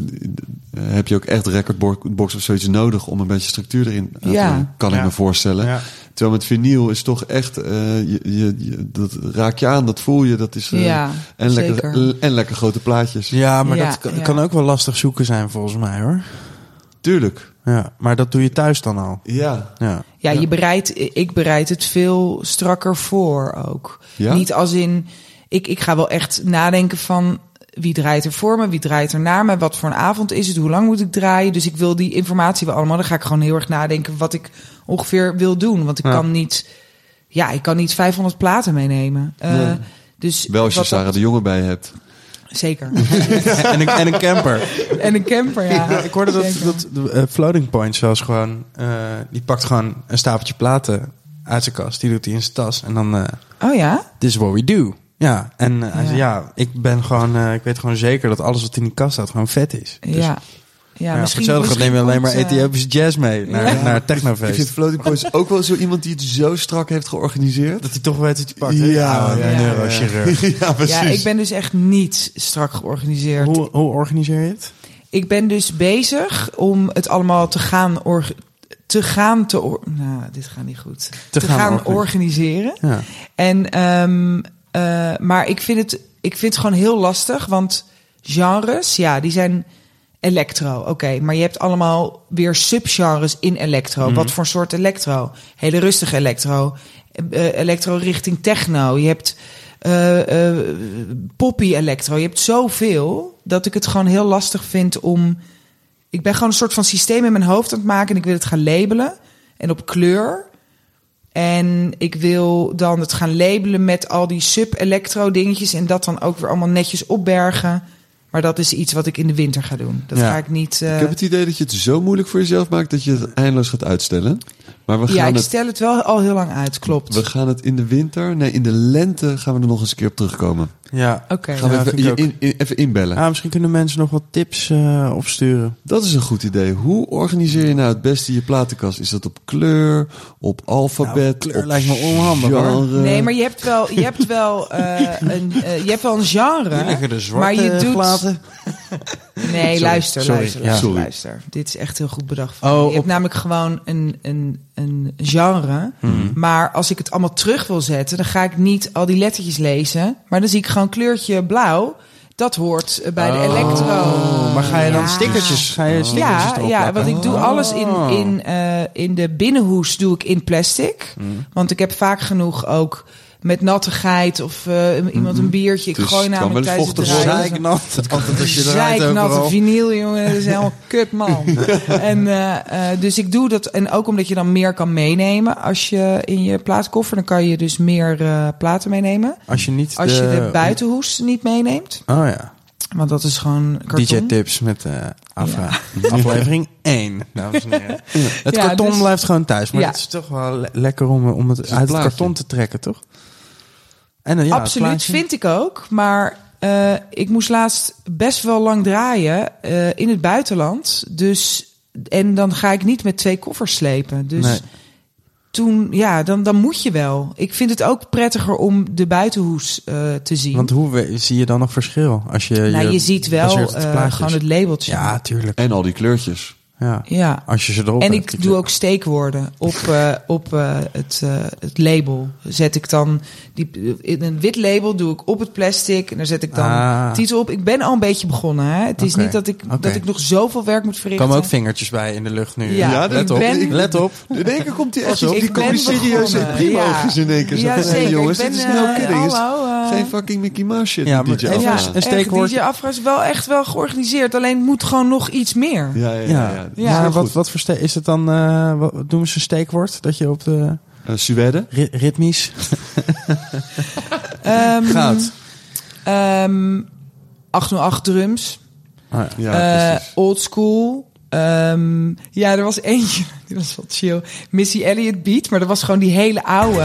heb je ook echt recordbox of zoiets nodig... om een beetje structuur erin aan ja. te doen, kan ja. ik me voorstellen. Ja. Terwijl met vinyl is toch echt... Uh, je, je, je, dat raak je aan, dat voel je. Dat is, uh, ja, en, lekker, en lekker grote plaatjes. Ja, maar ja, dat kan, ja. kan ook wel lastig zoeken zijn volgens mij, hoor. Tuurlijk. Ja, maar dat doe je thuis dan al. Ja. Ja, ja je bereidt, ik bereid het veel strakker voor ook. Ja? Niet als in... Ik, ik ga wel echt nadenken van... Wie draait er voor me? Wie draait er naar me? Wat voor een avond is het? Hoe lang moet ik draaien? Dus ik wil die informatie wel allemaal. Dan ga ik gewoon heel erg nadenken wat ik ongeveer wil doen. Want ik ja. kan niet... Ja, ik kan niet vijfhonderd platen meenemen. Uh, nee. Dus wel als je Sarah dat... de Jonge bij hebt. Zeker. en, een, en een camper. En een camper, ja. ja ik hoorde dat, dat de uh, Floating Point zelfs gewoon... Uh, die pakt gewoon een stapeltje platen uit zijn kast. Die doet hij in zijn tas. En dan... Uh, oh ja? This is what we do. Ja, en uh, ja. ja, ik ben gewoon... Uh, ik weet gewoon zeker dat alles wat in die kast staat gewoon vet is. Dus, ja. Ja, ja, misschien voor hetzelfde neem je alleen maar uh... Ethiopische jazz mee naar, ja. naar technofeest. Ik vind Floating Point ook wel zo iemand die het zo strak heeft georganiseerd. Dat hij toch weet wat hij pakt. Ja, ja, ja, ja, neurochirurg. Ja, ja, precies. Ja, ik ben dus echt niet strak georganiseerd. Hoe, hoe organiseer je het? Ik ben dus bezig om het allemaal te gaan... Or- te gaan te... Or- nou, dit gaat niet goed. Te, te gaan, gaan organiseren. Ja. En... Um, Uh, maar ik vind, het, ik vind het gewoon heel lastig, want genres, ja, die zijn electro. Oké, okay, maar je hebt allemaal weer subgenres in electro. Mm-hmm. Wat voor soort electro? Hele rustige electro. Uh, electro richting techno. Je hebt uh, uh, poppy electro. Je hebt zoveel dat ik het gewoon heel lastig vind om... Ik ben gewoon een soort van systeem in mijn hoofd aan het maken en ik wil het gaan labelen. En op kleur... En ik wil dan het gaan labelen met al die sub-electro dingetjes... en dat dan ook weer allemaal netjes opbergen. Maar dat is iets wat ik in de winter ga doen. Dat ja. ga ik niet... Uh... Ik heb het idee dat je het zo moeilijk voor jezelf maakt... dat je het eindeloos gaat uitstellen. Maar we gaan ja, ik het... stel het wel al heel lang uit, klopt. We gaan het in de winter... Nee, in de lente gaan we er nog eens een keer op terugkomen. Ja, oké. Okay. Gaan we ja, even, in, in, in, even inbellen. Ah, misschien kunnen mensen nog wat tips uh, opsturen. Dat is een goed idee. Hoe organiseer je nou het beste je platenkast? Is dat op kleur, op alfabet, nou, kleur op lijkt me onhandig, hoor. Nee, maar je hebt wel, je hebt wel, uh, een, uh, je hebt wel een genre. Hier liggen de zwarte maar je doet... glaten. Nee, sorry, luister, sorry, luister, ja. luister, sorry. luister. Dit is echt heel goed bedacht. Van oh, je op... hebt namelijk gewoon een, een, een genre. Hmm. Maar als ik het allemaal terug wil zetten... dan ga ik niet al die lettertjes lezen. Maar dan zie ik gewoon kleurtje blauw. Dat hoort bij oh. de electro. Oh, maar ga je dan ja. stickertjes, ga je stickertjes ja, erop ja, plakken? want ik doe alles in, in, uh, in de binnenhoes doe ik in plastic. Hmm. Want ik heb vaak genoeg ook... met nattigheid of uh, iemand een biertje. Ik dus gooi namelijk tijdens het draaien. Zeiknat. Zeiknatte vinyl, jongen. Dat is helemaal kut, man. en uh, uh, dus ik doe dat. En ook omdat je dan meer kan meenemen. Als je in je plaatkoffer, dan kan je dus meer uh, platen meenemen. Als je niet Als de, je de buitenhoes niet meeneemt. Oh ja. Want dat is gewoon karton. D J-tips met uh, Afra. Ja. Aflevering één, dames en heren. Ja. Het ja, karton dus, blijft gewoon thuis. Maar ja. het is toch wel le- lekker om, om het uit het karton te trekken, toch? En, uh, ja, absoluut, vind ik ook. Maar Uh, ik moest laatst best wel lang draaien uh, in het buitenland. Dus, en dan ga ik niet met twee koffers slepen. Dus nee. toen, ja, dan, dan moet je wel. Ik vind het ook prettiger om de buitenhoes uh, te zien. Want hoe zie je dan nog verschil? Als je, nou, je, je ziet wel uh, gewoon het labeltje. Ja, tuurlijk. En al die kleurtjes. Ja. ja. Als je ze erop en hebt, ik doe ook steekwoorden op, uh, op uh, het, uh, het label. Zet ik dan die, in een wit label doe ik op het plastic en daar zet ik dan ah. titel op. Ik ben al een beetje begonnen. Hè? Het is okay. niet dat ik, okay. dat ik nog zoveel werk moet verrichten. Er komen ook vingertjes bij in de lucht nu. Ja, ja let, op. Ben, let op. In één keer komt die echt op. Die komt serieus en primo's ja. in één keer. Zo ja, van, hey, jongens, dit is no kidding. Uh, hallo, uh, geen fucking Mickey Mouse shit. Ja, maar D J ja, een steekwoord. D J Afra is wel echt wel georganiseerd. Alleen moet gewoon nog iets meer. Ja, ja, ja. ja. ja. Maar wat, wat voor ste- is het dan? Uh, wat doen we ze een steekwoord dat je op de uh, Suède ri- ritmisch um, gaat. Um, achthonderdachttien drums. Ah, ja. uh, old school. Um, ja, er was eentje. Die was wel chill. Missy Elliott beat, maar dat was gewoon die hele oude.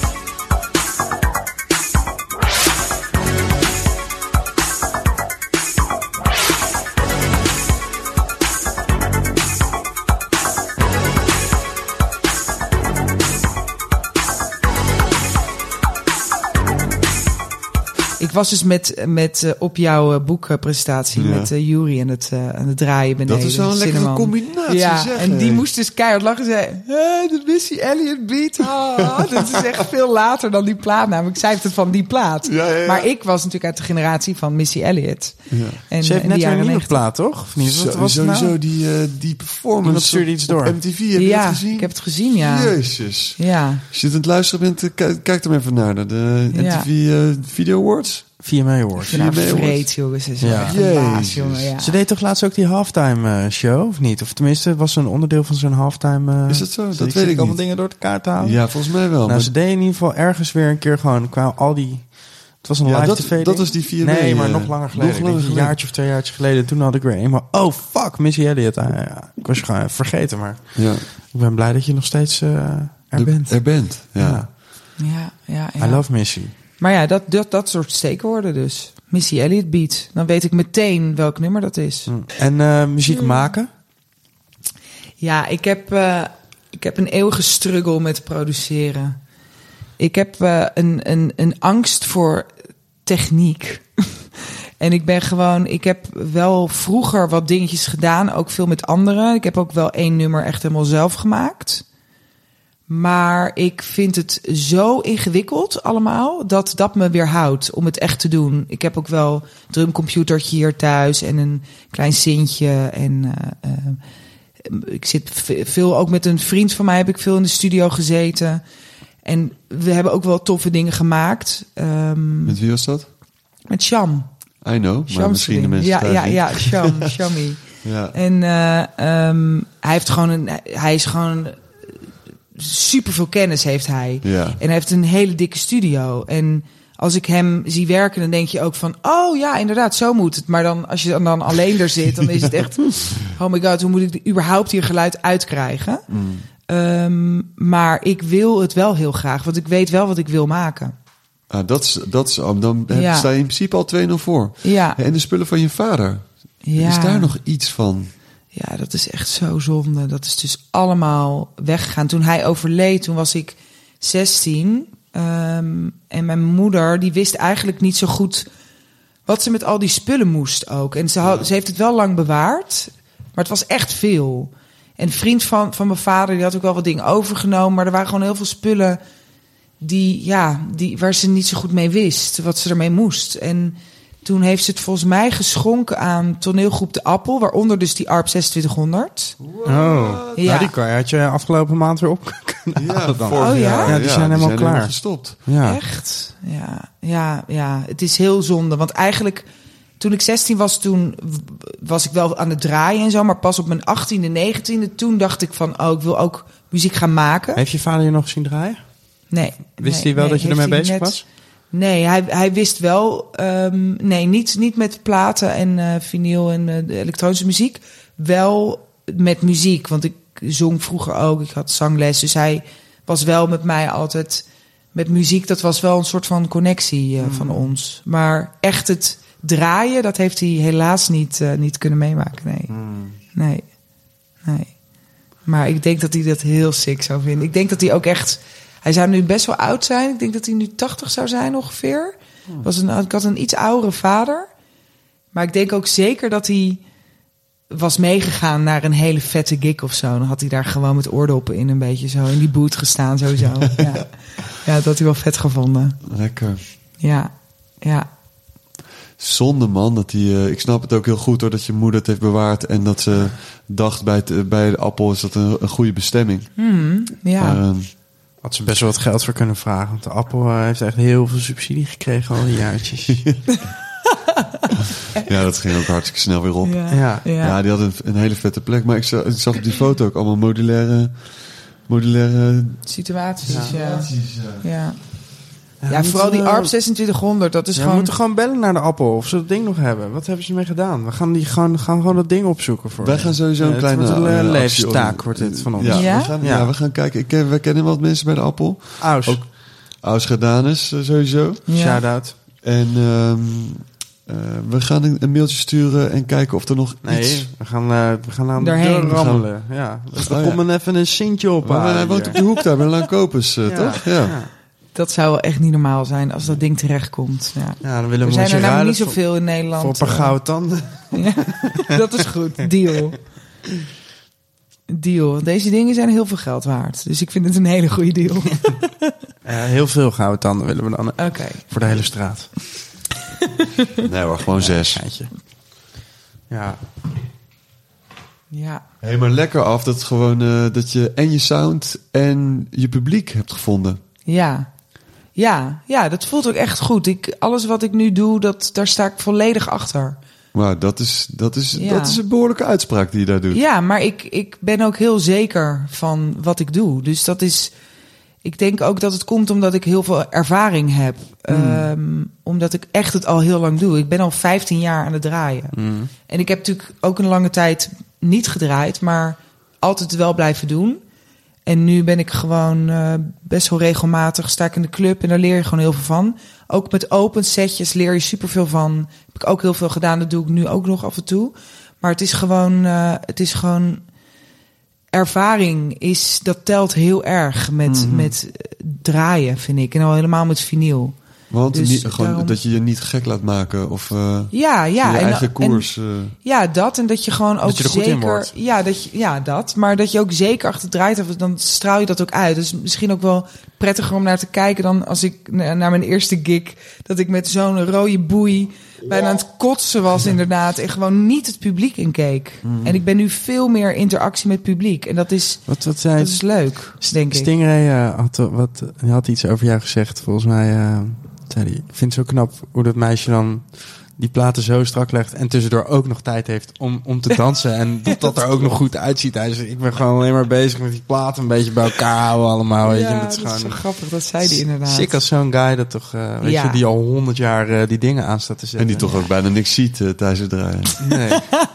Ik was dus met, met uh, op jouw uh, boekpresentatie ja. met uh, Jury en het, uh, aan het draaien beneden. Dat is wel een lekkere combinatie, ja, zeg. En die moest dus keihard lachen en zei... Hey, de Missy Elliott beat. Ah, dat is echt veel later dan die plaat. Namelijk, zij heeft het van die plaat. Ja, ja, ja. Maar ik was natuurlijk uit de generatie van Missy Elliott. Ja. En, Ze heeft net een nieuwe plaat, toch? Of niet? Zo, wat was sowieso nou? die, uh, die performance Iemand stuurde iets door. op M T V. Heb je ja, dat gezien? Ik heb het gezien, ja. Jezus. Ja. Als je het aan het luisteren bent, uh, kijk, kijk er even naar. De ja. M T V uh, Video Awards. V M A Awards. Ja, vreed, jongens. Is ja. baas, jongen, ja. Ze deed toch laatst ook die halftime uh, show, of niet? Of tenminste, het was een onderdeel van zo'n halftime... Uh, is het zo? Dat weet ik niet. allemaal dingen door de kaart te halen. Ja, volgens mij wel. Nou, maar... ze deden in ieder geval ergens weer een keer gewoon... Qua al die... Het was een ja, live dat, tv. Dat was die vier Nee, maar nog langer geleden. Nog langer geleden. Een jaartje of twee jaartjes geleden. Toen had ik weer eenmaal... Oh, fuck, Missy Elliott. Uh, ja, ik was je gewoon vergeten, maar... Ja. Ik ben blij dat je nog steeds uh, er de, bent. Er bent, ja. Ja, ja, ja. ja. I love Missy. Maar ja, dat, dat, dat soort steekwoorden dus. Missy Elliott beat. Dan weet ik meteen welk nummer dat is. Mm. En uh, muziek mm. maken? Ja, ik heb, uh, ik heb een eeuwige struggle met produceren. Ik heb uh, een, een, een angst voor techniek. En ik ben gewoon... Ik heb wel vroeger wat dingetjes gedaan. Ook veel met anderen. Ik heb ook wel één nummer echt helemaal zelf gemaakt. Maar ik vind het zo ingewikkeld allemaal, dat dat me weerhoudt om het echt te doen. Ik heb ook wel een drumcomputertje hier thuis en een klein sintje. En uh, uh, ik zit veel, ook met een vriend van mij heb ik veel in de studio gezeten. En we hebben ook wel toffe dingen gemaakt. Um, met wie was dat? Met Sham. I know, Sham maar misschien de mensen Ja, ja, ja, Sham, Shammy. Ja. En uh, um, hij heeft gewoon een, hij is gewoon... super veel kennis heeft hij. Ja. En hij heeft een hele dikke studio. En als ik hem zie werken, dan denk je ook van... oh ja, inderdaad, zo moet het. Maar dan als je dan, dan alleen er zit, dan is het echt... oh my god, hoe moet ik überhaupt hier geluid uitkrijgen? Mm. Um, maar ik wil het wel heel graag, want ik weet wel wat ik wil maken. Ah, dat is, dat is, dan ja. sta je in principe al twee nul voor. Ja. En de spullen van je vader. Ja. Is daar nog iets van... Ja, dat is echt zo zonde. Dat is dus allemaal weggegaan. Toen hij overleed, toen was ik zestien. Um, en mijn moeder, die wist eigenlijk niet zo goed wat ze met al die spullen moest ook. En ze, had, ja. ze heeft het wel lang bewaard, maar het was echt veel. En een vriend van, van mijn vader, die had ook wel wat dingen overgenomen. Maar er waren gewoon heel veel spullen die, ja, die, waar ze niet zo goed mee wist wat ze ermee moest. En... toen heeft ze het volgens mij geschonken aan toneelgroep De Appel, waaronder dus die A R P zesentwintighonderd. Oh, ja. Nou, die kan je, had je afgelopen maand weer op kunnen ja, halen dan. Oh ja? Ja, die ja, zijn die helemaal zijn klaar. gestopt. Ja. Echt? Ja, ja, ja. Het is heel zonde, want eigenlijk toen ik zestien was, toen was ik wel aan het draaien en zo, maar pas op mijn achttiende, negentiende, toen dacht ik van, oh, ik wil ook muziek gaan maken. Heeft je vader je nog zien draaien? Nee. Wist nee, hij wel nee, dat je ermee bezig net... was? Nee, hij, hij wist wel... Um, nee, niet, niet met platen en uh, vinyl en uh, de elektronische muziek. Wel met muziek, want ik zong vroeger ook. Ik had zangles, dus hij was wel met mij altijd... met muziek, dat was wel een soort van connectie uh, mm. van ons. Maar echt het, draaien, dat heeft hij helaas niet, uh, niet kunnen meemaken. Nee. Hmm. nee, nee. Maar ik denk dat hij dat heel sick zou vinden. Ik denk dat hij ook echt... Hij zou nu best wel oud zijn. Ik denk dat hij nu tachtig zou zijn ongeveer. Hmm. Was een, ik had een iets oudere vader. Maar ik denk ook zeker dat hij was meegegaan naar een hele vette gig of zo. Dan had hij daar gewoon met oordoppen in een beetje zo in die boot gestaan sowieso. ja. ja, dat had hij wel vet gevonden. Lekker. Ja, ja. Zonde man, dat hij, uh, ik snap het ook heel goed hoor, dat je moeder het heeft bewaard en dat ze dacht bij, het, bij de appel is dat een, een goede bestemming. Hmm, ja. Maar, uh, had ze best wel wat geld voor kunnen vragen, want de appel uh, heeft echt heel veel subsidie gekregen al die jaartjes. ja, dat ging ook hartstikke snel weer op. Ja, ja. ja. ja die had een, een hele vette plek, maar ik zag, ik zag op die foto ook allemaal modulaire, modulaire situaties. Ja. Ja. ja. ja. Ja, ja, vooral die A R P zesentwintighonderd, dat is ja, gewoon... We moeten gewoon bellen naar de appel of ze dat ding nog hebben. Wat hebben ze ermee gedaan? We gaan, die gewoon, gaan gewoon dat ding opzoeken voor. Wij gaan sowieso een ja, kleine... Het wordt een uh, levenstaak, op, wordt dit van ons. Ja, ja? We, gaan, ja. ja, we gaan kijken. Ik ken, we kennen wat mensen bij de appel. Aus. Ook Aus Gedanus, uh, sowieso. Ja. Shout-out. En um, uh, we gaan een, een mailtje sturen en kijken of er nog nee, iets... we gaan, uh, we gaan aan de Daarheen. deur rammelen. Ja. Dus er oh, komt ja. dan even een sintje op. Maar hij woont op de hoek daar bij Lankopus, uh, ja. toch? Ja. Ja. Dat zou wel echt niet normaal zijn als dat ding terechtkomt. Ja. Ja, dan willen we Er zijn een er namelijk niet voor, zoveel in Nederland. voor een paar gouden tanden. Ja, dat is goed. Deal. Deal. Deze dingen zijn heel veel geld waard. Dus ik vind het een hele goede deal. Uh, heel veel gouden tanden willen we dan. Oké. Okay. Voor de hele straat. Nee hoor, gewoon zes. Geintje. Ja. Ja. Helemaal lekker af dat, gewoon, uh, dat je en je sound en je publiek hebt gevonden. Ja. Ja, ja, dat voelt ook echt goed. Ik, alles wat ik nu doe, dat, daar sta ik volledig achter. Maar dat is, dat, is, Ja. dat is een behoorlijke uitspraak die je daar doet. Ja, maar ik, ik ben ook heel zeker van wat ik doe. Dus dat is... Ik denk ook dat het komt omdat ik heel veel ervaring heb. Mm. Um, omdat ik echt het al heel lang doe. Ik ben al vijftien jaar aan het draaien. Mm. En ik heb natuurlijk ook een lange tijd niet gedraaid, maar altijd wel blijven doen. En nu ben ik gewoon uh, best wel regelmatig, sta ik in de club en daar leer je gewoon heel veel van. Ook met open setjes leer je superveel van. Heb ik ook heel veel gedaan, dat doe ik nu ook nog af en toe. Maar het is gewoon, uh, het is gewoon ervaring is, dat telt heel erg met, mm-hmm. met draaien, vind ik. En al helemaal met vinyl. Want dus niet, gewoon daarom... dat je je niet gek laat maken of uh, ja, ja, je en, eigen koers. En, uh... Ja, dat. En dat je gewoon ook dat je er zeker... goed in wordt. Ja, dat je, ja, dat. Maar dat je ook zeker achter het draait hebt, dan straal je dat ook uit. Dus misschien ook wel prettiger om naar te kijken dan als ik naar mijn eerste gig, dat ik met zo'n rode boei bijna aan het kotsen was inderdaad. En gewoon niet het publiek inkeek. Mm. En ik ben nu veel meer interactie met het publiek. En dat is, wat, wat zei dat is leuk, denk ik. Stingray uh, had, wat, had iets over jou gezegd. Volgens mij uh, zei hij, ik vind het zo knap hoe dat meisje dan die platen zo strak legt en tussendoor ook nog tijd heeft om, om te dansen. En dat dat er ook nog goed uitziet. Hij zei, ik ben gewoon alleen maar bezig met die platen een beetje bij elkaar houden allemaal. Weet ja, je. En dat is, dat gewoon is zo grappig, dat zei hij inderdaad. Sick als zo'n guy dat toch, uh, weet ja. je, die al honderd jaar uh, die dingen aan staat te zetten. En die toch ja. ook bijna niks ziet uh, tijdens het draaien. Nee.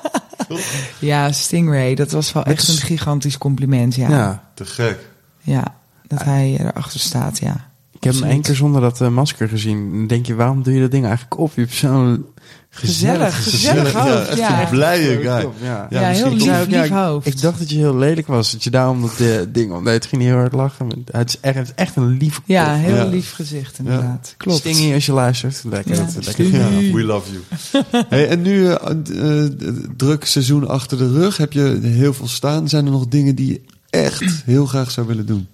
Ja, Stingray, dat was wel dat echt is... een gigantisch compliment. Ja, ja. Te gek. Ja, dat ja. hij erachter staat, ja. Ik heb hem één keer zonder dat uh, masker gezien. Dan denk je, waarom doe je dat ding eigenlijk op? Je hebt zo'n gezellig, gezellig, gezellig hoofd. Ja, ja. Een blije guy. Ja, ja, ja heel lief, ik, lief ja, hoofd. Ik, ik dacht dat je heel lelijk was. Dat je daarom dat uh, ding om. Nee, het ging niet heel hard lachen. Maar het is echt, het is echt een lief kop. Ja, heel ja. lief gezicht inderdaad. Ja. Klopt. Stingy als je luistert. Lekker. Ja. Dat, lekker. Ja, we love you. Hey, en nu uh, uh, druk seizoen achter de rug. Heb je heel veel staan. Zijn er nog dingen die je echt heel graag zou willen doen?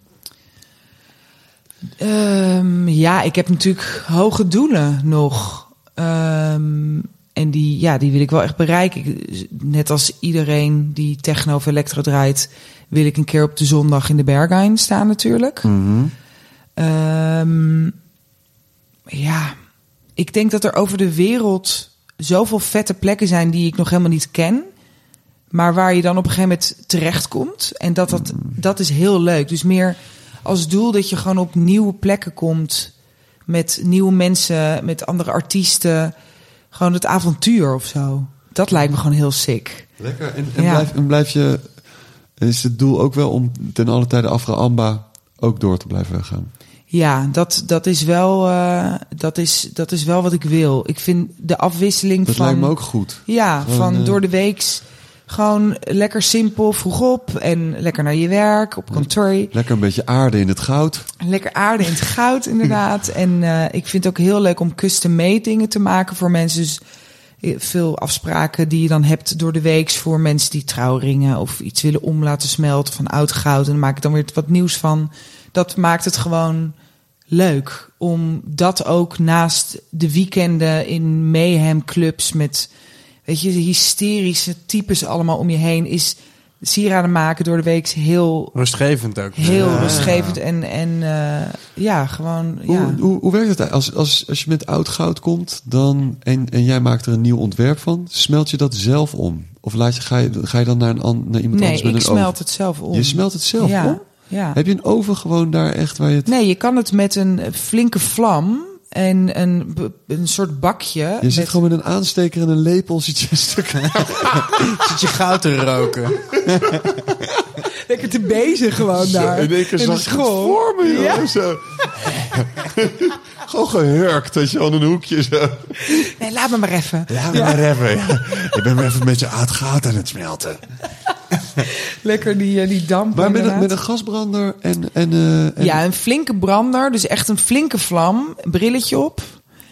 Um, ja, ik heb natuurlijk hoge doelen nog. Um, en die, ja, die wil ik wel echt bereiken. Ik, net als iedereen die techno of elektro draait, wil ik een keer op de zondag in de Berghain staan natuurlijk. Mm-hmm. Um, ja, ik denk dat er over de wereld zoveel vette plekken zijn die ik nog helemaal niet ken, maar waar je dan op een gegeven moment terechtkomt. En dat, dat, dat is heel leuk. Dus meer als doel dat je gewoon op nieuwe plekken komt met nieuwe mensen, met andere artiesten. Gewoon het avontuur of zo. Dat lijkt me gewoon heel sick. Lekker. En, en, ja. blijf, en blijf je... Is het doel ook wel om ten alle tijde Afra Amba ook door te blijven gaan? Ja, dat, dat, is wel, uh, dat, is, dat is wel wat ik wil. Ik vind de afwisseling dat van... Dat lijkt me ook goed. Ja, Gewoon, van uh, door de weeks gewoon lekker simpel vroeg op. En lekker naar je werk, op kantoor. Lekker een beetje aarde in het goud. Lekker aarde in het goud, inderdaad. En uh, ik vind het ook heel leuk om custom-made dingen te maken voor mensen. Dus veel afspraken die je dan hebt door de weeks voor mensen die trouwringen of iets willen om laten smelten van oud goud. En dan maak ik dan weer wat nieuws van. Dat maakt het gewoon leuk om dat ook naast de weekenden in mayhem clubs met, weet je, de hysterische types allemaal om je heen is sieraden maken door de week heel rustgevend ook. Heel ja, rustgevend ja. en en uh, ja, gewoon. Hoe, ja. hoe, hoe werkt het als, als, als je met oud goud komt dan en, en jij maakt er een nieuw ontwerp van, smelt je dat zelf om? Of laat je, ga, je, ga je dan naar, een, naar iemand nee, anders met ik een oven? smelt het zelf om. Je smelt het zelf ja, om? Ja. Heb je een oven gewoon daar echt waar je het... Nee, je kan het met een flinke vlam en een, een soort bakje. Je met... zit gewoon met een aansteker en een lepel, zit je een stuk... zit je goud te roken. Lekker te bezig gewoon zo, daar. In één keer in zag de ik het school. voor me, joh, Ja. zo. Gewoon gehurkt, dat je aan een hoekje zo... Nee, laat me maar even. Laat me ja. maar even. Ja. Ik ben maar even met je oud goud aan het smelten. Lekker die, die damp. Maar met een, met een gasbrander en... en, uh, en... Ja, een flinke brander. Dus echt een flinke vlam. Een brilletje op.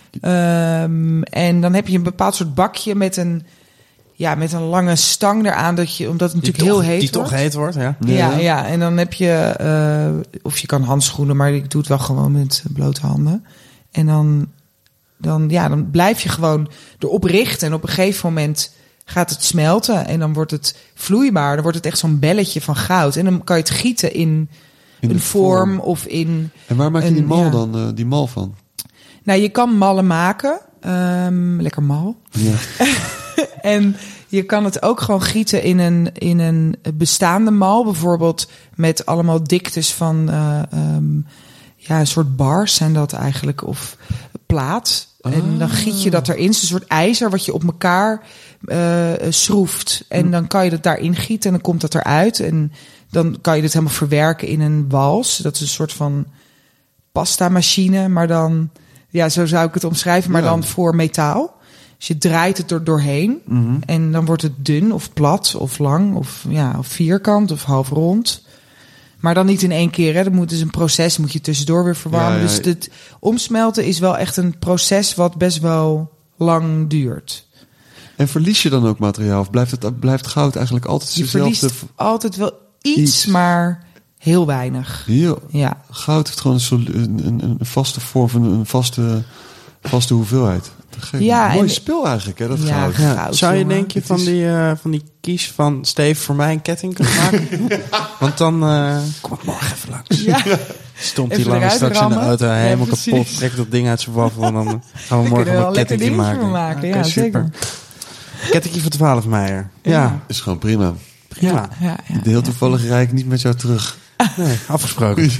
Um, en dan heb je een bepaald soort bakje met een... Ja, met een lange stang eraan. Dat je, omdat het natuurlijk die heel toch, heet die wordt. toch heet wordt, ja. Ja, ja, ja. En dan heb je... Uh, of je kan handschoenen, maar ik doe het wel gewoon met blote handen. En dan... Dan, ja, dan blijf je gewoon erop richten. En op een gegeven moment gaat het smelten. En dan wordt het vloeibaar. Dan wordt het echt zo'n belletje van goud. En dan kan je het gieten in, in een vorm, vorm of in... En waar maak je een, die mal ja. dan, uh, die mal van? Nou, je kan mallen maken. Um, lekker mal. Ja. En je kan het ook gewoon gieten in een, in een bestaande mal. Bijvoorbeeld met allemaal diktes van... Uh, um, ja, een soort bars zijn dat eigenlijk. Of plaat. Ah. En dan giet je dat erin. Het is een soort ijzer wat je op elkaar uh, schroeft. En hm. dan kan je dat daarin gieten en dan komt dat eruit. En dan kan je dit helemaal verwerken in een wals. Dat is een soort van pasta machine. Maar dan, ja, zo zou ik het omschrijven. Maar ja. dan voor metaal. Dus je draait het er doorheen. Mm-hmm. En dan wordt het dun of plat of lang. Of, ja, of vierkant of half rond. Maar dan niet in één keer. Hè. Dat moet dus een proces, moet je tussendoor weer verwarmen. Ja, ja. Dus het omsmelten is wel echt een proces wat best wel lang duurt. En verlies je dan ook materiaal? Of blijft het blijft goud eigenlijk altijd je dezelfde? Je verliest altijd wel iets, iets, maar heel weinig. Heel, ja. Goud heeft gewoon een, een, een vaste vorm, een vaste, vaste hoeveelheid. Ja, mooi en, spul eigenlijk, hè, dat ja, goud. goud. Ja, zou je denk je van, is... die, uh, van die kies van Steve voor mij een ketting kunnen maken? Want dan uh, kom ik morgen even langs. Ja. Stond hij lang straks rammen. In de auto helemaal ja, kapot, trekt dat ding uit zijn waffel en dan gaan we morgen een kettingje maken. maken. Ja, okay, zeker. Kettingje voor twaalf meijer. Ja. ja. Is gewoon prima. Prima. Ja, ja, ja, de heel toevallig ja. rijd ik niet met jou terug. Nee, afgesproken.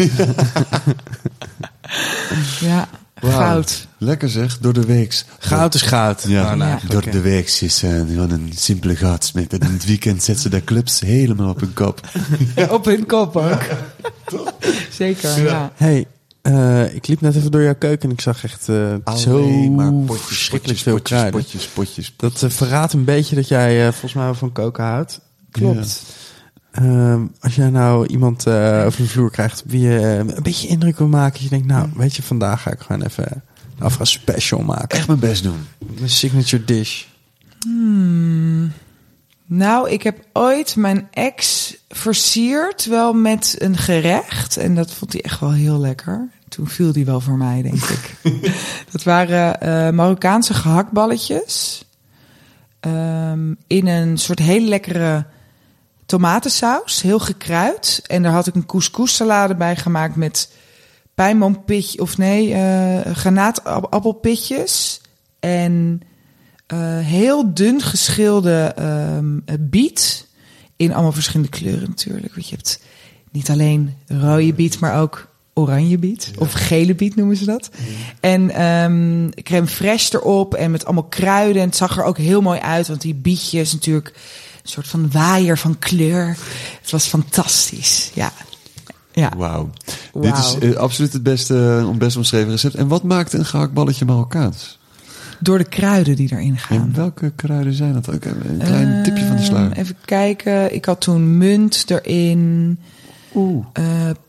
Ja. Wow. Goud. Lekker zeg, door de weeks. Goud is goud. Ja, nou, ja. Door de weeks is uh, gewoon een simpele goudsmid. En in het weekend zetten ze de clubs helemaal op hun kop. Ja, op hun kop ook. Zeker, ja. ja. Hey, uh, ik liep net even door jouw keuken en ik zag echt uh, zo maar potjes, verschrikkelijk potjes, veel potjes, kruiden. Potjes, potjes, potjes. Dat uh, verraadt een beetje dat jij uh, volgens mij van koken houdt. Klopt. Ja. Uh, als jij nou iemand uh, over de vloer krijgt wie je uh, een beetje indruk wil maken. Je denkt, nou, weet je, vandaag ga ik gewoon even een Afra special maken. Echt mijn best doen. Mijn signature dish. Hmm. Nou, ik heb ooit mijn ex versierd wel met een gerecht. En dat vond hij echt wel heel lekker. Toen viel die wel voor mij, denk ik. Dat waren uh, Marokkaanse gehaktballetjes. Um, in een soort hele lekkere tomatensaus, heel gekruid. En daar had ik een couscous-salade bij gemaakt met pijnboompitje, of nee, uh, granaatappelpitjes. En uh, heel dun geschilde um, biet. In allemaal verschillende kleuren natuurlijk. Want je hebt niet alleen rode biet, maar ook oranje biet. Ja. Of gele biet noemen ze dat. Ja. En um, crème fraîche erop en met allemaal kruiden. En het zag er ook heel mooi uit, want die bietjes natuurlijk... Een soort van waaier van kleur. Het was fantastisch, ja. Ja. Wauw. Wow. Dit is uh, absoluut het beste, uh, best omschreven recept. En wat maakt een gehaktballetje Marokkaans? Door de kruiden die erin gaan. En welke kruiden zijn dat? Ook een klein uh, tipje van de sluier. Even kijken. Ik had toen munt erin. Oeh. Uh,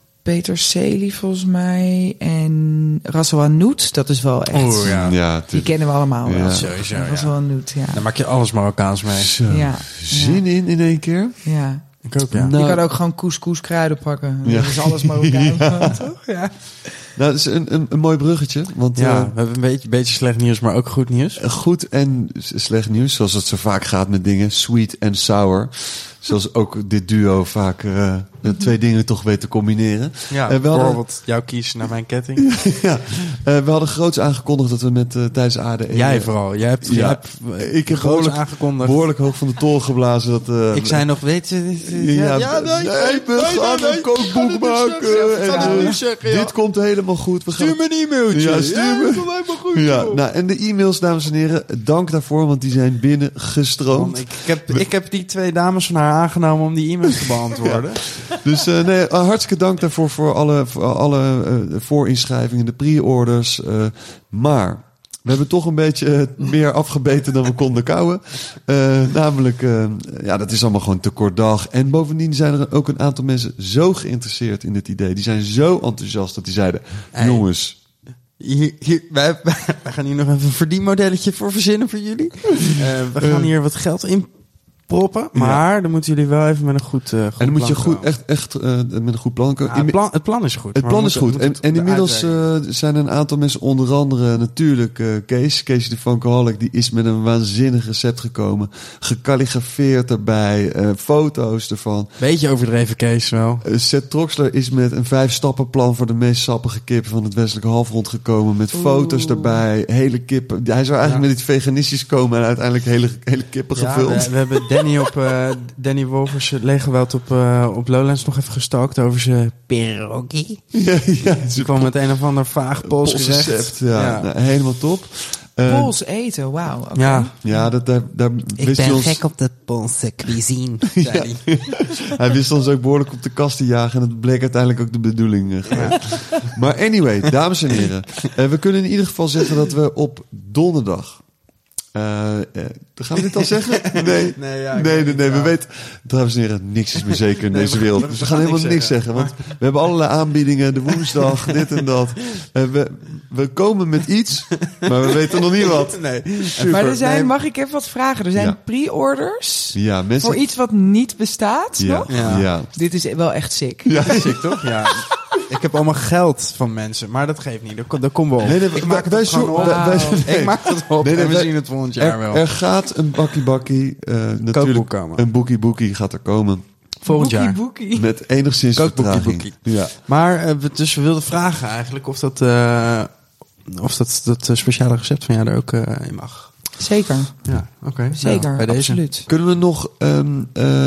peterselie volgens mij. En ras el hanout. Dat is wel echt... Oeh, ja. Ja, die kennen we allemaal ja. wel. Sowieso, ja. Ras el hanout, ja. Daar maak je alles Marokkaans mee. Zo. Ja. Zin Ja. in in één keer? Ja. Ik ook, ja. Nou, je kan ook gewoon couscous kruiden pakken. Ja. Dat is alles Marokkaans. Ja. Toch? Ja. Nou, dat is een, een, een mooi bruggetje. Want Ja, uh, we hebben een beetje, beetje slecht nieuws, maar ook goed nieuws. goed en slecht nieuws, zoals het zo vaak gaat met dingen. Sweet en sour. Zoals ook dit duo vaak uh, twee dingen toch weet te combineren. Ja, Uh, we hadden- bijvoorbeeld jouw kiezen naar mijn ketting. ja, uh, we hadden groots aangekondigd dat we met uh, tijdens A D E... Jij vooral. Jij hebt, Ja. jij hebt uh, Ik heb groots behoorlijk, aangekondigd. behoorlijk hoog van de toren geblazen. Dat, uh, Ik zei nog, weet je... dit- dit- Ja, ja, nee, we gaan een kookboek maken. Ik ga En, het uh, niet zeggen, ja. Dit komt helemaal goed. We gaan Stuur me een e-mailtje. Ja, stuur me. dat komt helemaal goed, Ja, joh. nou, en de e-mails, dames en heren, dank daarvoor, want die zijn binnengestroomd. Man, ik, ik, heb, ik heb die twee dames van haar aangenomen om die e-mails te beantwoorden. Dus uh, nee, uh, hartstikke dank daarvoor voor alle, voor alle uh, voorinschrijvingen, de pre-orders. Uh, maar we hebben toch een beetje uh, meer afgebeten dan we konden kouwen. Uh, namelijk, uh, ja, dat is allemaal gewoon te kort dag. En bovendien zijn er ook een aantal mensen zo geïnteresseerd in dit idee. Die zijn zo enthousiast dat die zeiden, Hey. jongens... Hier, hier, wij, wij gaan hier nog even een verdienmodelletje voor verzinnen voor jullie. Uh, we gaan hier wat geld in proppen. Maar dan moeten jullie wel even met een goed, uh, goed En dan moet je plan goed, komen. echt, echt uh, met een goed plan komen. Ja, het, plan, het plan is goed. Het maar plan we is moeten- goed. we En, moeten en het inmiddels uitwerken. uh, zijn er een aantal mensen, onder andere natuurlijk uh, Kees. Kees de Funkaholic, die is met een waanzinnig recept gekomen. Gekalligrafeerd erbij, uh, foto's ervan. Beetje overdreven, Kees, wel. Uh, Seth Troxler is met een vijf stappenplan voor de meest sappige kip van het westelijke halfrond gekomen. Met foto's erbij, hele kippen. Hij zou eigenlijk Ja. met iets veganistisch komen en uiteindelijk hele, hele kippen Ja, gevuld. we, we hebben Danny op uh, Danny Wolvers legerweld op, uh, op Lowlands nog even gestalkt over zijn pierogi. Ja, ja, Ze kwam met een of ander vaag Pools Pools gerecht. recept. Ja, Ja. Nou, helemaal top. Uh, Pools eten, wauw. oké. Ja. Ja, dat, daar, daar Ik wist hij ben ons, gek op de Poolse cuisine, zei hij. Hij wist ons ook behoorlijk op de kast te jagen. En dat bleek uiteindelijk ook de bedoeling. Uh, geweest. Maar anyway, dames en heren. Uh, we kunnen in ieder geval zeggen dat we op donderdag... Uh, uh, gaan we dit al zeggen? Nee, Nee, ja, ik nee, weet nee, niet, nee. ja. We weten, dames en heren, niks is meer zeker in Nee, deze we- wereld. we- Dus we we gaan gaan helemaal niks niks zeggen. Want we hebben allerlei aanbiedingen. De woensdag, dit en dat. Uh, we, we komen met iets, maar we weten nog niet wat. Nee. Maar er zijn, Nee. mag ik even wat vragen? Er zijn Ja. pre-orders Ja, mensen... voor iets wat niet bestaat ja, nog? ja. Ja. Dit is wel echt sick. Ja. Sick, toch? Ja. Ik heb allemaal geld van mensen, maar dat geeft niet. Daar, daar komen we op. Nee, nee, ik wij- maak het wij op gewoon zo- op. wij- wij- Wauw. nee. Ik maak het op Nee, nee, en we wij- zien het volgend jaar Er, wel. er gaat een bakkie bakkie, uh, natuurlijk Kookboek komen. een boekie boekie gaat er komen. Volgend Boekie, jaar. boekie. Met enigszins Kookboekie, vertraging. Ja. Maar uh, we- dus we wilden vragen eigenlijk of dat, uh, of dat, dat uh, speciale recept van jou er ook uh, in mag. Zeker, Ja, oké. zeker, Nou, bij deze. absoluut. Kunnen we nog um,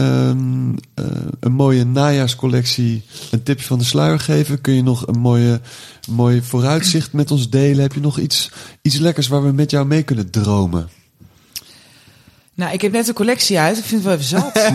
um, uh, een mooie najaarscollectie, een tipje van de sluier geven? Kun je nog een mooie, mooi vooruitzicht met ons delen? Heb je nog iets, iets lekkers waar we met jou mee kunnen dromen? Nou, ik heb net een collectie uit. Ik vind het wel even zat.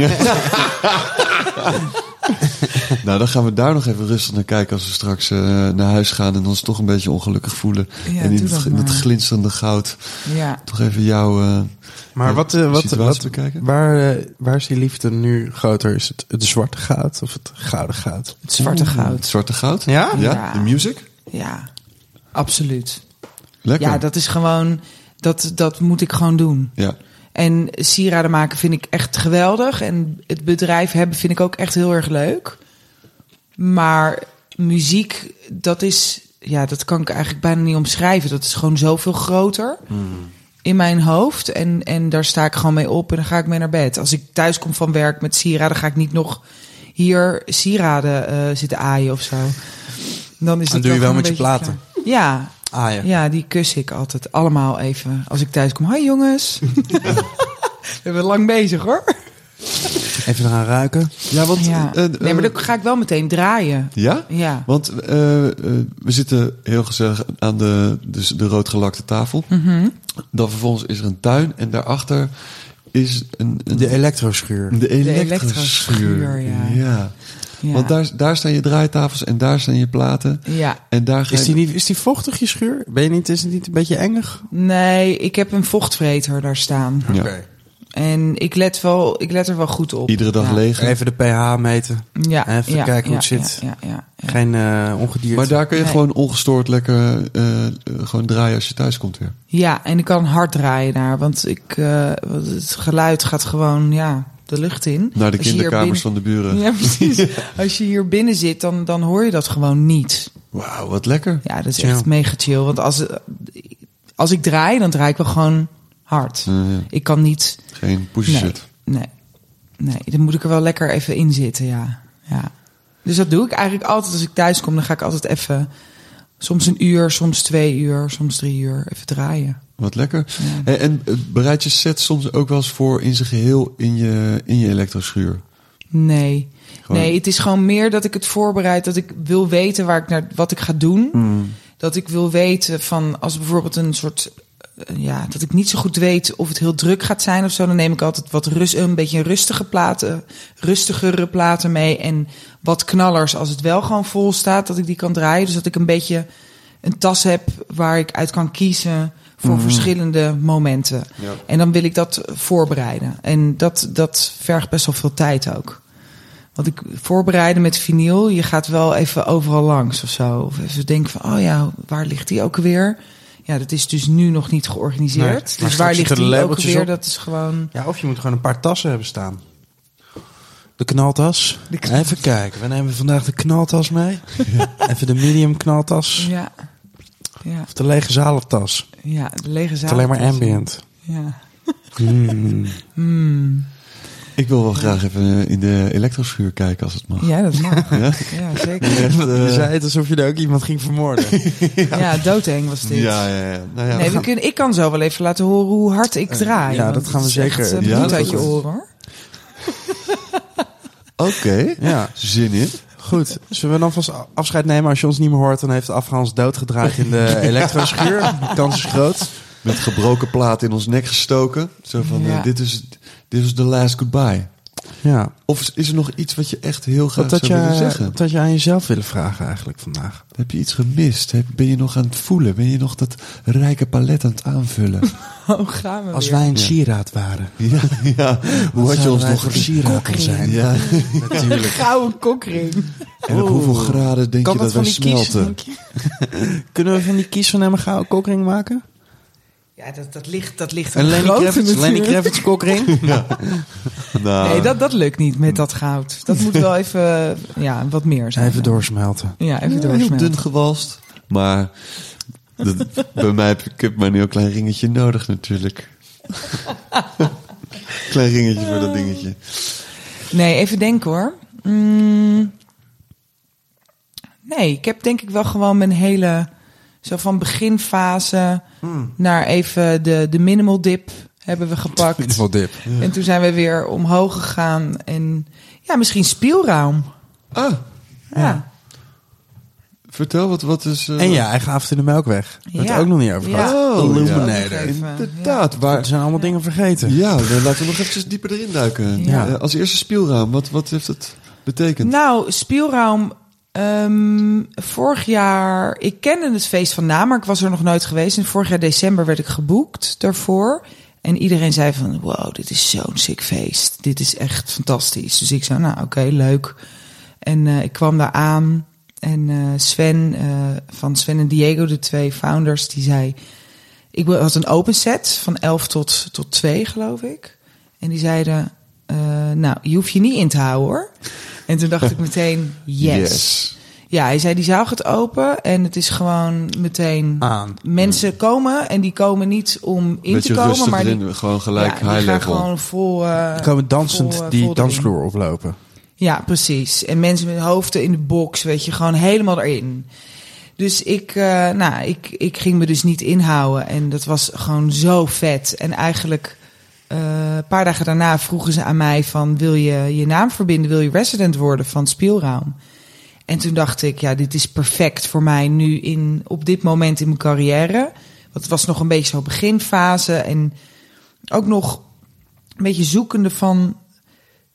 Nou, dan gaan we daar nog even rustig naar kijken als we straks uh, naar huis gaan en ons toch een beetje ongelukkig voelen. Ja, en in doe het, dat in het maar. glinsterende goud Ja. toch even jouw uh, Maar wat, uh, wat, situatie wat, bekijken. waar, uh, waar is die liefde nu groter? Is het het zwarte goud of het gouden goud? Het zwarte Het goud. zwarte goud? Ja? Ja, Ja. de music? Ja, absoluut. Lekker. Ja, dat is gewoon... Dat, dat moet ik gewoon doen. Ja. En sieraden maken vind ik echt geweldig. En het bedrijf hebben vind ik ook echt heel erg leuk. Maar muziek, dat is... Ja, dat kan ik eigenlijk bijna niet omschrijven. Dat is gewoon zoveel groter in mijn hoofd. En, en daar sta ik gewoon mee op en dan ga ik mee naar bed. Als ik thuis kom van werk met sieraden, ga ik niet nog hier sieraden uh, zitten aaien of zo. Dan is Dan het doe je wel gewoon met een je beetje platen. klaar. Ja, Ah ja. ja, die kus ik altijd allemaal even als ik thuis kom. Hoi jongens. We hebben lang bezig hoor. Even eraan ruiken. Ja, want... Ja. uh, uh, Nee, maar dan ga ik wel meteen draaien. Ja? Ja. Want uh, uh, we zitten heel gezellig aan de, dus de roodgelakte tafel. Mhm. Dan vervolgens is er een tuin en daarachter is een... een De elektroschuur. de elektroschuur, elektroschuur. ja. ja. Ja. Want daar, daar staan je draaitafels en daar staan je platen. Ja. En daar ga je... Is die, niet, is die vochtig, je schuur? Ben je niet, is het niet een beetje engig? Nee, ik heb een vochtvreter daar staan. Ja. Oké. En ik let, wel, ik let er wel goed op. Iedere dag ja. leeg. Even de pH meten. Ja, Even ja, kijken hoe ja, het zit. Ja, ja, ja, ja. Geen uh, ongedierte. Maar daar kun je Nee. gewoon ongestoord lekker uh, uh, gewoon draaien als je thuis komt weer. Ja, en ik kan hard draaien daar. Want ik, uh, want het geluid gaat gewoon ja, de lucht in. Naar de Als je hier kinderkamers binnen- van de buren. Ja, precies. Als je hier binnen zit, dan, dan hoor je dat gewoon niet. Wauw, wat lekker. Ja, dat is Chill. echt mega chill. Want als, als ik draai, dan draai ik wel gewoon hard. Uh, ja. Ik kan niet... Geen pussy Nee, shit. nee, nee. Dan moet ik er wel lekker even in zitten, ja. ja. Dus dat doe ik eigenlijk altijd als ik thuis kom. Dan ga ik altijd even, soms een uur, soms twee uur, soms drie uur, even draaien. Wat lekker. Ja. En, en bereid je set soms ook wel eens voor in zijn geheel in je, in je elektroschuur? Nee. Gewoon- Nee, het is gewoon meer dat ik het voorbereid. Dat ik wil weten waar ik naar, wat ik ga doen. Mm. Dat ik wil weten van, als bijvoorbeeld een soort... eh, ja, dat ik niet zo goed weet of het heel druk gaat zijn of zo. Dan neem ik altijd wat rust, een beetje rustige platen, rustigere platen mee. En wat knallers als het wel gewoon vol staat, dat ik die kan draaien. Dus dat ik een beetje een tas heb waar ik uit kan kiezen voor Mhm. verschillende momenten. Ja. En dan wil ik dat voorbereiden. En dat, dat vergt best wel veel tijd ook. Want ik voorbereiden met vinyl, je gaat wel even overal langs of zo. Of even denken van, oh ja, waar ligt die ook weer? Ja, dat is dus nu nog niet georganiseerd. Nee, maar dus straks waar ligt zitten de die ook labeltjes weer? op. Dat is gewoon... Ja, of je moet gewoon een paar tassen hebben staan. De knaltas. De knaltas. Even kijken. We nemen vandaag de knaltas mee. Even de medium knaltas. Ja, ja, Of de lege zalentas. ja, de lege Of zaal. alleen maar ambient. Ja. Mm. Hmm. Ik wil wel graag even in de elektroschuur kijken als het mag. Ja, dat mag. Ja? Ja, zeker. Je zei het alsof je er ook iemand ging vermoorden. Ja, doodeng was dit. Ja, ja, ja. Nou ja, Nee, we we gaan- kunnen, ik kan zo wel even laten horen hoe hard ik draai. ja, want dat gaan we is zeker. Echt, uh, Ja, bloed dat uit je is- oren, hoor. Oké, Ja, zin in. goed. Zullen we dan vast afscheid nemen? Als je ons niet meer hoort, dan heeft Afra ons doodgedraaid in de elektroschuur. De kans is groot. Met gebroken plaat in ons nek gestoken. Zo van, Ja. eh, dit is dit is the last goodbye. Ja. Of is er nog iets wat je echt heel graag Wat had zou willen je, zeggen? wat had je aan jezelf willen vragen eigenlijk vandaag? Heb je iets gemist? Heb- Ben je nog aan het voelen? Ben je nog dat rijke palet aan het aanvullen? Oh, gaan we Als weer. wij een Ja. sieraad waren. ja, ja. Hoe had je zouden ons wij nog voor gezien? sieraad kunnen zijn? Ja. Natuurlijk. Gouden kokring. En op hoeveel graden denk Kan je dat dat wij van die kies? smelten? Kunnen we van die kies van hem een gouden kokring maken? Ja, dat, dat ligt, dat ligt Een aan Lenny grootte Kravitz, natuurlijk. Lenny Kravitz kokring? Nou, Nee, dat, dat lukt niet met dat goud. Dat moet wel even ja, wat meer zijn. Even doorsmelten. Ja, even ja, heel doorsmelten. dun gewalst. Maar dat, bij mij heb ik heb maar een heel klein ringetje nodig natuurlijk. Klein ringetje voor dat dingetje. Nee, even denken hoor. Mm, nee, ik heb denk ik wel gewoon mijn hele... Zo van beginfase naar even de, de minimal dip hebben we gepakt. Minimal dip. En toen zijn we weer omhoog gegaan. En ja, misschien spielraam. Ah, Ja. vertel, wat, wat is... uh, En ja, eigen avond in de Melkweg. Daar hebben we het ook nog niet over gehad. Oh, Illuminator. ja. Even, inderdaad. We Waar, zijn allemaal dingen vergeten. ja, dan laten we nog eventjes dieper erin duiken. Ja. Eh, als eerste spielraam, wat, wat heeft het betekend? Nou, spielraam. ehm, vorig jaar, ik kende het feest van na, maar ik was er nog nooit geweest. En vorig jaar december werd ik geboekt daarvoor. En iedereen zei van, wow, dit is zo'n sick feest. Dit is echt fantastisch. Dus ik zei, nou oké, leuk. En uh, ik kwam daar aan. En uh, Sven, uh, van Sven en Diego, de twee founders, die zei... Ik had een open set van elf tot, tot twee, geloof ik. En die zeiden, uh, nou, je hoeft je niet in te houden, hoor. En toen dacht ik meteen, yes. Yes. Ja, hij zei, die zaal gaat open en het is gewoon meteen... Aan. Mensen komen en die komen niet om in Beetje te komen, rustig maar die, erin, gewoon gelijk ja, die high gaan level. gewoon vol... Uh, Die komen dansend vol, uh, die vol erin. dansvloer oplopen. Ja, precies. En mensen met hoofden in de box, weet je, gewoon helemaal erin. Dus ik, uh, nou, ik, ik ging me dus niet inhouden. En dat was gewoon zo vet. En eigenlijk uh, een paar dagen daarna vroegen ze aan mij van... wil je je naam verbinden, wil je resident worden van Spielraam? En toen dacht ik, ja, dit is perfect voor mij nu in, op dit moment in mijn carrière. Want het was nog een beetje zo beginfase. En ook nog een beetje zoekende van...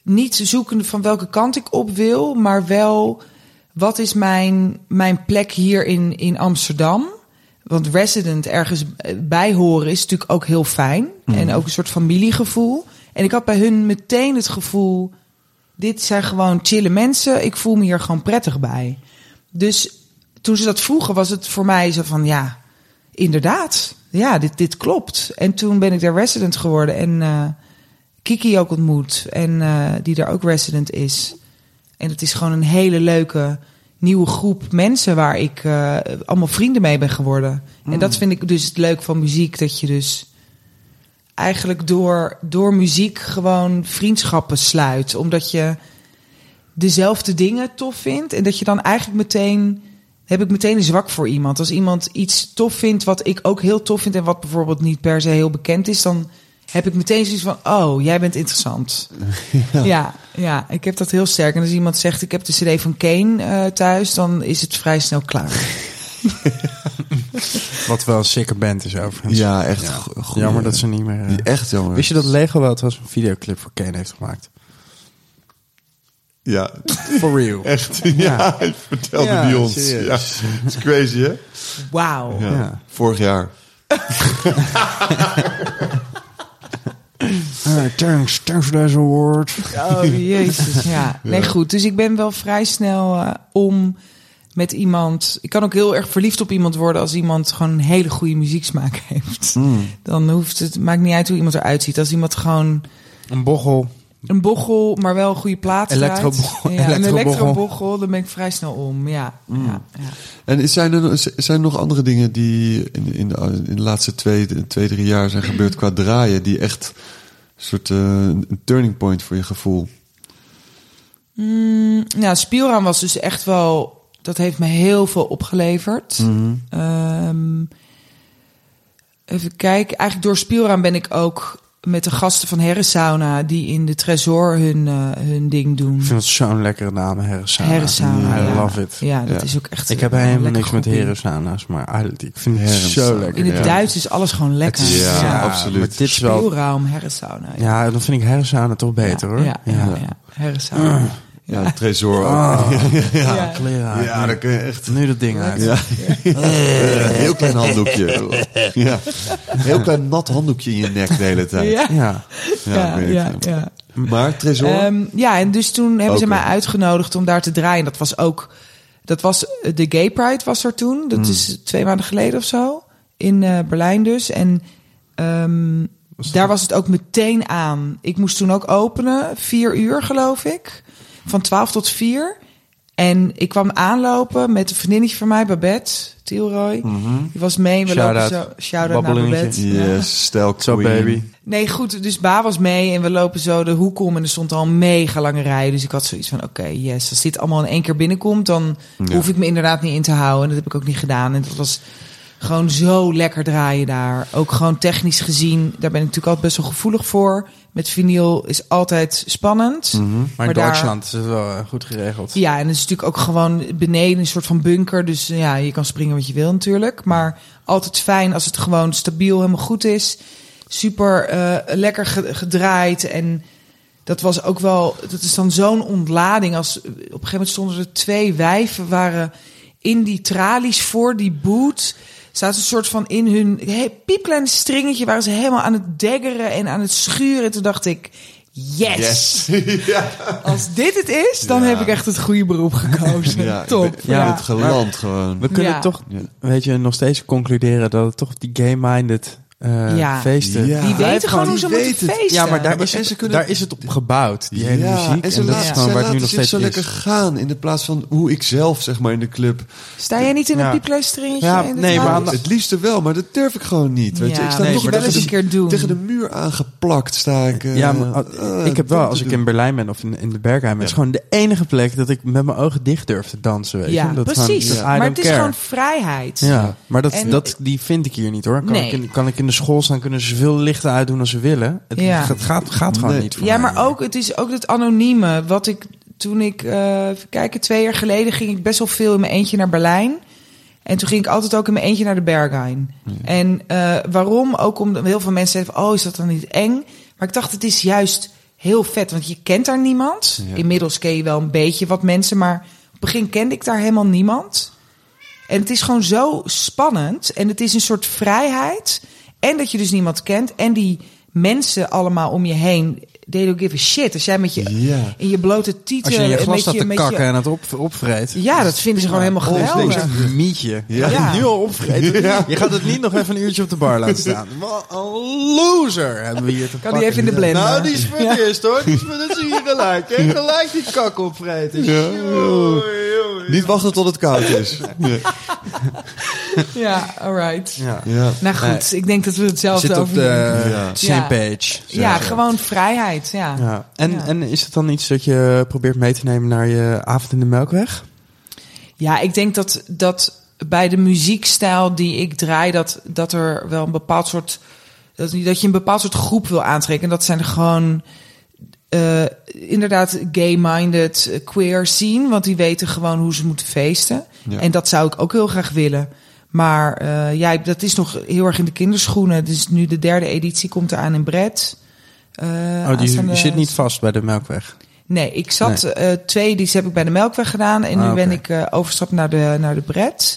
niet zoekende van welke kant ik op wil, maar wel wat is mijn, mijn plek hier in, in Amsterdam. Want resident ergens bij horen is natuurlijk ook heel fijn. Mm. En ook een soort familiegevoel. En ik had bij hun meteen het gevoel, dit zijn gewoon chille mensen. Ik voel me hier gewoon prettig bij. Dus toen ze dat vroegen, was het voor mij zo van, ja, inderdaad. Ja, dit, dit klopt. En toen ben ik daar resident geworden. En uh, Kiki ook ontmoet. En uh, die daar ook resident is. En het is gewoon een hele leuke nieuwe groep mensen waar ik uh, allemaal vrienden mee ben geworden. Mm. En dat vind ik dus het leuk van muziek. Dat je dus eigenlijk door, door muziek gewoon vriendschappen sluit. Omdat je dezelfde dingen tof vindt. En dat je dan eigenlijk meteen, heb ik meteen een zwak voor iemand. Als iemand iets tof vindt wat ik ook heel tof vind en wat bijvoorbeeld niet per se heel bekend is, dan heb ik meteen zoiets van, oh, jij bent interessant. Ja, ja, ja, ik heb dat heel sterk. En als iemand zegt, ik heb de cd van Kane uh, thuis, dan is het vrij snel klaar. Wat wel een sikke band is overigens. Ja, echt. Ja. Goeie, jammer dat ze niet meer... Uh... Echt jammer. Wist je dat Lego wel trouwens een videoclip voor Kane heeft gemaakt? Ja. For real. Echt, ja. ja. Hij vertelde ja, die ons. Ja. Dat is crazy, hè? Wauw. Ja. Ja. Vorig jaar. Uh, thanks, thanks for this award. Oh, jezus, ja. Nee, Ja. goed. Dus ik ben wel vrij snel uh, om met iemand... Ik kan ook heel erg verliefd op iemand worden als iemand gewoon een hele goede muzieksmaak heeft. Mm. Dan hoeft het... Maakt niet uit hoe iemand eruit ziet. Als iemand gewoon Een bochel. een bochel, maar wel een goede plaat draait. Elektrobochel. Ja, een Elektrobochel. elektrobochel, dan ben ik vrij snel om. Ja, Mm. ja, ja. En zijn er, zijn er nog andere dingen die in, in, de, in de laatste twee, twee, drie jaar zijn gebeurd qua draaien, die echt een soort uh, een turning point voor je gevoel? Mm, nou, Spielraam was dus echt wel... Dat heeft me heel veel opgeleverd. Mm-hmm. Um, even kijken. Eigenlijk door Spielraam ben ik ook met de gasten van Herrensauna, die in de Tresor hun, uh, hun ding doen. Ik vind het zo'n lekkere naam, Herrensauna. Herrensauna, I ja. love it. Ja, dat Ja. is ook echt... Ik heb een helemaal lekker niks met groepie. Herrensauna's, maar I- ik vind het Herrensauna. zo lekker. In het Ja. Duits is alles gewoon lekker. Het is- Ja, ja, absoluut. Maar dit is wel... Spielraam, Herrensauna. Ja, dan vind ik Herrensauna toch beter, ja, hoor. Ja, ja, ja. Herrensauna. Ja, de Tresor. Ah. ja. Ja. Kleren uit. Ja, dan kun je echt... Nu dat ding uit. Ja. Een heel klein handdoekje. Ja. Een heel klein nat handdoekje in je nek de hele tijd. Ja, Ja. Ja, ja, weet ik ja, veel. ja. Maar Tresor? Ehm, ja, en dus toen hebben ze Oké. mij uitgenodigd om daar te draaien. Dat was ook, dat was de Gay Pride was er toen. Dat Mm. is twee maanden geleden of zo in uh, Berlijn dus. En um, daar was het ook meteen aan. Ik moest toen ook openen, vier uur geloof ik, van twaalf tot vier. En ik kwam aanlopen met een vriendinnetje van mij, Babette Thielroy. Mm-hmm. Die was mee. We Shout lopen out. zo. Shout-out naar Babbelingetje. Babette. Ja. Yes, stel Zo, queen. baby. Nee, goed. Dus Ba was mee en we lopen zo de hoek om en er stond al een mega lange rij. Dus ik had zoiets van, oké, okay, yes. Als dit allemaal in één keer binnenkomt, dan Ja. hoef ik me inderdaad niet in te houden. En dat heb ik ook niet gedaan. En dat was gewoon zo lekker draaien daar. Ook gewoon technisch gezien, daar ben ik natuurlijk altijd best wel gevoelig voor. Met vinyl is altijd spannend. Mm-hmm. Maar in Maar daar- Duitsland is het wel uh, goed geregeld. Ja, en het is natuurlijk ook gewoon beneden een soort van bunker. Dus ja, je kan springen wat je wil natuurlijk. Maar altijd fijn als het gewoon stabiel helemaal goed is. Super uh, lekker ge- gedraaid. En dat was ook wel... Dat is dan zo'n ontlading. Als, op een gegeven moment stonden er twee wijven... waren in die tralies voor die boot... Zaten een soort van in hun hey, piepkleine stringetje... waren ze helemaal aan het daggeren en aan het schuren. En toen dacht ik... Yes! Yes. ja. Als dit het is, dan Ja. heb ik echt het goede beroep gekozen. Ja, Top. ik ben- Ja. het geland gewoon. We kunnen Ja. toch, Ja. weet je, nog steeds concluderen dat het toch die gay-minded uh, Ja. feesten... Ja. Die Blijf weten gewoon hoe ze die moeten weten het. feesten. Ja, maar daar, Ja, maar is en het, ze kunnen- daar is het op gebouwd, die hele Ja, muziek. en ze dat laten, is gewoon ze waar het nu laten nog zich steeds zo is. lekker gaan. In de plaats van hoe ik zelf, zeg maar, in de club. Sta jij niet in een Ja. piepluisteringetje? Ja, in de nee, trouw? maar aan de- Het liefste wel, maar dat durf ik gewoon niet. Weet je? Ja, Ik sta nee, toch maar wel dat eens tegen een de, keer doen. tegen de muur aangeplakt sta ik. uh, Ja, maar uh, ik heb wel, dat als te ik doen. in Berlijn ben of in, in de Bergheim, het is Ja. gewoon de enige plek dat ik met mijn ogen dicht durf te dansen. Weet Ja, je? Dat precies. Gewoon, dat I Maar don't het is care. gewoon vrijheid. Ja, maar dat, En- dat, die vind ik hier niet hoor. Kan, Nee. ik, in, kan ik in de school staan, kunnen ze zoveel lichten uitdoen als ze willen. Het, Ja. het gaat, gaat gewoon Nee. niet voor Ja, mij. maar ook, het is ook het anonieme. Wat ik, toen ik, uh, even kijken, twee jaar geleden ging ik best wel veel in mijn eentje naar Berlijn. En toen ging ik altijd ook in mijn eentje naar de Berghain. Ja. En uh, waarom? Ook omdat heel veel mensen zeiden van, oh, is dat dan niet eng? Maar ik dacht, het is juist heel vet. Want je kent daar niemand. Ja. Inmiddels ken je wel een beetje wat mensen. Maar op het begin kende ik daar helemaal niemand. En het is gewoon zo spannend. En het is een soort vrijheid. En dat je dus niemand kent. En die mensen allemaal om je heen... They don't give a shit. Als jij met je ja. in je blote tieten... Als je in je glas staat te je, kakken je, en het op, opvreet. Ja, dat vinden ze gewoon helemaal geweldig. Een mietje. Ja. Ja. Nu al opvreten. Ja. Je gaat het niet nog even een uurtje op de bar laten staan. Wat een loser hebben we hier te kan pakken. Die even in de blender? Nou, die sput ja. eerst hoor. Die sput, dat zie je gelijk. Hè? Gelijk die kak opvreten. Ja. Yo, yo. Niet wachten tot het koud is. Nee. Ja, alright. Ja. Ja. Nou goed, nee. Ik denk dat we hetzelfde Zit over op de ja. same page. Ja, ja, gewoon vrijheid. Ja. Ja. En, ja. en is het dan iets dat je probeert mee te nemen naar je avond in de Melkweg? Ja, ik denk dat, dat bij de muziekstijl die ik draai... dat, dat er wel een bepaald soort... Dat, dat je een bepaald soort groep wil aantrekken. En dat zijn er gewoon... Uh, inderdaad gay-minded, uh, queer scene. Want die weten gewoon hoe ze moeten feesten. Ja. En dat zou ik ook heel graag willen. Maar uh, ja, dat is nog heel erg in de kinderschoenen. Dus nu de derde editie komt eraan in Brett. Uh, oh, die aanstaande... zit niet vast bij de Melkweg? Nee, ik zat... Nee. Uh, twee edities heb ik bij de Melkweg gedaan. En ah, nu okay. ben ik uh, overgestapt naar de, naar de Brett.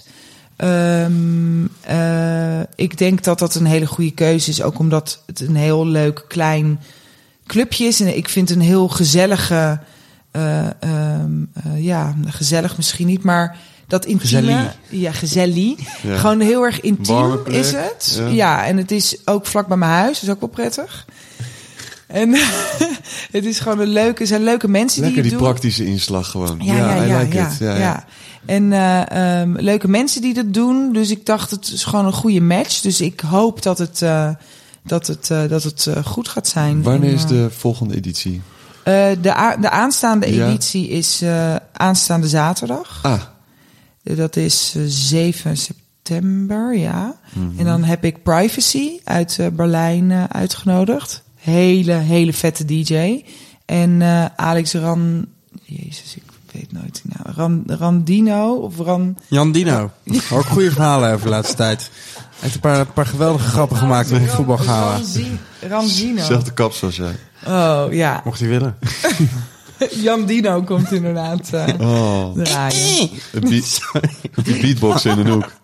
Um, uh, ik denk dat dat een hele goede keuze is. Ook omdat het een heel leuk klein... clubje is. En ik vind een heel gezellige... Uh, um, uh, ja, gezellig misschien niet, maar dat intieme... Gezellig. Ja, gezellig. Ja. Gewoon heel erg intiem is het. Ja. ja, en het is ook vlak bij mijn huis. Dat is ook wel prettig. En het is gewoon een leuke... Er zijn leuke mensen Lekker die het die doen. praktische inslag gewoon. Ja, ja, ja. ja, like ja, ja, ja. En uh, um, leuke mensen die dat doen. Dus ik dacht, het is gewoon een goede match. Dus ik hoop dat het... Uh, dat het, uh, dat het uh, goed gaat zijn. Wanneer en, uh, is de volgende editie? Uh, de, a- de aanstaande ja. editie is uh, aanstaande zaterdag. Ah. Uh, dat is uh, zeven september, ja. Mm-hmm. En dan heb ik Privacy uit uh, Berlijn uh, uitgenodigd. Hele, hele vette D J. En uh, Alex Ran... Jezus, ik weet nooit. Nou, Ran, Randino of Ran... Jan Dino. Ja. Ook goede verhalen over de laatste tijd. Hij heeft een paar, een paar geweldige grappen gemaakt met het voetbalgala. Ranzino. Zelfde kap zoals jij. Oh, ja. Mocht hij willen. Jan Dino komt inderdaad uh, oh. draaien. Die beatbox in een hoek.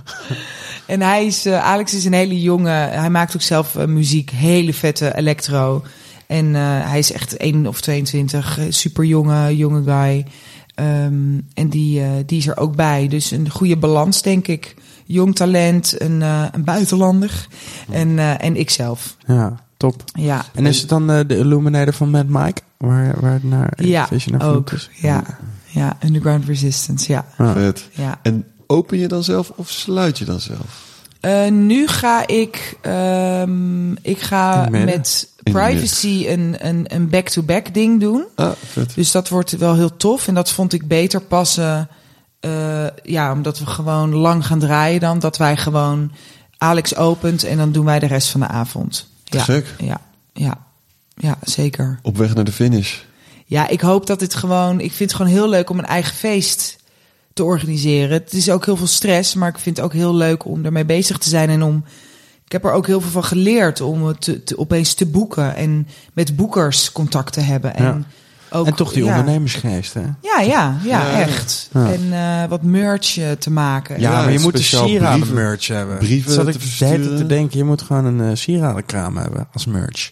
En hij is, uh, Alex is een hele jonge... Hij maakt ook zelf uh, muziek. Hele vette electro. En uh, hij is echt één of tweeëntwintig. Super jonge, jonge guy. Um, en die, uh, die is er ook bij. Dus een goede balans, denk ik. Jong talent, een, uh, een buitenlander. En, uh, en ikzelf. Ja, top. Ja. En is het dan uh, de Illuminator van Mad Mike? Waar, waar het naar ja, Vision naar ook. Is? Ja. ja, Underground Resistance, ja. Ah. Vet. Ja. En open je dan zelf of sluit je dan zelf? Uh, nu ga ik... Um, ik ga met Privacy een, een, een back-to-back ding doen. Ah, vet. Dus dat wordt wel heel tof. En dat vond ik beter passen... Uh, ja, omdat we gewoon lang gaan draaien dan. Dat wij gewoon... Alex opent en dan doen wij de rest van de avond. Ja, Gek. Ja, ja, ja, zeker. Op weg naar de finish. Ja, ik hoop dat het gewoon... Ik vind het gewoon heel leuk om een eigen feest te organiseren. Het is ook heel veel stress, maar ik vind het ook heel leuk om ermee bezig te zijn. En om... Ik heb er ook heel veel van geleerd om het te, te, opeens te boeken. En met boekers contact te hebben. En, ja. ook, en toch die ja. ondernemersgeest, hè? Ja, ja, ja, ja. echt. Ja. En uh, wat merch uh, te maken. Ja, ja, maar je moet een sieraden brieven, merch hebben. Brieven Zat te ik versturen. te denken, je moet gewoon een uh, sieradenkraam hebben als merch.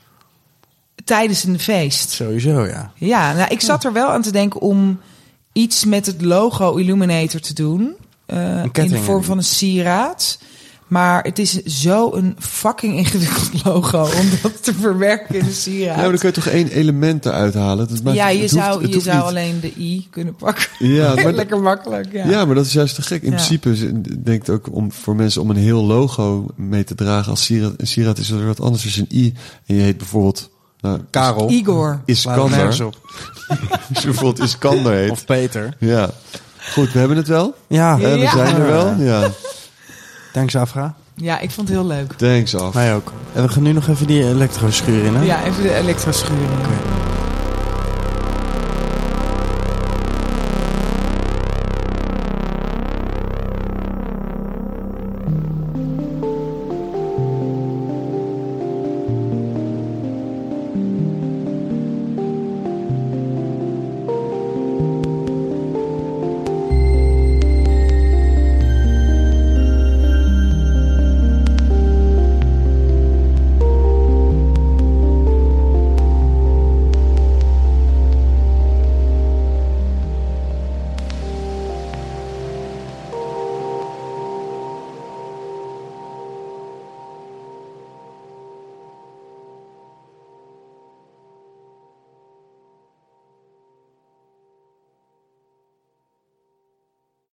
Tijdens een feest. Sowieso, ja. Ja, nou, ik zat er wel aan te denken om iets met het logo Illuminator te doen. Uh, in de vorm van een sieraad. Maar het is zo een fucking ingewikkeld logo om dat te verwerken in een sieraad. Ja, maar dan kun je toch één element eruit halen? Dat maakt, ja, je het zou, hoeft, je zou niet. alleen de i kunnen pakken. Ja, maar lekker makkelijk. Ja. ja, maar dat is juist te gek. In ja. principe denk ik ook om voor mensen om een heel logo mee te dragen als sieraad. Een sieraad is er wat anders dan een i. En je heet bijvoorbeeld... Nou, Karel. Igor. Iskander. Als je bijvoorbeeld Iskander heet. Of Peter. Ja. Goed, we hebben het wel. Ja. En we ja. zijn er wel. Ja. Thanks, Afra. Ja, ik vond het heel leuk. Thanks, Af. Mij ook. En we gaan nu nog even die elektro schuur in, hè? Ja, even de elektro schuren. Okay.